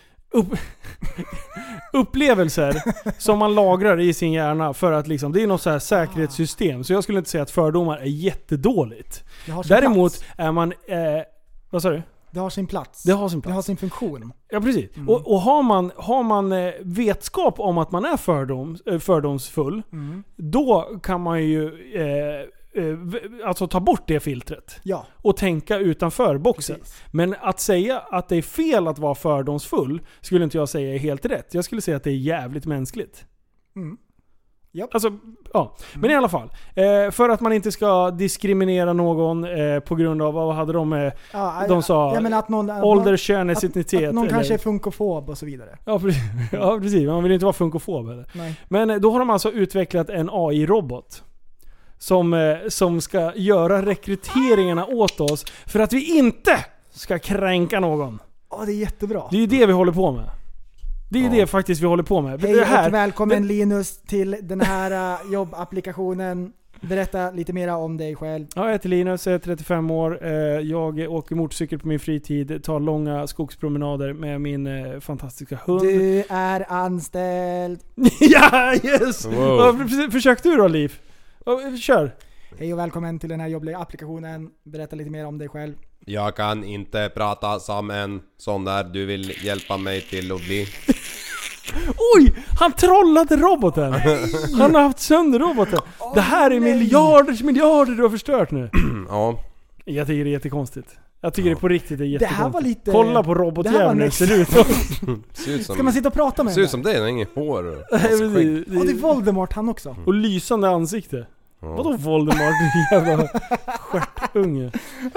[SPEAKER 4] upplevelser som man lagrar i sin hjärna för att liksom, det är något så här säkerhetssystem. Så jag skulle inte säga att fördomar är jättedåligt. Däremot plats. Är man vad sa du?
[SPEAKER 6] Det har sin plats.
[SPEAKER 4] Det har sin plats.
[SPEAKER 6] Det har sin funktion.
[SPEAKER 4] Ja, precis. Och har man vetskap om att man är fördomsfull, då kan man ju alltså ta bort det filtret.
[SPEAKER 6] Ja.
[SPEAKER 4] Och tänka utanför boxen.
[SPEAKER 6] Precis.
[SPEAKER 4] Men att säga att det är fel att vara fördomsfull skulle inte jag säga är helt rätt. Jag skulle säga att det är jävligt mänskligt.
[SPEAKER 6] Yep.
[SPEAKER 4] Alltså, ja. Men i alla fall. För att man inte ska diskriminera någon på grund av, vad hade de de sa,
[SPEAKER 6] att
[SPEAKER 4] ålder, kön, etnicitet.
[SPEAKER 6] Att någon kanske är funkofob och så vidare.
[SPEAKER 4] Ja, precis. Man vill inte vara funkofob heller.
[SPEAKER 6] Nej.
[SPEAKER 4] Men då har de alltså utvecklat en AI-robot som ska göra rekryteringarna åt oss för att vi inte ska kränka någon.
[SPEAKER 6] Ja, det är jättebra.
[SPEAKER 4] Det är ju det vi håller på med. Det är ju det faktiskt vi håller på med.
[SPEAKER 6] Hej och välkommen Linus till den här jobbapplikationen. Berätta lite mer om dig själv.
[SPEAKER 4] Ja, jag heter Linus, jag är 35 år. Jag åker motorcykel på min fritid, tar långa skogspromenader med min fantastiska hund.
[SPEAKER 6] Du är anställd.
[SPEAKER 4] Ja, yes! Wow. Försök du då, Liv? Kör.
[SPEAKER 6] Hej och välkommen till den här jobbapplikationen. Berätta lite mer om dig själv.
[SPEAKER 5] Jag kan inte prata som en sån där du vill hjälpa mig till att bli.
[SPEAKER 4] Oj! Han trollade roboten! Han har haft sönder roboten. Det här är miljarder du har förstört nu.
[SPEAKER 5] Ja.
[SPEAKER 4] Jag tycker det är jättekonstigt. Jag tycker det på riktigt är jättekonstigt.
[SPEAKER 6] Det här var lite...
[SPEAKER 4] Kolla på robotjäveln, ser ut som...
[SPEAKER 6] Ska man sitta och prata med
[SPEAKER 5] ser ut som dig, den har ingen hår.
[SPEAKER 6] Det är Voldemort han också.
[SPEAKER 4] Och lysande ansikte. Vadå Voldemort? Jävla stjärtunge.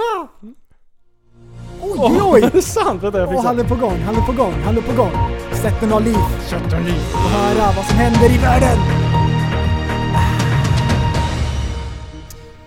[SPEAKER 6] Oj!
[SPEAKER 4] Det är sant. Vänta, jag
[SPEAKER 6] han är på gång. Sätt en av liv. Och höra vad som händer i världen.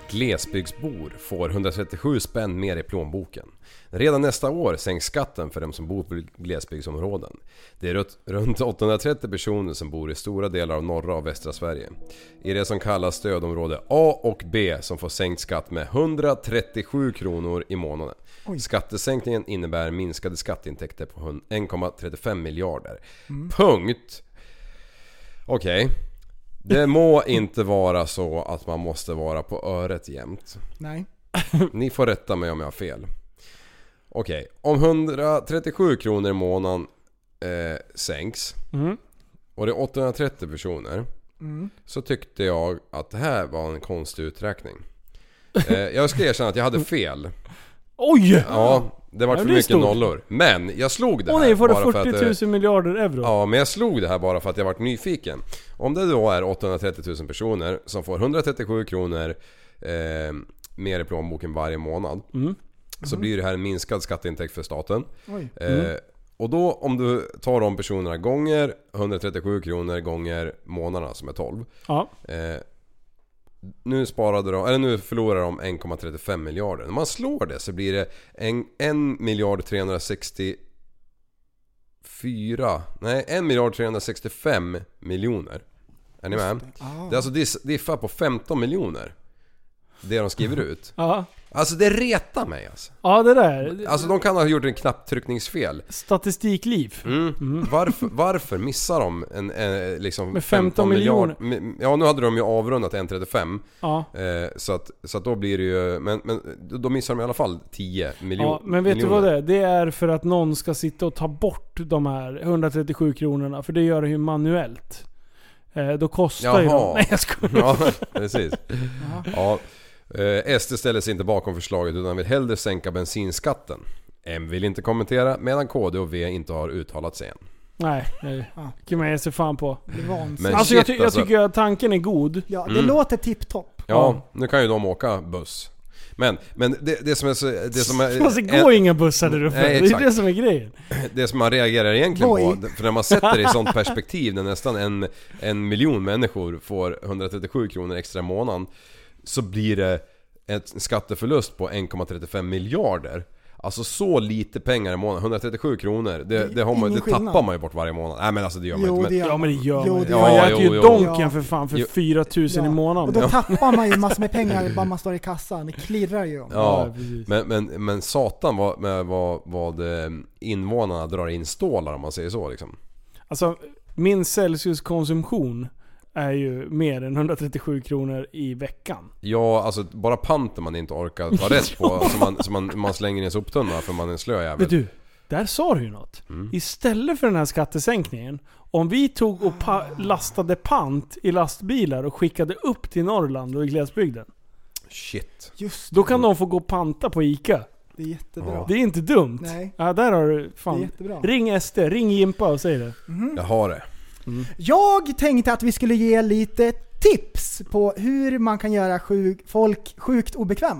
[SPEAKER 5] glesbygdsbor får 137 spänn mer i plånboken. Redan nästa år sänks skatten för dem som bor på glesbygdsområden. Det är runt 830 personer som bor i stora delar av norra och västra Sverige. I det som kallas stödområde A och B som får sänkt skatt med 137 kronor i månaden. Skattesänkningen innebär minskade skatteintäkter på 1,35 miljarder. Punkt. Okej. Det må inte vara så att man måste vara på öret jämt.
[SPEAKER 6] Nej.
[SPEAKER 5] Ni får rätta mig om jag har fel. Okej, om 137 kronor i månaden sänks och det är 830 personer så tyckte jag att det här var en konstig uträkning. Jag ska erkänna att jag hade fel.
[SPEAKER 4] Oj!
[SPEAKER 5] Ja, det var för mycket nollor. Men jag slog det här
[SPEAKER 4] nej, får
[SPEAKER 5] bara
[SPEAKER 4] 40
[SPEAKER 5] för att...
[SPEAKER 4] 000 miljarder euro.
[SPEAKER 5] Ja, men jag slog det här bara för att jag varit nyfiken. Om det då är 830 000 personer som får 137 kronor mer i plånboken varje månad så blir det här en minskad skatteintäkt för staten. Och då om du tar de personerna gånger 137 kronor gånger månaderna som är 12. Ja. Nu förlorar de 1,35 miljarder. När man slår det så blir det 1 miljard 365 miljoner. Är ni med? Det är alltså diffar på 15 miljoner. Det de skriver ut. Ja. Alltså det retar mig alltså.
[SPEAKER 4] Ja, det där.
[SPEAKER 5] Alltså de kan ha gjort en knapptryckningsfel.
[SPEAKER 4] Statistikliv.
[SPEAKER 5] Varför missar de liksom
[SPEAKER 4] med 15 miljoner?
[SPEAKER 5] Ja, nu hade de ju avrundat 1,35. Ja. Så att då blir det ju men då missar de i alla fall 10 miljoner. Ja,
[SPEAKER 4] men vet du vad det är? Det är för att någon ska sitta och ta bort de här 137 kronorna, för det gör det ju manuellt. Då kostar ju de. Nej, jag skojar.
[SPEAKER 5] Ja, precis. Ja. SD ställer sig inte bakom förslaget utan vill hellre sänka bensinskatten. M vill inte kommentera medan KD och V inte har uttalat sig än.
[SPEAKER 4] Nej, kan man ge sig fan på.
[SPEAKER 6] Men
[SPEAKER 4] alltså, jag tycker att tanken är god.
[SPEAKER 6] Ja, det låter tipptopp.
[SPEAKER 5] Ja, nu kan ju de åka buss. Men det som är... Det som är
[SPEAKER 4] alltså, går inga bussar där uppe. Det är det som är grejen.
[SPEAKER 5] Det som man reagerar egentligen på, för när man sätter det i sånt perspektiv när nästan en miljon människor får 137 kronor extra i månaden, så blir det en skatteförlust på 1,35 miljarder. Alltså så lite pengar i månaden. 137 kronor. Det tappar man ju bort varje månad. Nej men alltså det gör man inte.
[SPEAKER 4] Ja men det gör man. Man äter ju donken för fan för 4 000 i månaden.
[SPEAKER 6] Och då tappar man ju massor med pengar bara man står i kassan. Det klirrar ju om.
[SPEAKER 5] Ja, men satan vad invånarna drar in stålar om man säger så liksom.
[SPEAKER 4] Alltså min Celsius-konsumtion är ju mer än 137 kronor i veckan.
[SPEAKER 5] Ja, alltså bara panten man inte orkar ta rätt på så man slänger in en soptunna för man är en slö jävel.
[SPEAKER 4] Vet du, där sa du ju något. Istället för den här skattesänkningen, om vi tog och lastade pant i lastbilar och skickade upp till Norrland och i glesbygden.
[SPEAKER 5] Shit.
[SPEAKER 6] Just
[SPEAKER 4] då kan de få gå och panta på ICA.
[SPEAKER 6] Det är jättebra. Ja.
[SPEAKER 4] Det är inte dumt.
[SPEAKER 6] Nej.
[SPEAKER 4] Ja, där har du fan.
[SPEAKER 6] Det är jättebra.
[SPEAKER 4] Ring SD, ring Jimpa och säg det.
[SPEAKER 5] Jag har det.
[SPEAKER 6] Jag tänkte att vi skulle ge lite tips på hur man kan göra folk sjukt obekväma.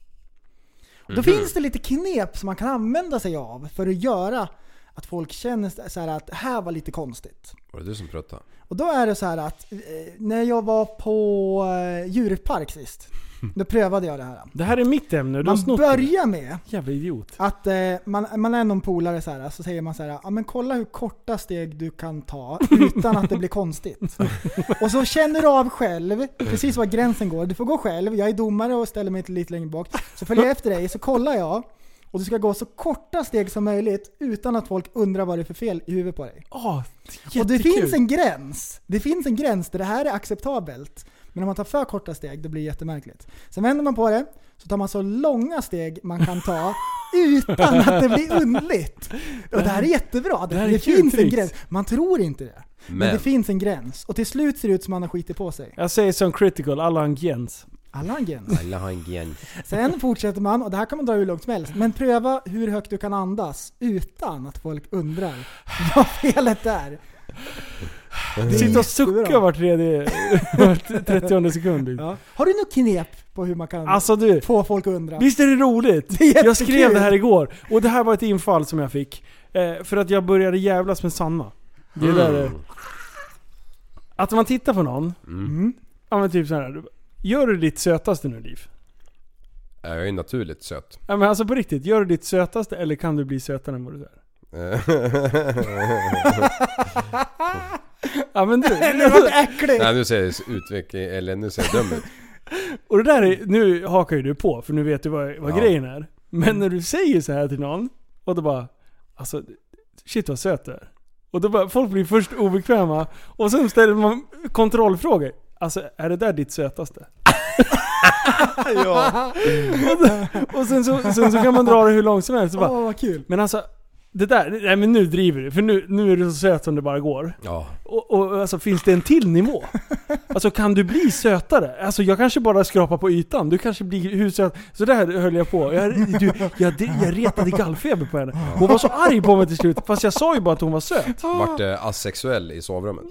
[SPEAKER 6] Då finns det lite knep som man kan använda sig av för att göra att folk känner så här att det här var lite konstigt.
[SPEAKER 5] Var det du som pratade?
[SPEAKER 6] Och då är det så här att när jag var på djurpark sist, då prövade jag det här.
[SPEAKER 4] Det här är mitt ämne.
[SPEAKER 6] Man börjar med
[SPEAKER 4] jävla idiot.
[SPEAKER 6] Att man är någon polare så här, så säger man så här: ja men kolla hur korta steg du kan ta utan att det blir konstigt. Och så känner du av själv precis var gränsen går. Du får gå själv. Jag är domare och ställer mig lite längre bak. Så följer jag efter dig, så kollar jag. Och du ska gå så korta steg som möjligt utan att folk undrar vad det är för fel i huvudet på dig. Och det finns en gräns. Det finns en gräns där det här är acceptabelt. Men om man tar för korta steg, det blir jättemärkligt. Sen vänder man på det, så tar man så långa steg man kan ta utan att det blir underligt. Och det här är jättebra. Det finns en gräns. Man tror inte det. Men det finns en gräns. Och till slut ser det ut som man har skitit på sig.
[SPEAKER 4] Jag säger som critical, alla har en gräns.
[SPEAKER 6] Alla har en gräns.
[SPEAKER 5] Alla har en gräns.
[SPEAKER 6] Sen fortsätter man, och det här kan man dra hur långt som helst. Men pröva hur högt du kan andas utan att folk undrar vad felet är.
[SPEAKER 4] Du sitter och suckar var 30 sekund.
[SPEAKER 6] Ja. Har du något knep på hur man kan få folk att undra?
[SPEAKER 4] Visst är det roligt? Jag skrev det här igår. Och det här var ett infall som jag fick. För att jag började jävlas med Sanna. Det är där, att man tittar på någon. Ja men typ så här. Gör du ditt sötaste nu, Liv?
[SPEAKER 5] Jag är naturligt söt.
[SPEAKER 4] Ja, men alltså på riktigt, gör du ditt sötaste eller kan du bli sötare än vad du är? Ja men du.
[SPEAKER 6] Det var äckligt.
[SPEAKER 5] Nej, nu ser jag utveckling, eller nu ser jag dum ut.
[SPEAKER 4] Och det där är, nu hakar ju du på för nu vet du vad grejen är. Men när du säger så här till någon och då bara, alltså shit vad söt du är. Och då bara, folk blir först obekväma och sen ställer man kontrollfrågor. Alltså, är det där ditt sötaste?
[SPEAKER 5] Ja.
[SPEAKER 4] Och sen så kan man dra det hur långt som helst. Så bara,
[SPEAKER 6] vad kul.
[SPEAKER 4] Men alltså, det där, nej men nu driver du. För nu är du så söt som det bara går.
[SPEAKER 5] Ja.
[SPEAKER 4] Och alltså, finns det en till nivå? Alltså, kan du bli sötare? Alltså, jag kanske bara skrapar på ytan. Du kanske blir hur söt. Så där höll jag på. Jag retade gallfeber på henne. Hon var så arg på mig till slut. Fast jag sa ju bara att hon var söt.
[SPEAKER 5] Vart asexuell i sovrummet.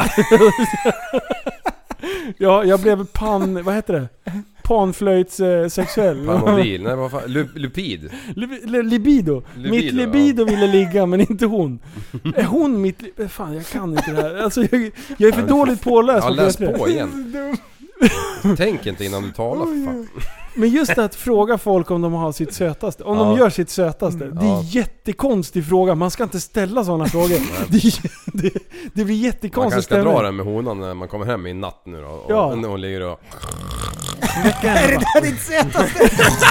[SPEAKER 4] Ja, jag blev vad heter det? Panflöjtssexuell.
[SPEAKER 5] Panodil, nej vad fan, lupid.
[SPEAKER 4] Libido. Mitt libido ville ligga, men inte hon. Är hon mitt fan, jag kan inte det här. Alltså, jag är för dåligt påläst.
[SPEAKER 5] Ja, läs på igen. Tänk inte innan du talar, för fan.
[SPEAKER 4] Men just att fråga folk om de har sitt sötaste. Om de gör sitt sötaste. Det är jättekonstig fråga. Man ska inte ställa sådana frågor. Det blir jättekonstigt. Man
[SPEAKER 5] kanske ska dra den med honan när man kommer hem i natt nu då. Och när hon ligger och...
[SPEAKER 6] Är det där ditt sötaste?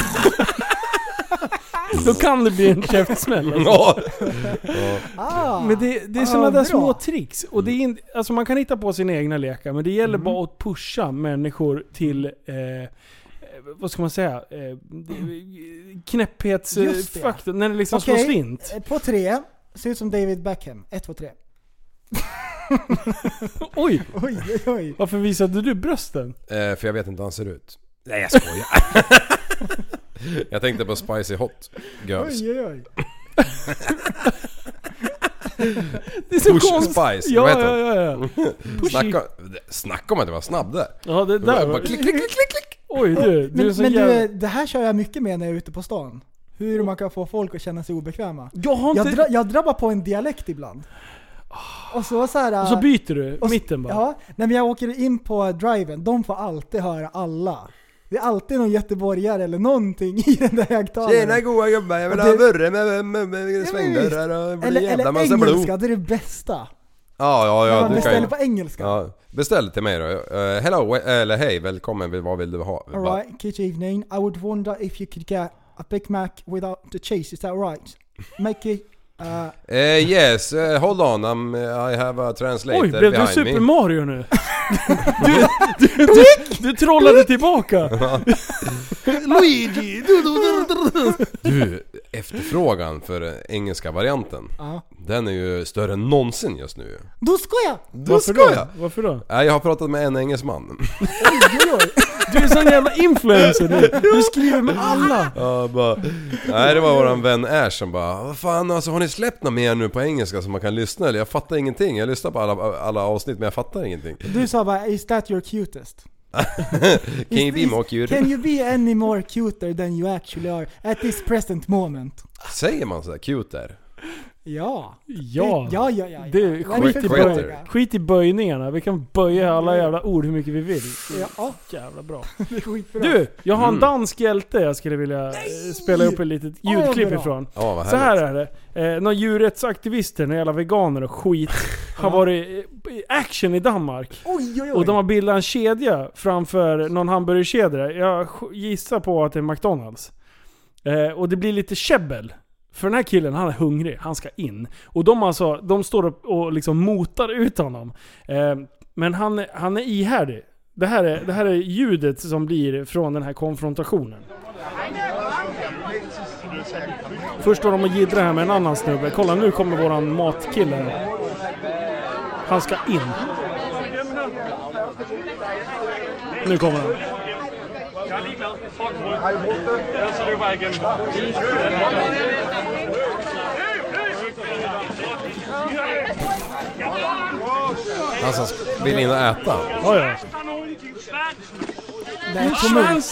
[SPEAKER 4] Då kan det bli en käftsmäll. Alltså. Men det är sådana där små tricks. Och det är alltså man kan hitta på sina egna lekar. Men det gäller bara att pusha människor till... vad ska man säga? Knäpphetsfaktor. När det liksom slår slint.
[SPEAKER 6] På 3. Ser ut som David Beckham. 1, 2, 3.
[SPEAKER 4] Oj.
[SPEAKER 6] Oj.
[SPEAKER 4] Varför visade du brösten?
[SPEAKER 5] För jag vet inte hur han ser ut. Nej, jag skojar. Jag tänkte på Spicy Hot Girls.
[SPEAKER 6] Oj.
[SPEAKER 4] Det är så
[SPEAKER 5] Push
[SPEAKER 4] konstigt.
[SPEAKER 5] Spice.
[SPEAKER 4] Ja.
[SPEAKER 5] Snacka om att det var snabb där.
[SPEAKER 4] Ja, det där var klick. Oj, du är så jävla...
[SPEAKER 6] det här kör jag mycket med när jag är ute på stan. Hur man kan få folk att känna sig obekväma. Jag drabbar på en dialekt ibland. Och så här,
[SPEAKER 4] och så byter du mitten bara.
[SPEAKER 6] Ja, när jag åker in på driven, de får alltid höra alla. Det är alltid någon göteborgare eller någonting i den där högtalaren.
[SPEAKER 5] Tjena goa gubbar, jag vill ha burre med svängdörrar och jävla massa blod.
[SPEAKER 6] Engelska, det är det bästa.
[SPEAKER 5] Ja,
[SPEAKER 6] man beställer på engelska.
[SPEAKER 5] Ja, beställ till mig då. Hello, eller hej, välkommen, vad vill du ha?
[SPEAKER 6] Alright, good evening. I would wonder if you could get a Big Mac without the cheese, is that right? Make it...
[SPEAKER 5] yes, hold on, I have a translator behind me.
[SPEAKER 4] Oj, blev du Super Mario nu? du trollade tillbaka. Luigi.
[SPEAKER 5] Du, efterfrågan för den engelska varianten. Den är ju större än någonsin just nu.
[SPEAKER 6] Du skojar.
[SPEAKER 4] Varför då?
[SPEAKER 5] Jag har pratat med en engelsman.
[SPEAKER 4] Oj. Du är sån jävla influencer nu. Du skriver med alla.
[SPEAKER 5] Nej, det var våran vän Ash som bara, vad fan, alltså, har ni släppt något mer nu på engelska som man kan lyssna? Eller jag fattar ingenting. Jag lyssnar på alla avsnitt, men jag fattar ingenting.
[SPEAKER 6] Du sa bara, is that your cutest?
[SPEAKER 5] Can you be more cute?
[SPEAKER 6] Can you be any more cuter than you actually are at this present moment?
[SPEAKER 5] Säger man så där, cute där?
[SPEAKER 6] Ja.
[SPEAKER 4] Det skit i böjningarna. Vi kan böja alla jävla ord hur mycket vi vill.
[SPEAKER 6] Ja.
[SPEAKER 4] Jävla bra.
[SPEAKER 6] Det är skitbra.
[SPEAKER 4] Du, jag har en dansk hjälte jag skulle vilja spela upp ett litet ljudklipp ifrån. Så här är det. Några djurrättsaktivister, några jävla veganer och skit har varit action i Danmark.
[SPEAKER 6] Oj.
[SPEAKER 4] Och de har bildat en kedja framför någon hamburgerkedja. Jag gissar på att det är McDonald's. Och det blir lite käbbel. För den här killen, han är hungrig, han ska in. Och de står och liksom motar ut honom. Men han är ihärdig. Det här är ljudet som blir från den här konfrontationen. Först står de och jiddrar här med en annan snubbe. Kolla, nu kommer våran matkille. Han ska in. Nu kommer han. Jag är ligeglad. Fuck brød. Ellers er det jo bare igen.
[SPEAKER 5] Han som vill in och äta.
[SPEAKER 4] Ja. Det är kommuns.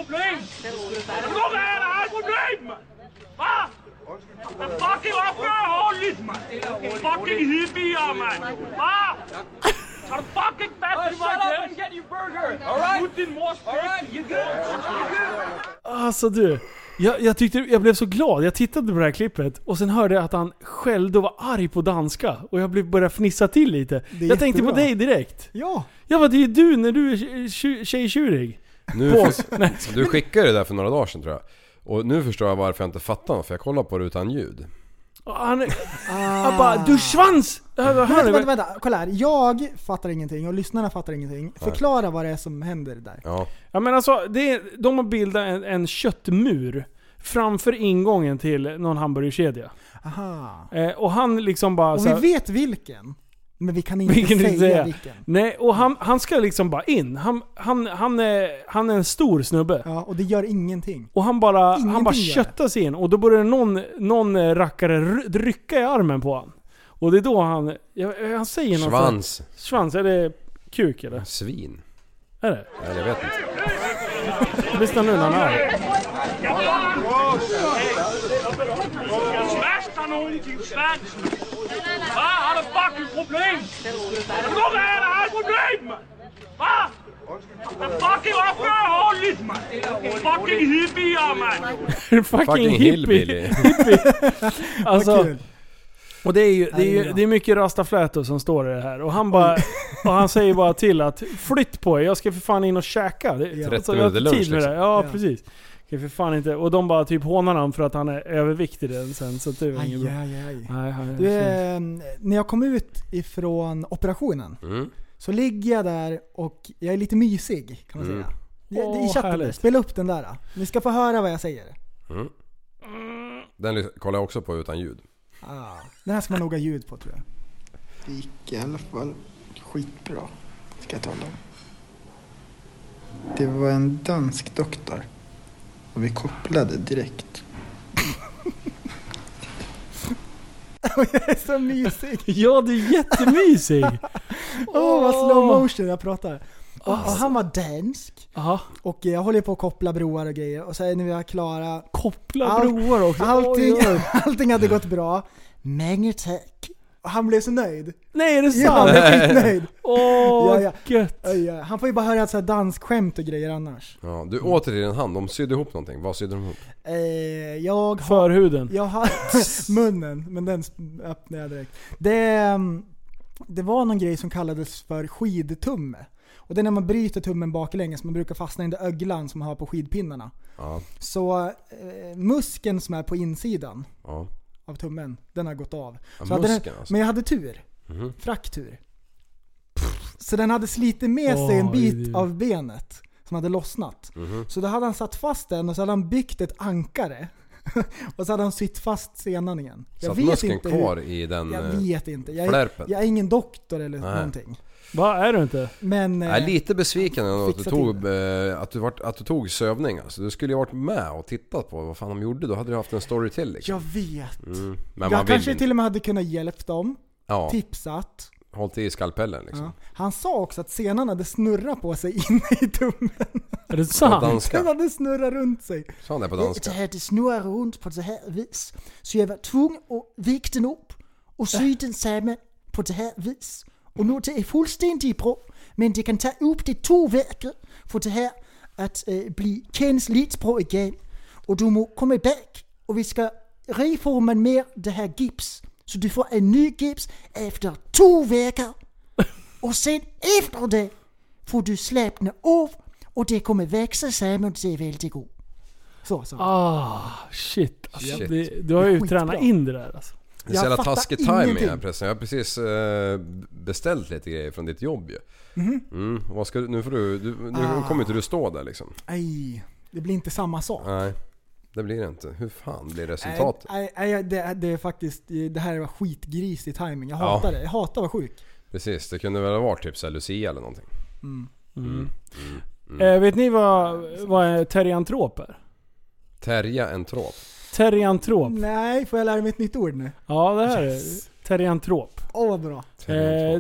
[SPEAKER 13] Hvad fucking opgør ordentligt, mand! Fucking hippier, mand! Hvad? Har du fucking fat i mig igen? Get your burger! Alright! Put din mors pæk! You good?
[SPEAKER 4] Alltså du, jag blev så glad. Jag tittade på det här klippet och sen hörde jag att han skällde och var arg på danska. Och jag började fnissa till lite. Jag tänkte på dig direkt.
[SPEAKER 6] Ja.
[SPEAKER 4] Ja, vad det är du när du är tjejtjurig.
[SPEAKER 5] Du skickade det där för några dagar sedan tror jag. Och nu förstår jag varför jag inte fattar något. För jag kollar på det utan ljud.
[SPEAKER 4] Han bara, du svans!
[SPEAKER 6] Vänta, kolla här. Jag fattar ingenting och lyssnarna fattar ingenting. Förklara vad det är som händer där.
[SPEAKER 5] Ja
[SPEAKER 4] men alltså, de har bildat en köttmur framför ingången till någon hamburgerkedja.
[SPEAKER 6] Aha.
[SPEAKER 4] Och han liksom bara...
[SPEAKER 6] Och vi vet vilken. Men vi kan inte säga vilken.
[SPEAKER 4] Nej, och han ska liksom bara in. Han är en stor snubbe.
[SPEAKER 6] Ja, och det gör ingenting.
[SPEAKER 4] Och han bara köttar sig in. Och då börjar någon rackare rycka i armen på han. Och det är då han säger något.
[SPEAKER 5] Svans.
[SPEAKER 4] Svans, är det kuk eller?
[SPEAKER 5] Svin.
[SPEAKER 4] Är det?
[SPEAKER 5] Nej, jag vet inte.
[SPEAKER 4] Lyssna nu när han är.
[SPEAKER 13] Smash dig nogen din svans! Hvad? Har du fucking problem? Nu er der har et problem! Hvad? Hvad fucking opfører ordentligt, mand! Fucking hippier, mand!
[SPEAKER 4] Fucking hippie. Alltså, och det är mycket rastaflätor som står i det här. Och han säger bara till att flytt på er, jag ska för fan in och käka.
[SPEAKER 5] 30 minuter lunch liksom.
[SPEAKER 4] Ja, precis. För fan inte. Och de bara typ hånar han för att han är överviktig sen. Så det var inget bra.
[SPEAKER 6] När jag kom ut ifrån operationen så ligger jag där och jag är lite mysig kan man säga. I chatten, spela upp den där. Ni ska få höra vad jag säger.
[SPEAKER 5] Den kollar jag också på utan ljud.
[SPEAKER 6] Den här ska man nog ha ljud på tror jag.
[SPEAKER 14] Det gick i alla fall skitbra. Ska jag tala om. Det var en dansk doktor. Och vi kopplade direkt.
[SPEAKER 6] Jag är så mysig.
[SPEAKER 4] Ja, du är jättemysig.
[SPEAKER 6] Vad slow motion jag pratar. Och han var dansk. Och jag håller på att koppla broar och grejer. Och så är vi klara.
[SPEAKER 4] Koppla broar också.
[SPEAKER 6] Allting hade gått bra. Mange tack. Och han blev så nöjd.
[SPEAKER 4] Nej, är det sant?
[SPEAKER 6] Ja, han är nöjd.
[SPEAKER 4] Gött.
[SPEAKER 6] Han får ju bara höra ett så här dansk-skämt och grejer annars.
[SPEAKER 5] Ja, du åter i din hand. De sydde ihop någonting. Vad sydde de ihop?
[SPEAKER 4] Förhuden.
[SPEAKER 6] Jag har munnen, men den öppnade jag direkt. Det var någon grej som kallades för skidtumme. Och det är när man bryter tummen baklänges, man brukar fastna i den öglan som man har på skidpinnarna. Så muskeln som är på insidan av tummen, den har gått av. Så
[SPEAKER 5] alltså.
[SPEAKER 6] Men jag hade tur. Fraktur. Så den hade slitit med sig en bit av benet som hade lossnat. Så då hade han satt fast den och så hade han byggt ett ankare. Och så hade han sytt fast senan igen.
[SPEAKER 5] Jag vet muskeln inte kvar i den.
[SPEAKER 6] Jag vet inte. Jag är ingen doktor eller någonting.
[SPEAKER 4] Vad är du inte?
[SPEAKER 6] Men
[SPEAKER 5] jag är lite besviken att du tog sövning. Alltså, du skulle ju varit med och tittat på vad fan de gjorde. Då hade du haft en story till liksom.
[SPEAKER 6] Jag vet.
[SPEAKER 5] Men
[SPEAKER 6] jag kanske till och med hade kunnat hjälpt dem. Tipsat.
[SPEAKER 5] Hållit i skalpellen liksom.
[SPEAKER 6] Han sa också att senan hade snurrat på sig inne i tummen.
[SPEAKER 4] Är det sant?
[SPEAKER 6] Den hade snurrat runt sig.
[SPEAKER 5] Sa han det på danska?
[SPEAKER 6] Det hade snurrat runt på det här vis. Så jag var tvungen att vika den upp och sy den samman på det här vis. Och nu det är fullständigt bra. Men det kan ta upp det 2 veckor för det här att bli känsligt bra igen. Och du må komma back och vi ska reforma mer det här gips. Så du får en ny gips efter 2 veckor. Och sen efter det får du slappna av och det kommer växa samman. Det är väldigt god. Så.
[SPEAKER 4] Shit. Alltså, du har ju tränat in det där alltså.
[SPEAKER 5] Det är så jävla taskig timing här pressen. Jag har precis beställt lite grejer från ditt jobb ju. Vad ska nu får nu kommer inte du stå där liksom.
[SPEAKER 6] Nej, det blir inte samma sak.
[SPEAKER 5] Nej. Det blir det inte. Hur fan blir resultatet?
[SPEAKER 6] Det är faktiskt, det här var skitgris i timing. Jag hatar det. Jag hatar att vara sjuk.
[SPEAKER 5] Precis, det kunde väl ha varit typ så här Lucia eller någonting.
[SPEAKER 4] Vet ni vad teriantrop är?
[SPEAKER 5] Teriantrop?
[SPEAKER 4] Teriantrop.
[SPEAKER 6] Nej, får jag lära mig ett nytt ord nu?
[SPEAKER 4] Ja, det här är teriantrop.
[SPEAKER 6] Vad bra.
[SPEAKER 4] Det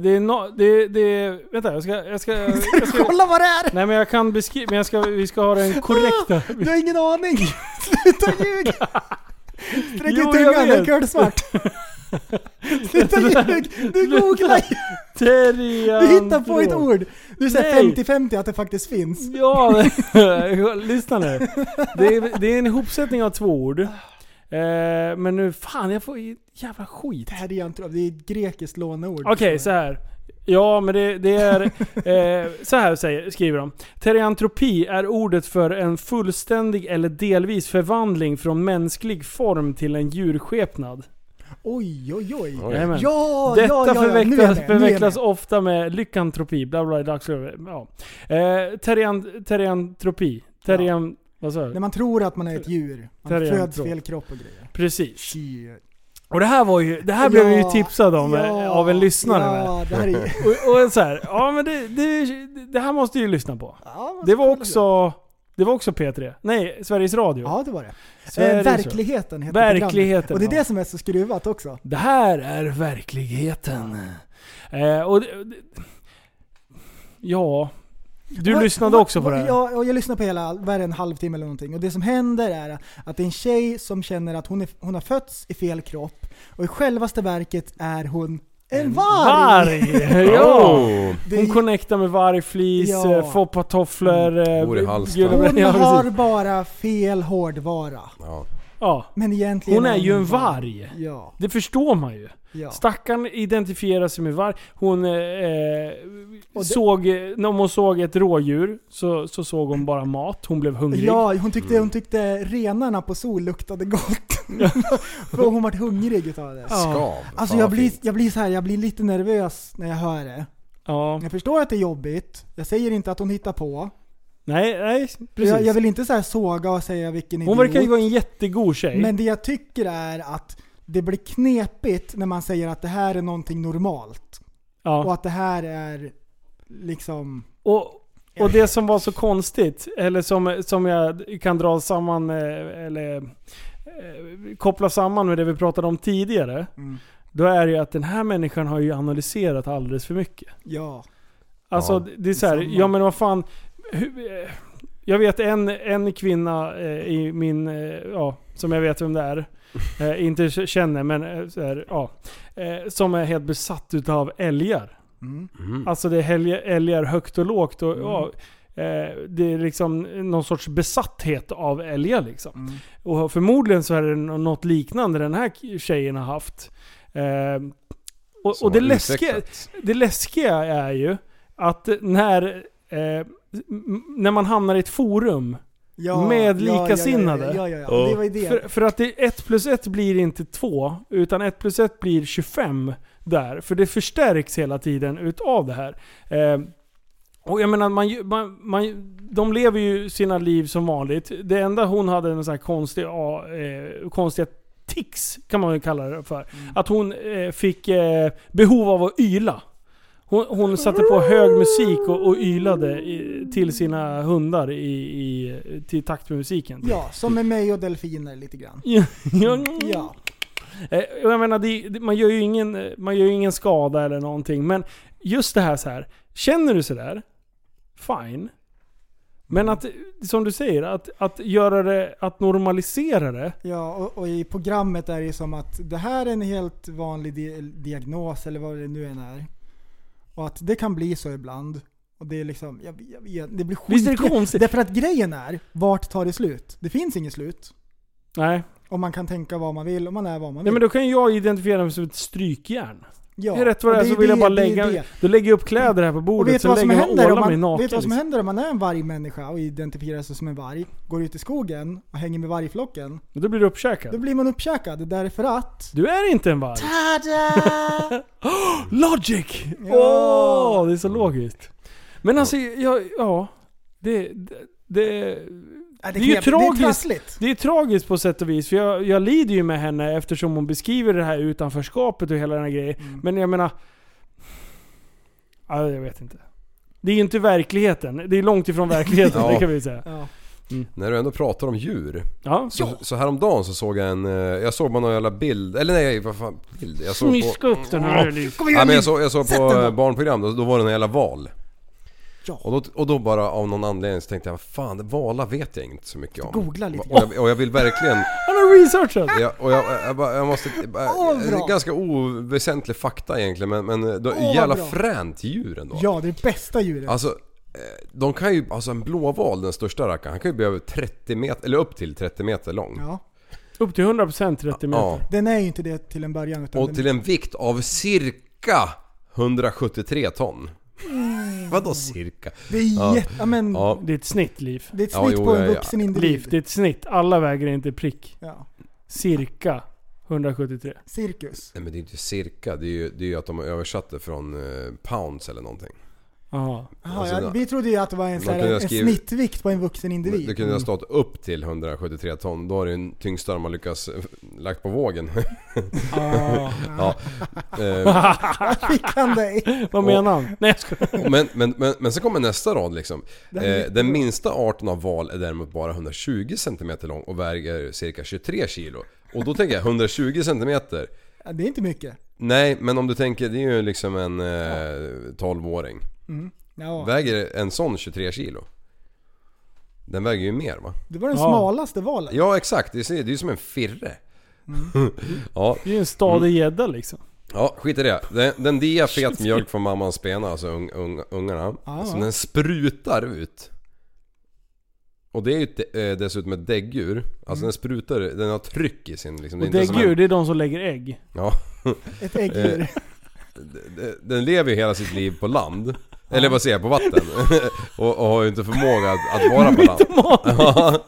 [SPEAKER 4] är vänta, jag ska
[SPEAKER 6] kolla vad det är.
[SPEAKER 4] Nej, men jag kan beskriva, men vi ska ha den korrekta.
[SPEAKER 6] Du har ingen aning. Sluta ljuga. Sträck ut tungan, den är svart. Sluta ljug. Du googlar.
[SPEAKER 4] Teriantrop.
[SPEAKER 6] Du hittar på ett ord. Du säger 50-50 att det faktiskt finns.
[SPEAKER 4] Ja, lyssna nu. Det är en ihopsättning av 2 ord. Men nu, fan, jag får jävla skit.
[SPEAKER 6] Det här det är ett grekiskt låneord.
[SPEAKER 4] Okej, så här. Ja, men det är... så här skriver de. Teriantropi är ordet för en fullständig eller delvis förvandling från mänsklig form till en djurskepnad.
[SPEAKER 6] Oj.
[SPEAKER 4] Detta förväxlas ofta med lyckantropi. Bla bla bla. Ja. Teriantropi. Vad sa du?
[SPEAKER 6] När man tror att man är ett djur. Man föds fel kropp och grejer.
[SPEAKER 4] Precis. Och det här blev ju tipsad om av en lyssnare.
[SPEAKER 6] Ja, det här är...
[SPEAKER 4] och så här, ja men det här måste ju lyssna på. Ja, det var också P3. Nej, Sveriges Radio.
[SPEAKER 6] Ja, det var det. Verkligheten heter programmet. Och det är det som är så skruvat också.
[SPEAKER 4] Det här är verkligheten. Du lyssnade också på det här.
[SPEAKER 6] Ja, och jag lyssnade på hela, en halvtimme eller någonting. Och det som händer är att det är en tjej som känner att hon har fötts i fel kropp. Och i självaste verket är hon en varg!
[SPEAKER 4] Ja! Hon connectar med vargflis, foppatofflor,
[SPEAKER 6] hon har bara fel hårdvara.
[SPEAKER 4] Ja.
[SPEAKER 6] Men egentligen
[SPEAKER 4] hon är ju en varg.
[SPEAKER 6] Ja.
[SPEAKER 4] Det förstår man ju. Ja. Stackarn identifierar sig med varg. Hon när hon såg ett rådjur så såg hon bara mat. Hon blev hungrig.
[SPEAKER 6] Ja, hon tyckte renarna på sol luktade gott. För hon var hungrig utav det.
[SPEAKER 5] Ja.
[SPEAKER 6] Alltså jag blir lite nervös när jag hör det.
[SPEAKER 4] Ja.
[SPEAKER 6] Jag förstår att det är jobbigt. Jag säger inte att hon hittar på.
[SPEAKER 4] Nej, precis.
[SPEAKER 6] Jag vill inte så här såga och säga vilken idiot.
[SPEAKER 4] Hon verkar ju vara en jättegod tjej.
[SPEAKER 6] Men det jag tycker är att det blir knepigt när man säger att det här är någonting normalt. Ja. Och att det här är liksom...
[SPEAKER 4] Och det som var så konstigt, eller som jag kan dra samman eller koppla samman med det vi pratade om tidigare. Då är det ju att den här människan har ju analyserat alldeles för mycket.
[SPEAKER 6] Ja.
[SPEAKER 4] Alltså det är så här, ja men vad fan... Jag vet en kvinna i min, som jag vet vem det är, inte känner, men så här, som är helt besatt utav älgar. Alltså det är älgar högt och lågt och det är liksom någon sorts besatthet av älgar liksom. Och förmodligen så är det något liknande den här tjejen har haft. Och det läskiga är ju att när man hamnar i ett forum med likasinnade.
[SPEAKER 6] Det var det.
[SPEAKER 4] För att 1+1 blir inte 2, utan 1+1 blir 25 där. För det förstärks hela tiden utav det här. Och jag menar, de lever ju sina liv som vanligt. Det enda hon hade en sån här konstiga tics, kan man ju kalla det för. Att hon fick behov av att yla. Hon satte på hög musik och ylade till sina hundar till takt med musiken.
[SPEAKER 6] Ja, som med mig och delfiner lite grann.
[SPEAKER 4] Ja. Jag menar, man gör ju ingen skada eller någonting. Men just det här så här. Känner du så där? Fine. Men att, som du säger, att göra det, att normalisera det.
[SPEAKER 6] Ja, och i programmet är det som att det här är en helt vanlig diagnos eller vad det nu än är. Och att det kan bli så ibland. Och det är liksom, det blir skit.
[SPEAKER 4] Visst är det konstigt?
[SPEAKER 6] Därför att grejen är, vart tar det slut? Det finns inget slut.
[SPEAKER 4] Nej.
[SPEAKER 6] Och man kan tänka vad man vill och man är vad man vill.
[SPEAKER 4] Nej, men då kan jag identifiera mig som ett strykjärn.
[SPEAKER 6] Ja,
[SPEAKER 4] det är rätt vad det är, så vill jag bara lägga... Då lägger jag upp kläder här på bordet, så lägger jag åla mig naken.
[SPEAKER 6] Vet du vad som händer om man är en vargmänniska och identifierar sig som en varg, går ut i skogen och hänger med vargflocken?
[SPEAKER 4] Då blir du uppkäkad.
[SPEAKER 6] Då blir man uppkäkad, därför att...
[SPEAKER 4] Du är inte en varg.
[SPEAKER 6] Tada!
[SPEAKER 4] Logic! Det är så logiskt. Men alltså, det är ju tragiskt. Det är tragiskt på sätt och vis. För jag lider ju med henne eftersom hon beskriver det här utanförskapet och hela den här grejen. Men jag menar... jag vet inte. Det är ju inte verkligheten. Det är långt ifrån verkligheten, det kan vi säga. Ja.
[SPEAKER 5] När du ändå pratar om djur. Så häromdagen så såg jag jag såg någon jävla bild. Eller nej, vad fan bild? Jag såg
[SPEAKER 4] på... upp den här.
[SPEAKER 5] Jag såg på barnprogram. Då var det en jävla val.
[SPEAKER 6] Ja.
[SPEAKER 5] Och då bara av någon anledning så tänkte jag, fan, valar vet jag inte så mycket om.
[SPEAKER 6] Googla lite.
[SPEAKER 5] Och jag vill verkligen...
[SPEAKER 4] Han har researchat!
[SPEAKER 5] Jag måste... ganska oväsentlig fakta egentligen, men jävla fränt djur ändå.
[SPEAKER 6] Ja, det är bästa djuret.
[SPEAKER 5] Alltså, de kan ju... Alltså en blåval, den största rackaren, han kan ju bli över 30 meter, eller upp till 30 meter lång.
[SPEAKER 6] Ja.
[SPEAKER 4] Upp till 100% 30 meter.
[SPEAKER 5] Ja.
[SPEAKER 6] Den är ju inte det till en början. Utan
[SPEAKER 5] och till en vikt av cirka 173 ton. Vadå cirka?
[SPEAKER 6] Det är
[SPEAKER 4] det är ett snitt, Liv.
[SPEAKER 6] Det är ett snitt på en vuxen individ.
[SPEAKER 4] Liv, det är ett snitt. Alla väger inte prick.
[SPEAKER 6] Ja.
[SPEAKER 4] Cirka 173.
[SPEAKER 6] Cirkus.
[SPEAKER 5] Nej, men det är inte cirka. Det är ju att de har översatt det från pounds eller någonting.
[SPEAKER 6] Aha, vi trodde ju att det var en snittvikt på en vuxen individ.
[SPEAKER 5] Det kunde ha stått upp till 173 ton. Då är det en tyngsta de har lyckats lagt på vågen.
[SPEAKER 6] Ja. Fick han dig?
[SPEAKER 4] Vad menar han? Nej, jag ska...
[SPEAKER 5] men så kommer nästa rad liksom. Den minsta arten av val är däremot bara 120 cm lång och väger cirka 23 kilo. Och då tänker jag 120 cm.
[SPEAKER 6] Ja, det är inte mycket.
[SPEAKER 5] Nej, men om du tänker, det är ju liksom en 12-åring.
[SPEAKER 6] Ja.
[SPEAKER 5] Väger en sån 23 kilo? Den väger ju mer, va?
[SPEAKER 6] Det var den smalaste valen.
[SPEAKER 5] Ja, exakt. Det är ju som en firre. Ja.
[SPEAKER 4] Det är ju en stadig gädda liksom.
[SPEAKER 5] Ja, skit i det. Den dia fet mjölk från mammans spena, alltså ungarna. Som den sprutar ut. Och det är ju dessutom ett däggdjur. Alltså den sprutar, den har tryck i sin liksom.
[SPEAKER 4] Och däggdjur, det är de som lägger ägg.
[SPEAKER 5] Ja.
[SPEAKER 6] Ett äggdjur.
[SPEAKER 5] Den lever ju hela sitt liv på land. Eller vad säger jag, på vatten. och har ju inte förmåga att vara på land.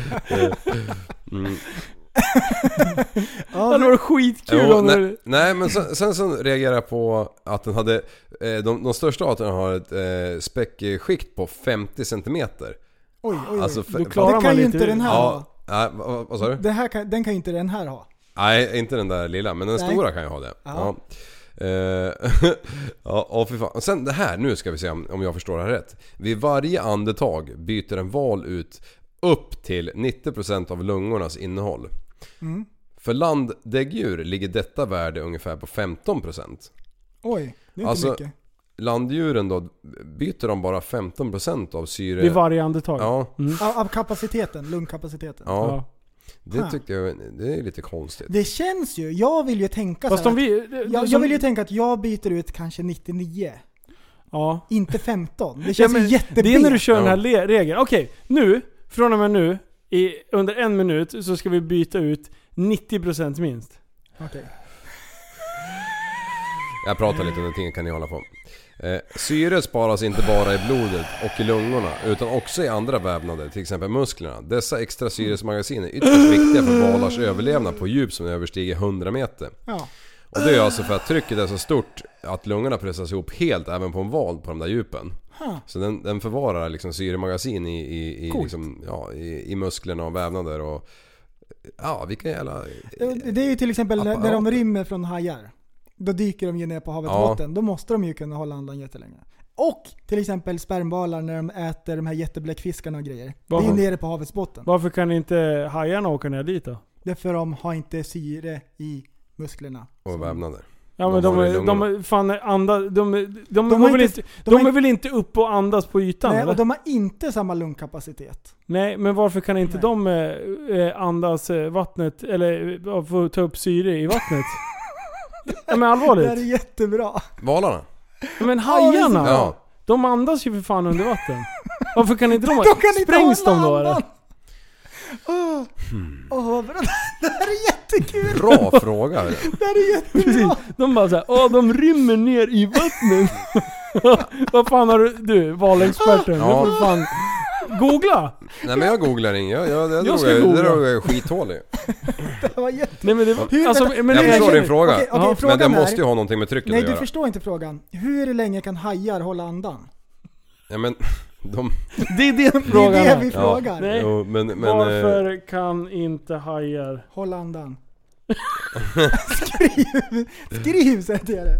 [SPEAKER 4] Ja, det var skitkul.
[SPEAKER 5] Nej, men sen så reagerar jag på att den hade de största arterna har ett späckskikt på 50 centimeter.
[SPEAKER 6] Oj.
[SPEAKER 5] Alltså,
[SPEAKER 6] det kan ju inte den här ha.
[SPEAKER 5] Vad sa du?
[SPEAKER 6] Den kan ju inte den här ha.
[SPEAKER 5] Nej, inte den där lilla, men den stora kan ju ha det. Ja. Ja, för fan. Och sen det här, nu ska vi se om jag förstår det här rätt. Vid varje andetag byter en val ut upp till 90% av lungornas innehåll. För landdäggdjur ligger detta värde ungefär på 15%.
[SPEAKER 6] Oj, det är inte mycket.
[SPEAKER 5] Landdjuren då, byter de bara 15% av syre
[SPEAKER 4] vid varje andetag.
[SPEAKER 5] Ja.
[SPEAKER 6] Av kapaciteten, lungkapaciteten.
[SPEAKER 5] Ja. Det tyckte jag, det är lite konstigt.
[SPEAKER 6] Det känns ju, jag vill ju tänka så här jag vill ju tänka att jag byter ut kanske 99.
[SPEAKER 4] Ja.
[SPEAKER 6] Inte 15. Det känns ju jättebra.
[SPEAKER 4] Det är när du kör den här regeln. Okej, nu, från och med nu, under 1 minut så ska vi byta ut 90% minst.
[SPEAKER 6] Okej.
[SPEAKER 5] Jag pratar lite under tiden, kan ni hålla på. Syre sparas inte bara i blodet och i lungorna utan också i andra vävnader, till exempel musklerna. Dessa extra syresmagasin är ytterst viktiga för valars överlevnad på djup som överstiger 100 meter.
[SPEAKER 6] Ja.
[SPEAKER 5] Och det är alltså för att trycket är så stort att lungorna pressas ihop helt även på en val på de där djupen. Så den förvarar liksom syremagasin i musklerna och vävnader och vilka jävla...
[SPEAKER 6] Det är ju till exempel när de rymmer från hajar. Då dyker de ju ner på havets botten. Då måste de ju kunna hålla andan jättelänge. Och till exempel spermbalar när de äter de här jättebläckfiskarna och grejer. Det är nere på havets botten.
[SPEAKER 4] Varför kan inte hajarna åka ner dit då?
[SPEAKER 6] Därför de har inte syre i musklerna.
[SPEAKER 5] Och vävnader.
[SPEAKER 4] Ja, men de är väl inte upp och andas på ytan?
[SPEAKER 6] Nej,
[SPEAKER 4] eller?
[SPEAKER 6] och de har inte samma lungkapacitet.
[SPEAKER 4] Nej, men varför kan inte de andas vattnet eller få ta upp syre i vattnet? Ja, men allvarligt.
[SPEAKER 6] Det här är jättebra.
[SPEAKER 5] Valarna?
[SPEAKER 4] Ja, men hajarna, de andas ju för fan under vatten. Varför kan inte de sprängs de då eller?
[SPEAKER 6] Det här är jättekul.
[SPEAKER 5] Bra fråga.
[SPEAKER 6] Det här är jättebra.
[SPEAKER 4] Precis. De bara såhär, de rymmer ner i vattnet. Vad fan har du valexperten?
[SPEAKER 5] Ja.
[SPEAKER 4] Du får fan googla.
[SPEAKER 5] Nej, men jag googlar inte. Jag drog jag skithål i.
[SPEAKER 6] Det var
[SPEAKER 4] Nej, men det var,
[SPEAKER 5] jag förstår din fråga.
[SPEAKER 6] Okej,
[SPEAKER 5] men det måste ju ha någonting med trycket att göra.
[SPEAKER 6] Nej, du förstår inte frågan. Hur länge kan hajar hålla andan?
[SPEAKER 5] Ja, men
[SPEAKER 4] det är din fråga.
[SPEAKER 6] Det är det vi frågar.
[SPEAKER 4] Nej.
[SPEAKER 5] Jo, men
[SPEAKER 4] varför kan inte hajar
[SPEAKER 6] hålla andan? Skriv så att det.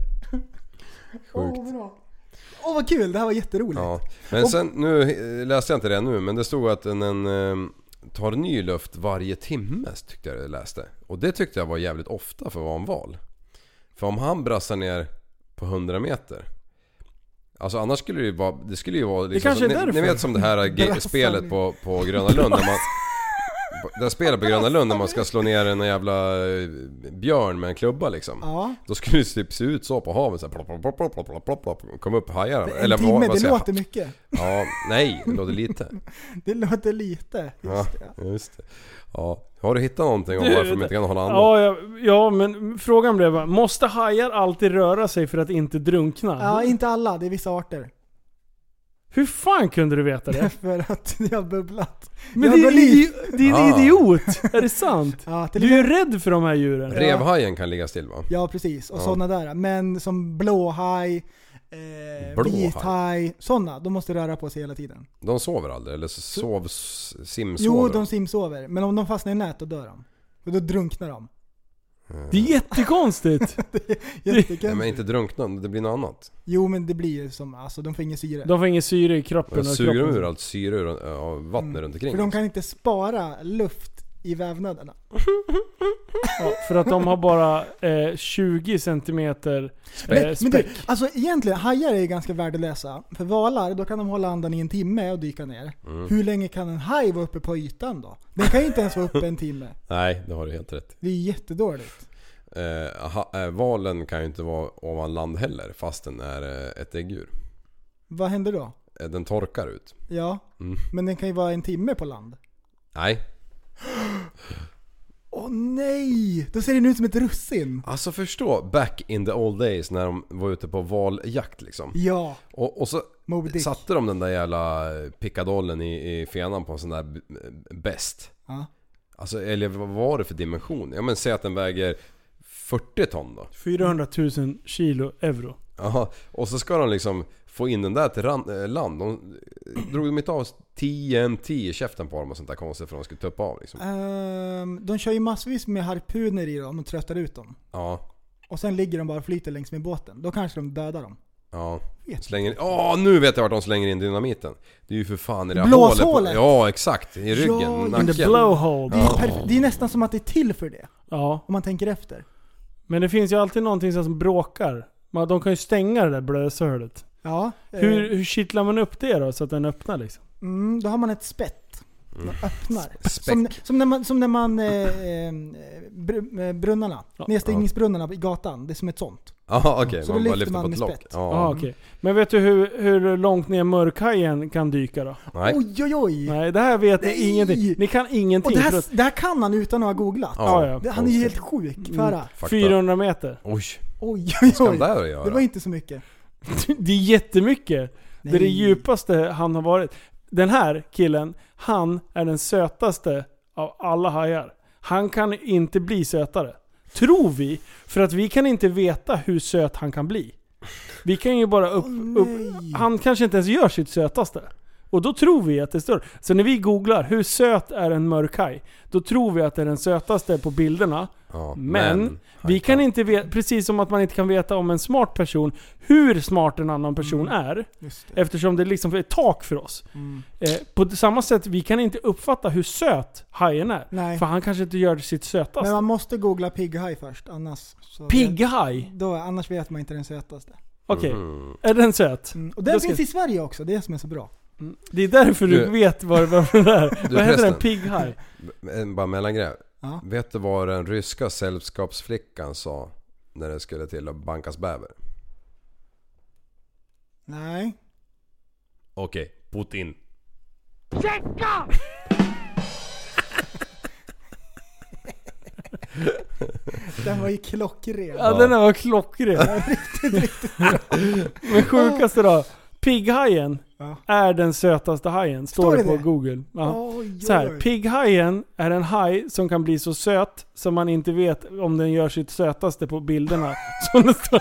[SPEAKER 6] Åh, vad kul, det här var jätteroligt.
[SPEAKER 5] Ja. Men sen, nu läste jag inte det nu, men det stod att den tar ny luft varje timme, tyckte jag läste. Och det tyckte jag var jävligt ofta för att vara en val. För om han brassar ner på 100 meter, Alltså annars skulle det ju vara... Det skulle ju vara
[SPEAKER 4] liksom,
[SPEAKER 5] det ni vet som det här spelet på Gröna Lund när man... Det spelar på Gröna Lund när man ska slå ner en jävla björn med en klubba liksom.
[SPEAKER 6] Ja.
[SPEAKER 5] Då skulle det typ se ut så på havet så här, kom upp hajar.
[SPEAKER 6] En timme, det låter mycket.
[SPEAKER 5] Ja, nej, det låter lite.
[SPEAKER 6] Det låter lite.
[SPEAKER 5] Just det. Ja, har du hittat någonting om varför man inte kan hålla andan?
[SPEAKER 4] Ja, men frågan blev, måste hajar alltid röra sig för att inte drunkna?
[SPEAKER 6] Ja, inte alla, det är vissa arter.
[SPEAKER 4] Hur fan kunde du veta det?
[SPEAKER 6] För att jag har bubblat.
[SPEAKER 4] Men det är en idiot. Är det sant? Ja, du är rädd för de här djuren.
[SPEAKER 5] Revhajen kan ligga still, va?
[SPEAKER 6] Ja, precis. Och sådana där. Men som blåhaj, vithaj, sådana, de måste röra på sig hela tiden.
[SPEAKER 5] De sover aldrig? Eller simsover?
[SPEAKER 6] Jo, de simsover. Men om de fastnar i nät, då dör de. Och då drunknar de.
[SPEAKER 4] Det är jättekonstigt.
[SPEAKER 5] Nej, men inte drunkna, det blir något annat.
[SPEAKER 6] Jo, men det blir som, alltså de får ingen syre.
[SPEAKER 4] De får ingen syre i kroppen.
[SPEAKER 5] Men suger de ur allt syre av vattnet runt omkring?
[SPEAKER 6] För de kan inte spara luft i vävnaderna.
[SPEAKER 4] Ja, för att de har bara 20 centimeter späck.
[SPEAKER 6] Men du, alltså egentligen, hajar är ganska värdelösa. För valar, då kan de hålla andan i en timme och dyka ner. Hur länge kan en haj vara uppe på ytan då? Den kan ju inte ens vara uppe en timme.
[SPEAKER 5] Nej, det har du helt rätt.
[SPEAKER 6] Det är jättedåligt.
[SPEAKER 5] Valen kan ju inte vara ovan land heller, fast den är ett äggdjur.
[SPEAKER 6] Vad händer då?
[SPEAKER 5] Den torkar ut.
[SPEAKER 6] Ja, men den kan ju vara en timme på land.
[SPEAKER 5] Nej.
[SPEAKER 6] Åh nej! Då ser den ut som ett russin.
[SPEAKER 5] Alltså förstå, back in the old days när de var ute på valjakt liksom.
[SPEAKER 6] Ja.
[SPEAKER 5] Och så satte de den där jävla pickadollen i fenan på en sån där bäst.
[SPEAKER 6] Ja.
[SPEAKER 5] Alltså, eller vad var det för dimension? Ja, men säg att den väger 40 ton då.
[SPEAKER 4] 400 000 kilo euro.
[SPEAKER 5] Jaha, och så ska de liksom få in den där till land. De drog de inte av 10 MT i käften på dem och sånt där konstigt för att de skulle tuppa av liksom.
[SPEAKER 6] De kör ju massvis med harpuner i dem och tröttar ut dem.
[SPEAKER 5] Ja.
[SPEAKER 6] Och sen ligger de bara och flyter längs med båten. Då kanske de dödar dem.
[SPEAKER 5] Ja. Nu vet jag vart de slänger in dynamiten. Det är ju för fan i det
[SPEAKER 6] blåshålet.
[SPEAKER 5] Ja, exakt. I ryggen, nacken.
[SPEAKER 4] In the blowhole.
[SPEAKER 6] Det är nästan som att det är till för det.
[SPEAKER 4] Ja.
[SPEAKER 6] Om man tänker efter.
[SPEAKER 4] Men det finns ju alltid någonting som bråkar. De kan ju stänga det där blöshålet.
[SPEAKER 6] Ja.
[SPEAKER 4] Hur kittlar man upp det då så att den öppnar liksom?
[SPEAKER 6] Då har man ett spett. Öppnar. Som när man brunnarna. Nedstigningsbrunnarna i gatan. Det är som ett sånt.
[SPEAKER 5] Ja, okej.
[SPEAKER 6] Så då lyfter man med spett.
[SPEAKER 4] Okej. Men vet du hur långt ner mörkhajen kan dyka då?
[SPEAKER 5] Nej.
[SPEAKER 6] Oj.
[SPEAKER 4] Nej, det här vet ni ingenting. Ni kan ingenting.
[SPEAKER 6] Och det här kan han utan att ha googlat.
[SPEAKER 4] Ja.
[SPEAKER 6] Han är ju helt sjuk.
[SPEAKER 4] 400 meter.
[SPEAKER 5] Oj.
[SPEAKER 6] Ska där göra? Det var inte så mycket.
[SPEAKER 4] Det är jättemycket. Nej. Det är det djupaste han har varit. Den här killen, han är den sötaste av alla hajar. Han kan inte bli sötare. Tror vi. För att vi kan inte veta hur söt han kan bli. Vi kan ju bara han kanske inte ens gör sitt sötaste. Och då tror vi att det står. Så när vi googlar hur söt är en mörkhaj, då tror vi att det är den sötaste på bilderna.
[SPEAKER 5] Ja,
[SPEAKER 4] men vi kan inte veta, precis som att man inte kan veta om en smart person hur smart en annan person är. Eftersom det liksom är ett tak för oss. På samma sätt, vi kan inte uppfatta hur söt hajen är.
[SPEAKER 6] Nej.
[SPEAKER 4] För han kanske inte gör sitt sötaste.
[SPEAKER 6] Men man måste googla pigghaj först.
[SPEAKER 4] Pigghaj?
[SPEAKER 6] Annars vet man inte den sötaste.
[SPEAKER 4] Okej. Är den söt?
[SPEAKER 6] Och den finns i Sverige också, det är som är så bra.
[SPEAKER 4] Det är därför du vet vad det är. Vad heter den? Pigghaj?
[SPEAKER 5] Bara mellangrej.
[SPEAKER 6] Ja.
[SPEAKER 5] Vet du vad den ryska sällskapsflickan sa när det skulle till att bankas bäver?
[SPEAKER 6] Nej.
[SPEAKER 5] Okej, Putin.
[SPEAKER 13] Checka!
[SPEAKER 6] Den var ju klockren.
[SPEAKER 4] Ja, den var klockren.
[SPEAKER 6] Riktigt bra.
[SPEAKER 4] Men sjukaste då. Pigghajen är den sötaste hajen. Står det på Google. Så här, pigghajen är en haj som kan bli så söt som man inte vet om den gör sitt sötaste på bilderna. Som det står.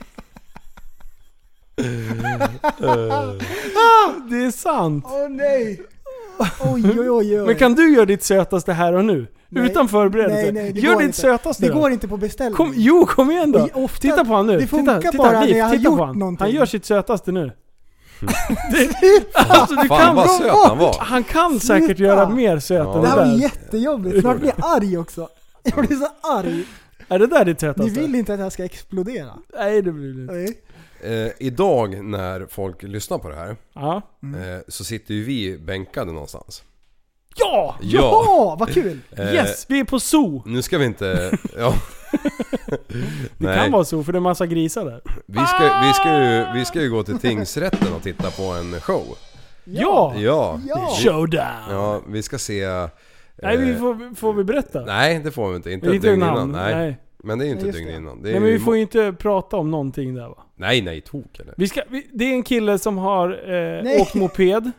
[SPEAKER 4] Det är sant.
[SPEAKER 6] Åh nej. Oj.
[SPEAKER 4] Men kan du göra ditt sötaste här och nu?
[SPEAKER 6] Nej.
[SPEAKER 4] Utan förberedelse.
[SPEAKER 6] Nej,
[SPEAKER 4] gör ditt sötaste
[SPEAKER 6] det
[SPEAKER 4] då.
[SPEAKER 6] går inte på beställning.
[SPEAKER 4] Kom igen då. Titta på han nu.
[SPEAKER 6] Det funkar bara när jag har gjort någonting.
[SPEAKER 4] Han gör sitt sötaste nu.
[SPEAKER 5] Alltså, fan vad söt han var.
[SPEAKER 4] Han kan säkert göra mer söt än
[SPEAKER 6] det
[SPEAKER 4] det
[SPEAKER 6] där.
[SPEAKER 4] där.
[SPEAKER 6] Det var jättejobbigt. Snart blir jag arg också. Jag blir så arg.
[SPEAKER 4] Är det där ditt sötaste?
[SPEAKER 6] Ni vill inte att jag ska explodera.
[SPEAKER 4] Nej, det blir det inte.
[SPEAKER 5] Idag när folk lyssnar på det här så sitter ju vi bänkade någonstans.
[SPEAKER 4] Ja, vad kul! Yes, vi är på zoo.
[SPEAKER 5] Nu ska vi inte... Ja.
[SPEAKER 4] Det kan vara så, för det är massa grisar där.
[SPEAKER 5] Vi ska ju gå till tingsrätten och titta på en show.
[SPEAKER 4] Ja. Showdown.
[SPEAKER 5] Ja, vi ska se...
[SPEAKER 4] Nej, får vi berätta?
[SPEAKER 5] Nej, det får vi inte. Inte ett dygn innan. Nej. Men det är ju inte ett dygn innan.
[SPEAKER 4] Nej, men vi får ju inte prata om någonting där, va?
[SPEAKER 5] Nej, tok eller?
[SPEAKER 4] Det är en kille som har åkt moped.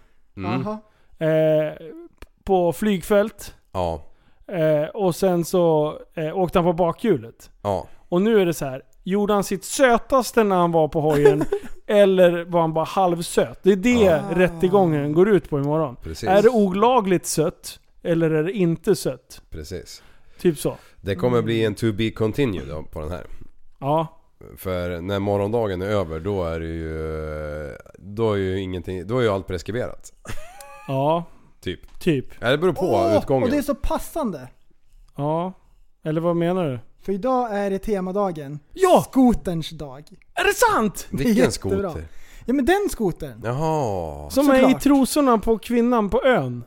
[SPEAKER 4] På flygfält.
[SPEAKER 5] Ja.
[SPEAKER 4] Och sen så åkte han på bakhjulet.
[SPEAKER 5] Ja.
[SPEAKER 4] Och nu är det så här. Gjorde han sitt sötaste när han var på hojen eller var han bara halvsöt? Det är det rättegången går ut på imorgon.
[SPEAKER 5] Precis.
[SPEAKER 4] Är det olagligt sött eller är det inte sött?
[SPEAKER 5] Precis.
[SPEAKER 4] Typ så.
[SPEAKER 5] Det kommer bli en to be continued på den här.
[SPEAKER 4] Ja.
[SPEAKER 5] För när morgondagen är över då är det ju... Då är ju ingenting... Då är ju allt preskriberat.
[SPEAKER 4] Ja.
[SPEAKER 5] Typ.
[SPEAKER 4] Ja,
[SPEAKER 5] det beror på utgången.
[SPEAKER 6] Och det är så passande.
[SPEAKER 4] Ja. Eller vad menar du?
[SPEAKER 6] För idag är det temadagen.
[SPEAKER 4] Ja!
[SPEAKER 6] Skoterns dag.
[SPEAKER 4] Är det sant?
[SPEAKER 5] Vilken skoter?
[SPEAKER 6] Ja, men den skotern.
[SPEAKER 5] Jaha.
[SPEAKER 4] Som är i trosorna på kvinnan på ön.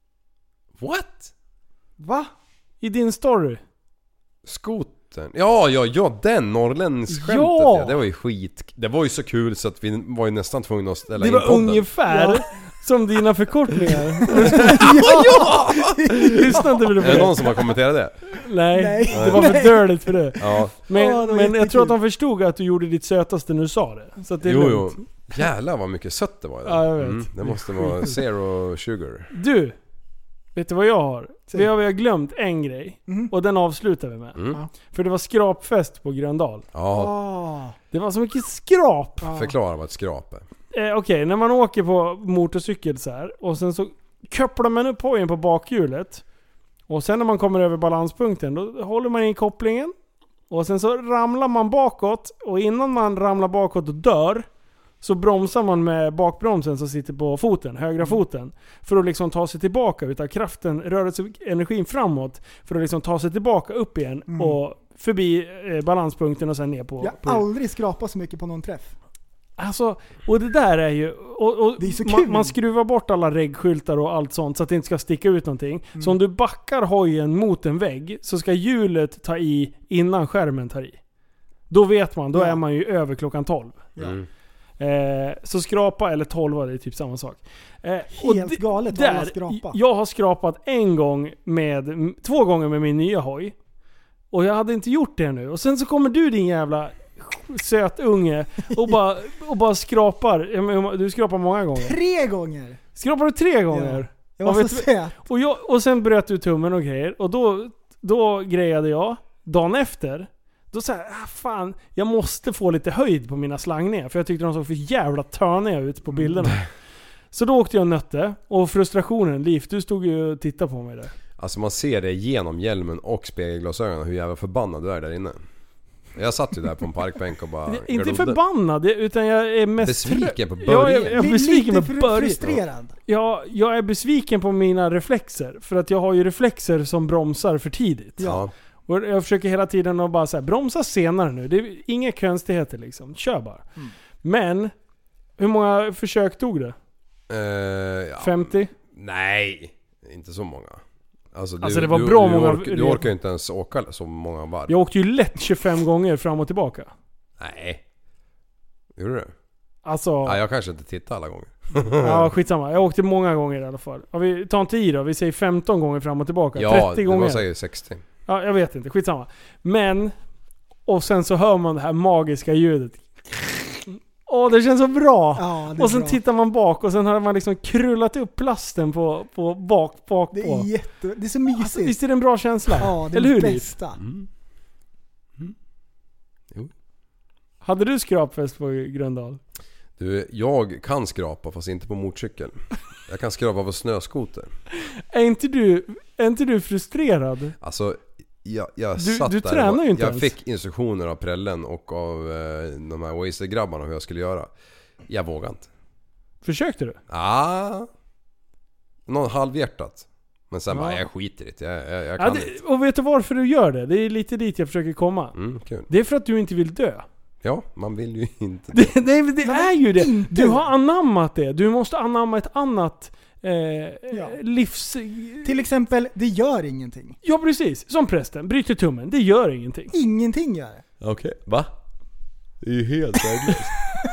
[SPEAKER 5] What?
[SPEAKER 6] Va?
[SPEAKER 4] I din story.
[SPEAKER 5] Skotern. Ja, den norrländsk-skämtet. Ja. Det var ju skit. Det var ju så kul så att vi var ju nästan tvungna att ställa in podden.
[SPEAKER 4] Det var ungefär som dina förkortningar.
[SPEAKER 6] Ja!
[SPEAKER 4] Lyssnade du på det?
[SPEAKER 5] Är det någon som har kommenterat det?
[SPEAKER 4] Nej. Det var för dörligt för det.
[SPEAKER 5] Ja.
[SPEAKER 4] Men jag tror att de förstod att du gjorde ditt sötaste när du sa det. Så att det är lugnt.
[SPEAKER 5] Jävlar vad mycket sött det var.
[SPEAKER 4] Ja, jag vet.
[SPEAKER 5] Det måste vara zero sugar.
[SPEAKER 4] Du, vet du vad jag har? Vi har glömt en grej. Och den avslutar vi med. För det var skrapfest på Gröndal.
[SPEAKER 5] Ja.
[SPEAKER 4] Det var så mycket skrap.
[SPEAKER 5] Förklara vad ett skrap är.
[SPEAKER 4] Okej, när man åker på motorcykel så här, och sen så kopplar man upp hojen på bakhjulet. Och sen när man kommer över balanspunkten, då håller man in kopplingen. Och sen så ramlar man bakåt. Och innan man ramlar bakåt och dör, så bromsar man med bakbromsen som sitter på foten, högra foten. För att liksom ta sig tillbaka utav kraften, rörelseenergin framåt. För att liksom ta sig tillbaka upp igen och förbi balanspunkten och sen ner på...
[SPEAKER 6] Jag har aldrig skrapat så mycket på någon träff.
[SPEAKER 4] Alltså, och det där är ju... Och
[SPEAKER 6] det är så kul.
[SPEAKER 4] Man skruvar bort alla reggskyltar och allt sånt så att det inte ska sticka ut någonting. Så om du backar hojen mot en vägg så ska hjulet ta i innan skärmen tar i. Då vet man, då är man ju över klockan 12. Så skrapa eller 12, det är typ samma sak.
[SPEAKER 6] Helt galet vad man skrapa.
[SPEAKER 4] Jag har skrapat 2 gånger med min nya hoj. Och jag hade inte gjort det nu. Och sen så kommer du, din jävla söt unge, och bara skrapar. Du skrapar många gånger.
[SPEAKER 6] 3 gånger.
[SPEAKER 4] Skrapar du 3 gånger?
[SPEAKER 6] Jag var så söt.
[SPEAKER 4] Och sen bröt du tummen och grejer. Och då grejade jag dagen efter. Då sa jag, fan, jag måste få lite höjd på mina slangningar. För jag tyckte de såg för jävla törniga ut på bilderna. Så då åkte jag och nötte. Och frustrationen, Liv, du stod ju och tittade på mig där.
[SPEAKER 5] Alltså man ser det genom hjälmen och spegelglasögonen hur jävla förbannad du är där inne. Jag satt ju där på en parkbänk och bara...
[SPEAKER 4] Inte förbannad, utan jag är mest...
[SPEAKER 5] Besviken på början.
[SPEAKER 4] Jag är besviken på början.
[SPEAKER 6] Frustrerad.
[SPEAKER 4] Ja, jag är besviken på mina reflexer. För att jag har ju reflexer som bromsar för tidigt.
[SPEAKER 5] Ja.
[SPEAKER 4] Och jag försöker hela tiden att bara så här, bromsa senare nu. Det är inga konstigheter liksom. Kör bara. Men, hur många försök tog det? 50?
[SPEAKER 5] Nej, inte så många. Alltså
[SPEAKER 4] det var bra många...
[SPEAKER 5] Du orkar ju inte ens åka så många varv.
[SPEAKER 4] Jag åkte ju lätt 25 gånger fram och tillbaka.
[SPEAKER 5] Nej. Gjorde du?
[SPEAKER 4] Alltså...
[SPEAKER 5] Ja, jag kanske inte tittar alla gånger.
[SPEAKER 4] Ja, skitsamma. Jag åkte många gånger i alla fall. Vi tar inte i då. Vi säger 15 gånger fram och tillbaka.
[SPEAKER 5] Ja,
[SPEAKER 4] 30 gånger.
[SPEAKER 5] Ja, det var säkert 60.
[SPEAKER 4] Ja, jag vet inte. Skitsamma. Men... Och sen så hör man det här magiska ljudet. Det känns så bra. Ja, och sen tittar man bak och sen har man liksom krullat upp plasten på bak på.
[SPEAKER 6] Det är så mysigt. Alltså,
[SPEAKER 4] visst är det en bra känsla?
[SPEAKER 6] Ja, det är
[SPEAKER 4] eller hur,
[SPEAKER 6] bästa.
[SPEAKER 5] Jo.
[SPEAKER 4] Hade du skrapfest på Gröndal?
[SPEAKER 5] Du, jag kan skrapa fast inte på motorcykel. Jag kan skrapa på snöskoter.
[SPEAKER 4] Är inte du frustrerad?
[SPEAKER 5] Alltså jag satt
[SPEAKER 4] du
[SPEAKER 5] där
[SPEAKER 4] tränar ju inte
[SPEAKER 5] jag
[SPEAKER 4] ens.
[SPEAKER 5] fick instruktioner av Prellen och av de här Waster-grabbarna hur jag skulle göra. Jag vågade inte.
[SPEAKER 4] Försökte du?
[SPEAKER 5] Ja. Någon halvhjärtat. Men sen bara, jag skiter i det. Jag kan inte.
[SPEAKER 4] Och vet du varför du gör det? Det är lite dit jag försöker komma.
[SPEAKER 5] Kul.
[SPEAKER 4] Det är för att du inte vill dö.
[SPEAKER 5] Ja, man vill ju inte
[SPEAKER 4] det är ju det. Inte. Du har anammat det. Du måste anamma ett annat livs...
[SPEAKER 6] Till exempel, det gör ingenting.
[SPEAKER 4] Ja, precis. Som prästen. Bryter tummen. Det gör ingenting.
[SPEAKER 6] Ingenting gör det.
[SPEAKER 5] Okej, va? Det är ju helt väglöst.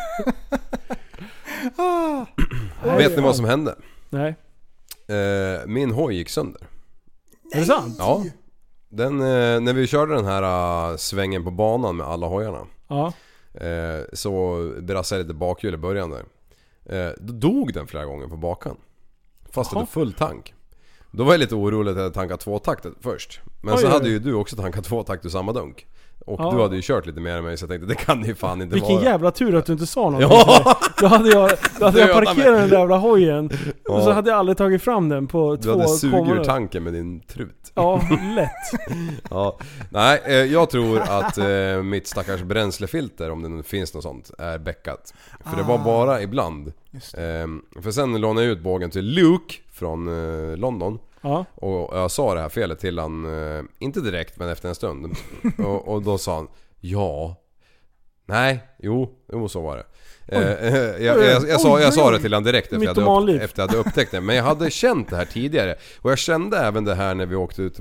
[SPEAKER 5] Vet ni vad som hände?
[SPEAKER 4] Nej.
[SPEAKER 5] Min hoj gick sönder.
[SPEAKER 4] Är det sant?
[SPEAKER 5] Ja. Den, när vi körde den här svängen på banan med alla hojarna.
[SPEAKER 4] Ja.
[SPEAKER 5] Så brassade lite bakhjul i början där. Då dog den flera gånger på bakan. Fast det hade full tank. Då var jag lite orolig att jag hade tankat 2-taktet först. Men så hade ju du också tankat 2-takt i samma dunk. Och du hade ju kört lite mer än mig, så jag tänkte det kan ju fan inte
[SPEAKER 4] Vilken
[SPEAKER 5] vara.
[SPEAKER 4] jävla tur att du inte sa något. Ja. Då hade jag parkerat den jävla hojen. Och så hade jag aldrig tagit fram den på 2
[SPEAKER 5] Du hade sugit ur tanken med din trut.
[SPEAKER 4] Ja, lätt.
[SPEAKER 5] Ja. Nej, jag tror att mitt stackars bränslefilter, om det nu finns något sånt, är bäckat. För det var bara ibland. För sen lånade jag ut bågen till Luke från London.
[SPEAKER 4] Ja.
[SPEAKER 5] Och jag sa det här felet till han, inte direkt men efter en stund. och då sa han, jo, så var det. Jag sa det till han direkt efter jag hade upptäckt det. Men jag hade känt det här tidigare. Och jag kände även det här när vi åkte ut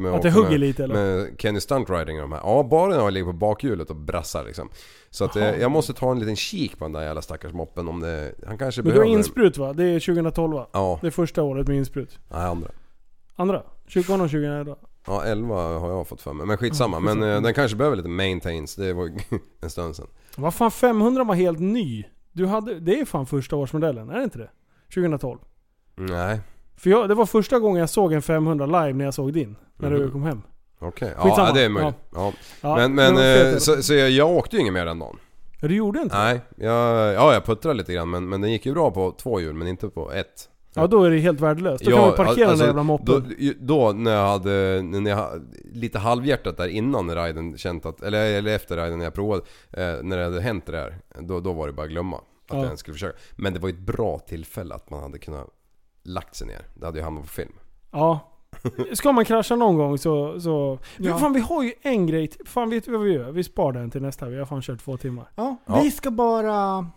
[SPEAKER 5] med Kenny Stunt Riding och de här. Ja, bara när jag ligger på bakhjulet och brassar liksom. Så att jag måste ta en liten kik på den där jävla stackars moppen om det, han kanske behöver.
[SPEAKER 4] Men du har insprut, va? Det är 2012, va?
[SPEAKER 5] Ja.
[SPEAKER 4] Det är första året med insprut.
[SPEAKER 5] Nej,
[SPEAKER 4] Andra? 20 och 2011?
[SPEAKER 5] Ja, 11 har jag fått för mig. Men skitsamma. Men den kanske behöver lite maintains. Det var en stund sedan.
[SPEAKER 4] Vad fan, 500 var helt ny. Det är fan första årsmodellen, är det inte det? 2012?
[SPEAKER 5] Nej.
[SPEAKER 4] För det var första gången jag såg en 500 live när jag såg din. När du kom hem.
[SPEAKER 5] Okej. Ja, det är möjligt. Ja. Men så jag åkte ju inget mer den dagen.
[SPEAKER 4] Du gjorde inte?
[SPEAKER 5] Nej. Jag puttrade lite grann. Men den gick ju bra på 2 hjul, men inte på 1.
[SPEAKER 4] Ja, då är det helt värdelöst. Då kan vi parkera den jävla moppen.
[SPEAKER 5] Då när jag hade lite halvhjärtat där innan riden känt att, eller efter riden när jag provade, när det hade hänt det där, då var det bara att glömma att jag skulle försöka. Men det var ett bra tillfälle att man hade kunnat lagt sig ner. Det hade ju hamnat på film.
[SPEAKER 4] Ja. Ska man krascha någon gång så... Ja. Fan, vi har ju en grej. Fan, vet du vad vi gör? Vi sparar den till nästa. Vi har fan kört 2 timmar.
[SPEAKER 6] Ja. Vi ska bara...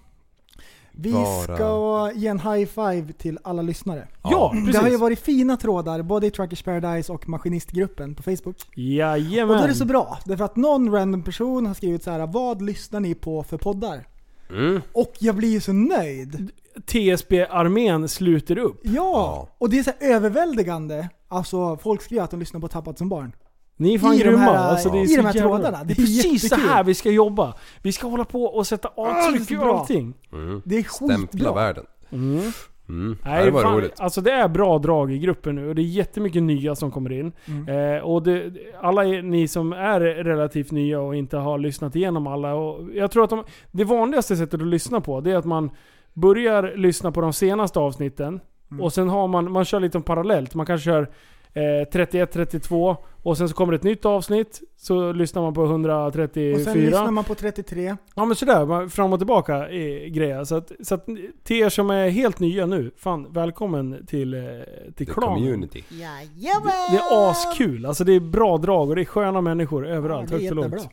[SPEAKER 6] Vi ska ge en high five till alla lyssnare.
[SPEAKER 4] Ja, precis.
[SPEAKER 6] Det har ju varit fina trådar både i Truckers Paradise och Maskinistgruppen på Facebook.
[SPEAKER 4] Jajamän.
[SPEAKER 6] Och då är det så bra. Därför att någon random person har skrivit så här: vad lyssnar ni på för poddar? Och jag blir ju så nöjd.
[SPEAKER 4] TSB-armén sluter upp.
[SPEAKER 6] Ja, och det är så överväldigande. Alltså, folk skriver att de lyssnar på Tappat som barn.
[SPEAKER 4] Ni är fan grymma. Alltså, det är
[SPEAKER 6] i de här trådarna.
[SPEAKER 4] Det är precis så här vi ska jobba. Vi ska hålla på och sätta avtryck och allting.
[SPEAKER 6] Det är skitbra.
[SPEAKER 5] Stämpla världen.
[SPEAKER 4] Nej, det var roligt. Alltså det är bra drag i gruppen nu. Och det är jättemycket nya som kommer in. Och alla ni som är relativt nya och inte har lyssnat igenom alla. Och jag tror att det vanligaste sättet att lyssna på, det är att man börjar lyssna på de senaste avsnitten. Och sen har man kör lite parallellt. Man kanske kör 31, 32 och sen så kommer ett nytt avsnitt, så lyssnar man på 134
[SPEAKER 6] och sen lyssnar man på 33.
[SPEAKER 4] Ja, men sådär, fram och tillbaka är grejer. Så att till er som är helt nya nu, fan, välkommen till klan.
[SPEAKER 5] Community.
[SPEAKER 4] Det är askul, alltså det är bra drag och det är sköna människor överallt, högt och lågt.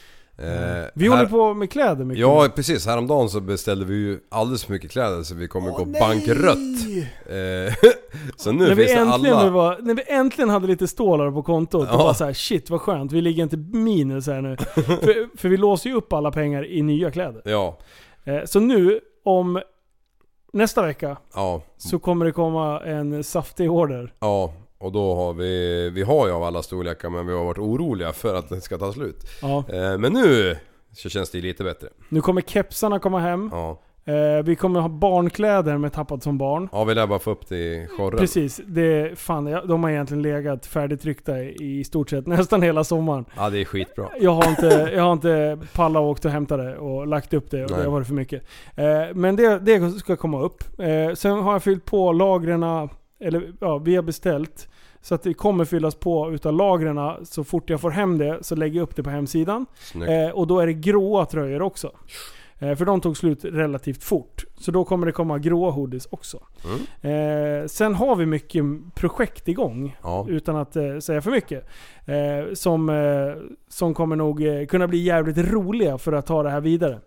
[SPEAKER 4] Vi håller på med kläder mycket.
[SPEAKER 5] Ja, precis. Häromdagen så beställde vi ju alldeles för mycket kläder så vi kommer gå bankrött. Så nu finns det alla...
[SPEAKER 4] När vi äntligen hade lite stålar på kontot och bara så här, shit vad skönt, vi ligger inte minus här nu. för vi låser ju upp alla pengar i nya kläder.
[SPEAKER 5] Ja.
[SPEAKER 4] Så nu, om nästa vecka så kommer det komma en saftig order.
[SPEAKER 5] Ja. Och då har vi har ju av alla storlekar, men vi har varit oroliga för att det ska ta slut.
[SPEAKER 4] Ja.
[SPEAKER 5] Men nu så känns det lite bättre.
[SPEAKER 4] Nu kommer kepsarna komma hem.
[SPEAKER 5] Ja.
[SPEAKER 4] Vi kommer ha barnkläder med Tappat som barn.
[SPEAKER 5] Ja, vi lär bara få upp det i skorren.
[SPEAKER 4] Precis, de har egentligen legat färdigtryckta i stort sett nästan hela sommaren.
[SPEAKER 5] Ja, det är skitbra.
[SPEAKER 4] Jag har inte pallat och åkt och hämtat det och lagt upp det, och det har varit för mycket. Men det ska komma upp. Sen har jag fyllt på lagren, eller vi har beställt, så att det kommer fyllas på utav lagren. Så fort jag får hem det så lägger jag upp det på hemsidan. Och då är det gråa tröjor också. För de tog slut relativt fort. Så då kommer det komma gråa hoodies också. Sen har vi mycket projekt igång. Utan att säga för mycket. Som kommer nog kunna bli jävligt roliga för att ta det här vidare.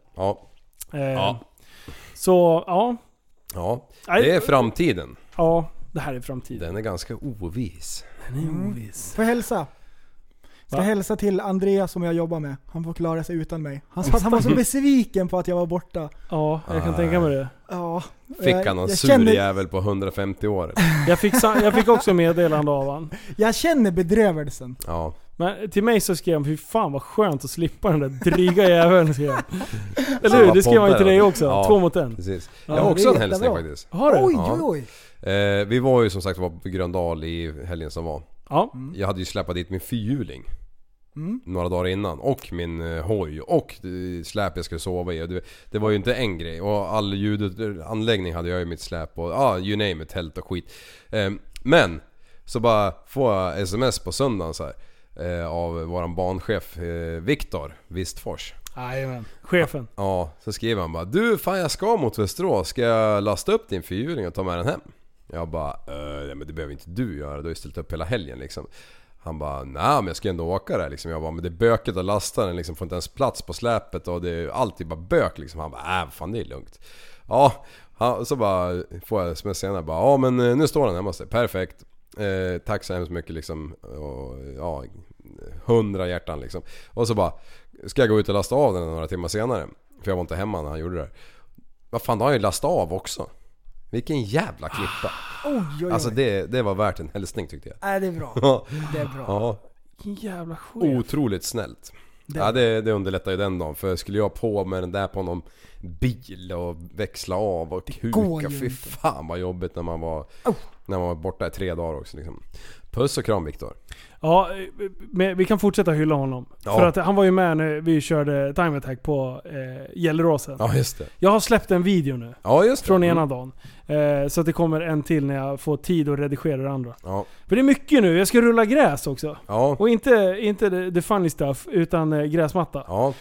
[SPEAKER 4] Så
[SPEAKER 5] Ja, det är framtiden.
[SPEAKER 4] Ja, det här är framtiden.
[SPEAKER 5] Den är ganska ovis.
[SPEAKER 6] Får hälsa. Ska hälsa till Andreas som jag jobbar med. Han får klara sig utan mig. Han sa att han var så besviken på att jag var borta.
[SPEAKER 4] Ja, jag kan tänka mig det.
[SPEAKER 6] Ja.
[SPEAKER 5] Fick han någon sur jävel på 150 år?
[SPEAKER 4] Jag fick också meddelande av han.
[SPEAKER 6] Jag känner bedrövelsen.
[SPEAKER 5] Ja.
[SPEAKER 4] Men till mig så skrev han, fy fan vad skönt att slippa den där dryga jäveln. Eller hur? Det skrev han till dig också. Ja, 2 mot 1.
[SPEAKER 5] Precis. Jag har också en hälsning faktiskt.
[SPEAKER 4] Har du?
[SPEAKER 6] Oj.
[SPEAKER 5] Vi var ju som sagt på Gröndal i helgen som var.
[SPEAKER 4] Ja.
[SPEAKER 5] Jag hade ju släppt dit min fyrhjuling några dagar innan. Och min hoj. Och släp jag skulle sova i. Det var ju inte en grej. Och all ljudanläggning hade jag i mitt släp. Och you name it, tält och skit. Men så bara får jag sms på söndagen så här, av våran banchef Viktor Wistfors.
[SPEAKER 4] Jajamän, chefen.
[SPEAKER 5] Ja, så skriver han bara: du, fan jag ska mot Västerås. Ska jag lasta upp din fyrhjuling och ta med den hem? Jag bara, men det behöver inte du göra. Du har ju ställt upp hela helgen liksom. Han bara, nej men jag ska ändå åka där liksom. Jag bara, men det är böket att lasta den liksom. Får inte ens plats på släpet. Och det är alltid bara bök liksom. Han bara, fan det är lugnt. Ja, så bara får jag sms senare. Ja men nu står den hemma. Perfekt. Tack så hemskt mycket liksom. Och, ja, 100 hjärtan liksom. Och så bara, ska jag gå ut och lasta av den några timmar senare. För jag var inte hemma när han gjorde det. Vad fan, då har jag ju lastat av också. Vilken jävla klippa.
[SPEAKER 6] Oj.
[SPEAKER 5] Alltså det var värt en hälsning tyckte jag.
[SPEAKER 6] Det är bra. Det är bra.
[SPEAKER 5] Ja.
[SPEAKER 4] Vilken jävla chef.
[SPEAKER 5] Otroligt snällt. Ja, det underlättar ju den dagen. För skulle jag på med den där på någon bil och växla av och kuka, fy fan vad jobbigt när man var borta i 3 dagar också liksom. Puss och kram Viktor.
[SPEAKER 4] Ja, men vi kan fortsätta hylla honom. Ja. För att han var ju med när vi körde Time Attack på Gelleråsen.
[SPEAKER 5] Ja, just det.
[SPEAKER 4] Jag har släppt en video nu.
[SPEAKER 5] Ja, just det.
[SPEAKER 4] Från ena dagen. Så att det kommer en till när jag får tid att redigera det andra.
[SPEAKER 5] Ja.
[SPEAKER 4] För det är mycket nu. Jag ska rulla gräs också.
[SPEAKER 5] Ja.
[SPEAKER 4] Och inte the funny stuff, utan gräsmatta.
[SPEAKER 5] Ja.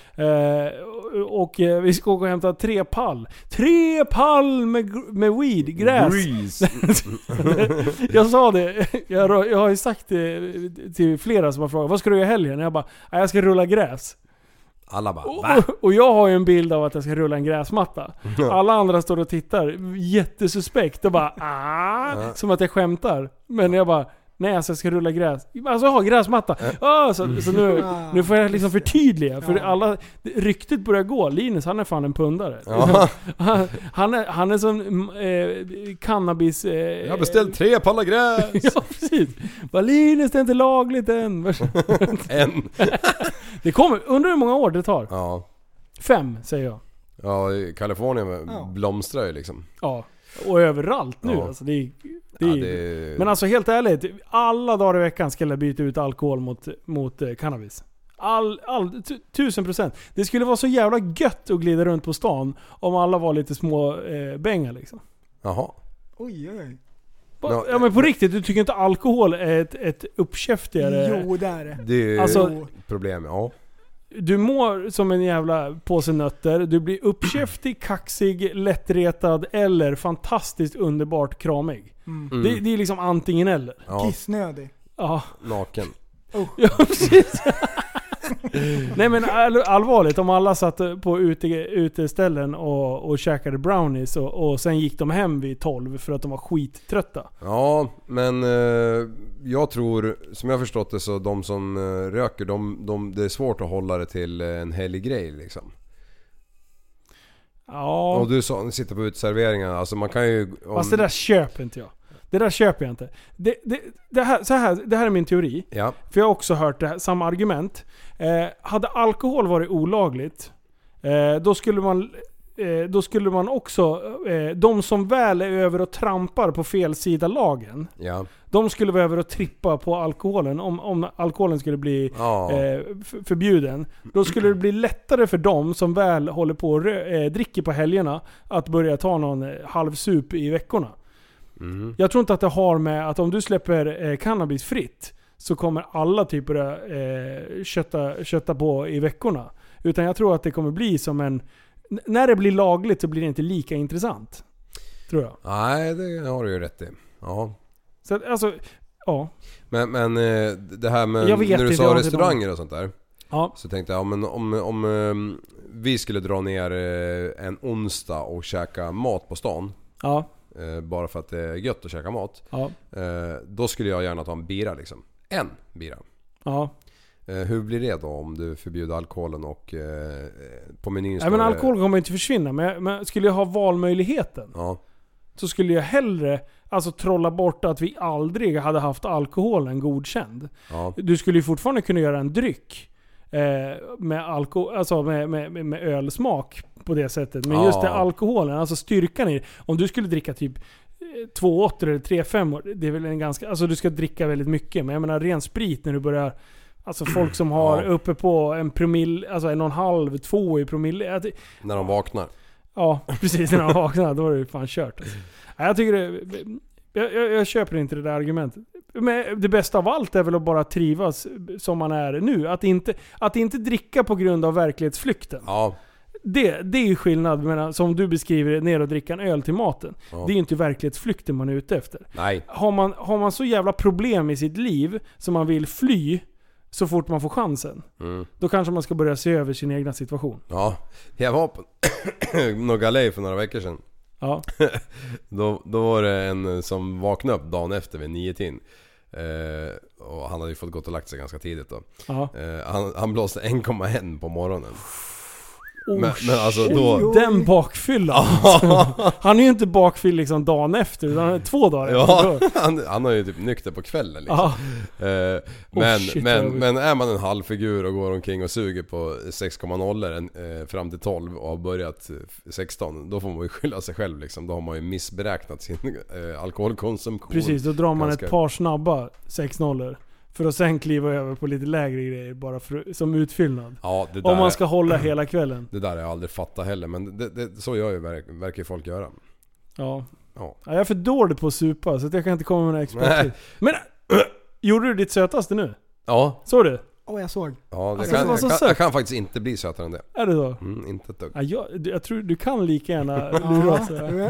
[SPEAKER 4] Och vi ska gå och hämta 3 pall. 3 pall med weed, gräs. Jag sa det. Jag har ju sagt det till flera som har frågat, vad ska du göra i helgen? Jag bara, jag ska rulla gräs.
[SPEAKER 5] Alla bara,
[SPEAKER 4] och jag har ju en bild av att jag ska rulla en gräsmatta. Alla andra står och tittar jättesuspekt och bara som att jag skämtar. Men jag bara, nej alltså jag ska rulla gräs. Alltså jag har gräsmatta. Så nu får jag liksom förtydliga. För alla, ryktet börjar gå. Linus, han är fan en pundare. Han är som cannabis...
[SPEAKER 5] jag har beställt 3 pallar gräs.
[SPEAKER 4] Ja, precis. Linus, det är inte lagligt än.
[SPEAKER 5] Än.
[SPEAKER 4] Det kommer, undrar hur många år det tar.
[SPEAKER 5] Ja.
[SPEAKER 4] 5, säger jag.
[SPEAKER 5] Ja, i Kalifornien blomstrar ju liksom.
[SPEAKER 4] Ja, och överallt nu.
[SPEAKER 5] Ja.
[SPEAKER 4] Alltså, Men alltså helt ärligt, alla dagar i veckan ska jag byta ut alkohol mot cannabis. 1000%. Det skulle vara så jävla gött att glida runt på stan om alla var lite små bängar liksom.
[SPEAKER 5] Jaha.
[SPEAKER 6] Oj.
[SPEAKER 4] Ja men på riktigt, du tycker inte alkohol är ett uppkäftigare...
[SPEAKER 6] Jo, det är det.
[SPEAKER 5] Det är alltså, problem, ja.
[SPEAKER 4] Du mår som en jävla påse nötter. Du blir uppkäftig, kaxig, lättretad eller fantastiskt underbart kramig. Det är liksom antingen eller.
[SPEAKER 5] Ja.
[SPEAKER 6] Kissnödig.
[SPEAKER 4] Ja.
[SPEAKER 5] Naken.
[SPEAKER 4] Ja, precis. Nej men allvarligt, om alla satt på uteställen och käkade brownies och sen gick de hem vid 12 för att de var skittrötta.
[SPEAKER 5] Ja, men jag tror, som jag har förstått det, så de som röker, det är svårt att hålla det till en helig grej liksom. Ja. Och du sitter på utserveringar, alltså man kan ju...
[SPEAKER 4] Fast det där köper inte jag. Det där köper jag inte. Det här är min teori.
[SPEAKER 5] Ja.
[SPEAKER 4] För jag har också hört samma argument. Hade alkohol varit olagligt, då skulle man också... de som väl är över och trampar på fel sida lagen, de skulle vara över och trippa på alkoholen. Om alkoholen skulle bli förbjuden, då skulle det bli lättare för dem som väl håller på och dricker på helgerna att börja ta någon halvsup i veckorna. Jag tror inte att det har med att om du släpper cannabis fritt så kommer alla typer kötta på i veckorna. Utan jag tror att det kommer bli som när det blir lagligt så blir det inte lika intressant. Tror jag.
[SPEAKER 5] Nej, det har du ju rätt i. Ja.
[SPEAKER 4] Så att, alltså, ja.
[SPEAKER 5] Men det här med när du sa restauranger och sånt där. Ja. Så tänkte jag, men om vi skulle dra ner en onsdag och käka mat på stan. Ja. Bara för att det är gött att käka mat. Ja. Då skulle jag gärna ta en bira liksom. En bira. Ja. Hur blir det då om du förbjuder alkoholen och på menyn står...
[SPEAKER 4] Nej, men alkohol kommer inte försvinna. Men skulle jag ha valmöjligheten, så skulle jag hellre trolla bort att vi aldrig hade haft alkoholen godkänd. Ja. Du skulle ju fortfarande kunna göra en dryck med alkohol, alltså med ölsmak på det sättet. Men just det alkoholen, alltså styrkan i, om du skulle dricka typ 2,8 eller 3,5, det är väl en ganska, alltså du ska dricka väldigt mycket. Men jag menar ren sprit när du börjar, alltså folk som har uppe på 1 promille, alltså 1,5, 2 i promille.
[SPEAKER 5] När de vaknar.
[SPEAKER 4] Ja, precis, när de vaknar, då är det fan kört. Alltså. Jag tycker jag köper inte det där argumentet. Men det bästa av allt är väl att bara trivas som man är nu. Att inte dricka på grund av verklighetsflykten. Ja. Det är ju skillnad mellan, som du beskriver, ner och dricka en öl till maten. Ja. Det är ju inte verklighetsflykten man är ute efter.
[SPEAKER 5] Nej.
[SPEAKER 4] Har man så jävla problem i sitt liv som man vill fly så fort man får chansen, då kanske man ska börja se över sin egna situation.
[SPEAKER 5] Ja, jag var på Nogalej för några veckor sedan. Ja. då var det en som vaknade upp dagen efter vid 9-tiden. Och han hade ju fått gått och lagt sig ganska tidigt då. Han blåste 1,1 på morgonen. Men alltså då...
[SPEAKER 4] Den bakfyllan. Han är ju inte bakfyll liksom dagen efter, utan 2 dagar efter.
[SPEAKER 5] Han har ju typ nykter på kvällen liksom. Men är man en halvfigur och går omkring och suger på 6,0 fram till 12 och har börjat 16, då får man ju skylla sig själv liksom. Då har man ju missberäknat sin alkoholkonsumtion.
[SPEAKER 4] Precis, då drar man ett par snabba 6,0 för att sen kliva över på lite lägre grejer bara som utfyllnad. Ja, det där om man ska hålla hela kvällen.
[SPEAKER 5] Det där har jag aldrig fattat heller, men så gör ju verkar folk göra.
[SPEAKER 4] Ja. Jag är för dålig på att supa så att jag kan inte komma med några experter. Men gjorde du ditt sötaste nu?
[SPEAKER 5] Ja.
[SPEAKER 4] Såg du?
[SPEAKER 6] Jag såg.
[SPEAKER 5] Ja, jag kan faktiskt inte bli sötare än det.
[SPEAKER 4] Är det så?
[SPEAKER 5] Inte ett dugg.
[SPEAKER 4] Jag tror du kan lika gärna lura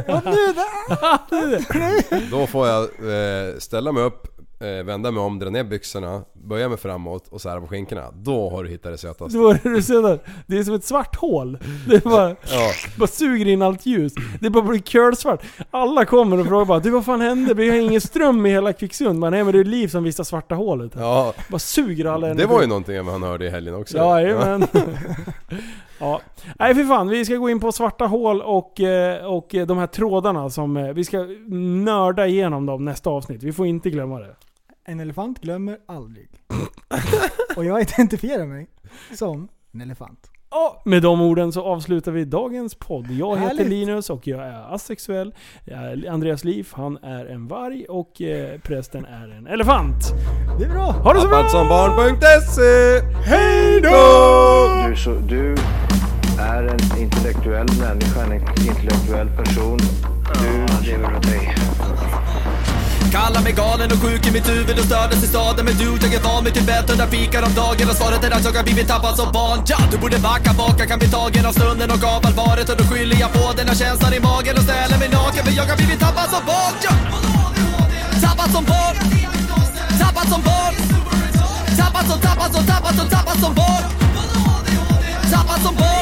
[SPEAKER 4] sig.
[SPEAKER 5] Då får jag ställa mig upp, vända mig om, dra ner byxorna, böja mig framåt och så här på skinkorna. Då har du hittat det sötaste.
[SPEAKER 4] Då är det sötaste. Det är som ett svart hål. Det är bara suger in allt ljus. Det är bara blir kölsvart. Alla kommer och frågar bara, du vad fan hände? Vi har ingen ström i hela Kvicksund. Men det är liv som visar svarta hålet. Ja. Bara suger alla energi.
[SPEAKER 5] Det var ju någonting man hörde i helgen också.
[SPEAKER 4] Ja, men ja. Nej för fan, vi ska gå in på svarta hål och de här trådarna som vi ska nörda igenom dem nästa avsnitt. Vi får inte glömma det.
[SPEAKER 6] En elefant glömmer aldrig. Och jag identifierar mig som en elefant.
[SPEAKER 4] Med de orden så avslutar vi dagens podd. Jag heter Linus och jag är asexuell. Andreas Liv, han är en varg och prästen är en elefant.
[SPEAKER 6] Det är bra.
[SPEAKER 4] Ha det så bra!
[SPEAKER 5] Appatsombarn.se. Hej då!
[SPEAKER 1] Du är en intellektuell människa, en intellektuell person. Du lever med dig.
[SPEAKER 2] Kallar mig galen och sjuk i mitt huvud och stördes i staden. Men du, jag är van vid Tibet under fikar om dagen. Och svaret är att jag har blivit tappad som barn. Ja, du borde backa bak, jag kan bli tagen av stunden och av allvaret. Och då skyller jag på den här känslan i magen och ställer mig naken. För jag har blivit tappad som barn. Ja. Tappad som barn. Tappad som barn. Tappad som barn. Tappad som barn. Tappad som barn.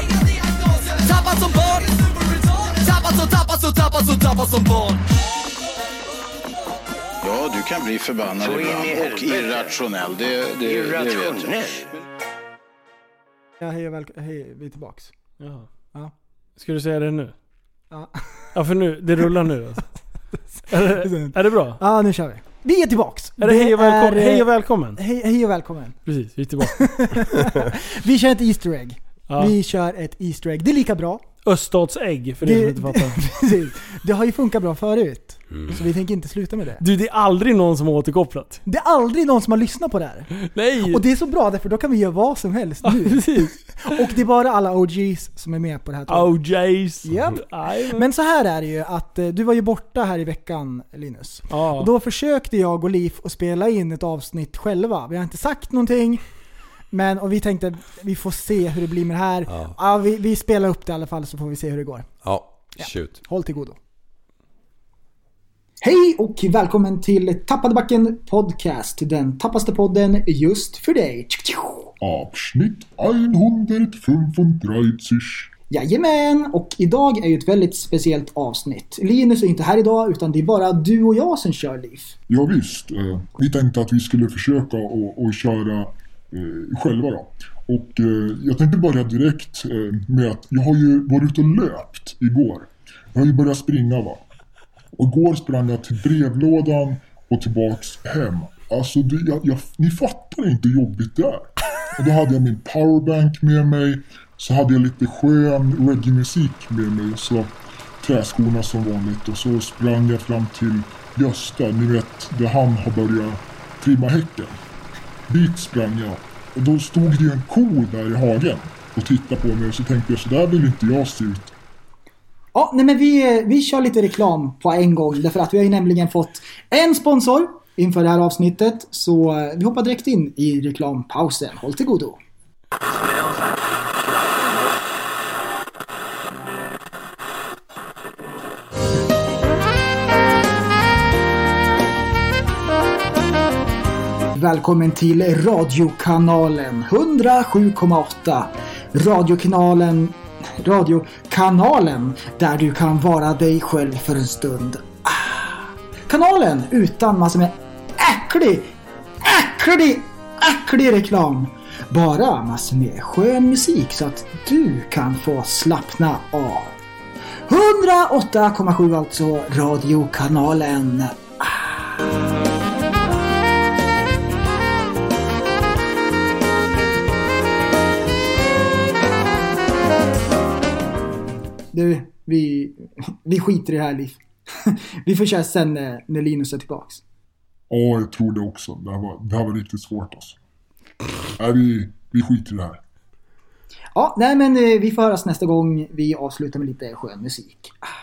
[SPEAKER 2] Tappad som barn.
[SPEAKER 3] Ja, du kan bli förbannad ibland och irrationell. Det vet jag.
[SPEAKER 6] Ja, hej, vi är tillbaks.
[SPEAKER 4] Jaha. Ja. Ska du säga det nu?
[SPEAKER 6] Ja.
[SPEAKER 4] Ja, för nu, det rullar nu alltså. Är det bra?
[SPEAKER 6] Ja, nu kör vi. Vi är tillbaks.
[SPEAKER 4] Är det hej och välkommen?
[SPEAKER 6] Hej och välkommen.
[SPEAKER 4] Precis, vi är tillbaka.
[SPEAKER 6] Vi kör ett Easter egg. Ja. Vi kör ett Easter egg. Det är lika bra.
[SPEAKER 4] Öststatsägg för det som inte fattar.
[SPEAKER 6] Precis. Det har ju funkat bra förut. Så vi tänker inte sluta med det.
[SPEAKER 4] Du, det är aldrig någon som har återkopplat.
[SPEAKER 6] Det är aldrig någon som har lyssnat på det här.
[SPEAKER 4] Nej.
[SPEAKER 6] Och det är så bra därför då kan vi göra vad som helst nu.
[SPEAKER 4] Ja, precis.
[SPEAKER 6] Och det är bara alla OGs som är med på det här.
[SPEAKER 4] OGs.
[SPEAKER 6] Yep. Men så här är det ju att du var ju borta här i veckan, Linus. Och då försökte jag och Liv att spela in ett avsnitt själva. Vi har inte sagt någonting. Men och vi tänkte vi får se hur det blir med det här. Ja, vi spelar upp det i alla fall så får vi se hur det går.
[SPEAKER 5] Ja, shoot.
[SPEAKER 6] Håll till godo. Hej och välkommen till Tappade backen podcast, den tappaste podden just för dig.
[SPEAKER 15] Avsnitt 135.
[SPEAKER 6] Jajamän, och idag är ju ett väldigt speciellt avsnitt. Linus är inte här idag utan det är bara du och jag som kör, Liv.
[SPEAKER 15] Ja visst, vi tänkte att vi skulle försöka och köra själva då. Och jag tänkte börja direkt med att jag har ju varit ute och löpt igår. Jag har ju börjat springa va. Och igår sprang jag till brevlådan och tillbaks hem. Alltså ni fattar inte hur jobbigt det är. Och då hade jag min powerbank med mig. Så hade jag lite skön reggae-musik med mig. Så träskorna som vanligt. Och så sprang jag fram till Gösta. Ni vet, där han har börjat trimma häcken. Dit sprang jag. Och då stod det ju en ko där i hagen. Och tittade på mig. Och så tänkte jag, så där vill inte jag se ut.
[SPEAKER 6] Ja, nej men vi kör lite reklam på en gång. Därför att vi har ju nämligen fått en sponsor inför det här avsnittet. Så vi hoppar direkt in i reklampausen. Håll till godo. Välkommen till radiokanalen 107,8. Radiokanalen där du kan vara dig själv för en stund. Kanalen utan massor med äcklig reklam. Bara massor med skön musik så att du kan få slappna av. 108,7 alltså, radiokanalen. Du, vi skiter i det här, Liv. Vi får köra sen när Linus är tillbaks.
[SPEAKER 15] Ja, jag tror det också. Det här var riktigt svårt alltså. Nej, vi skiter i det här.
[SPEAKER 6] Ja, nej men vi får höras nästa gång vi avslutar med lite skön musik.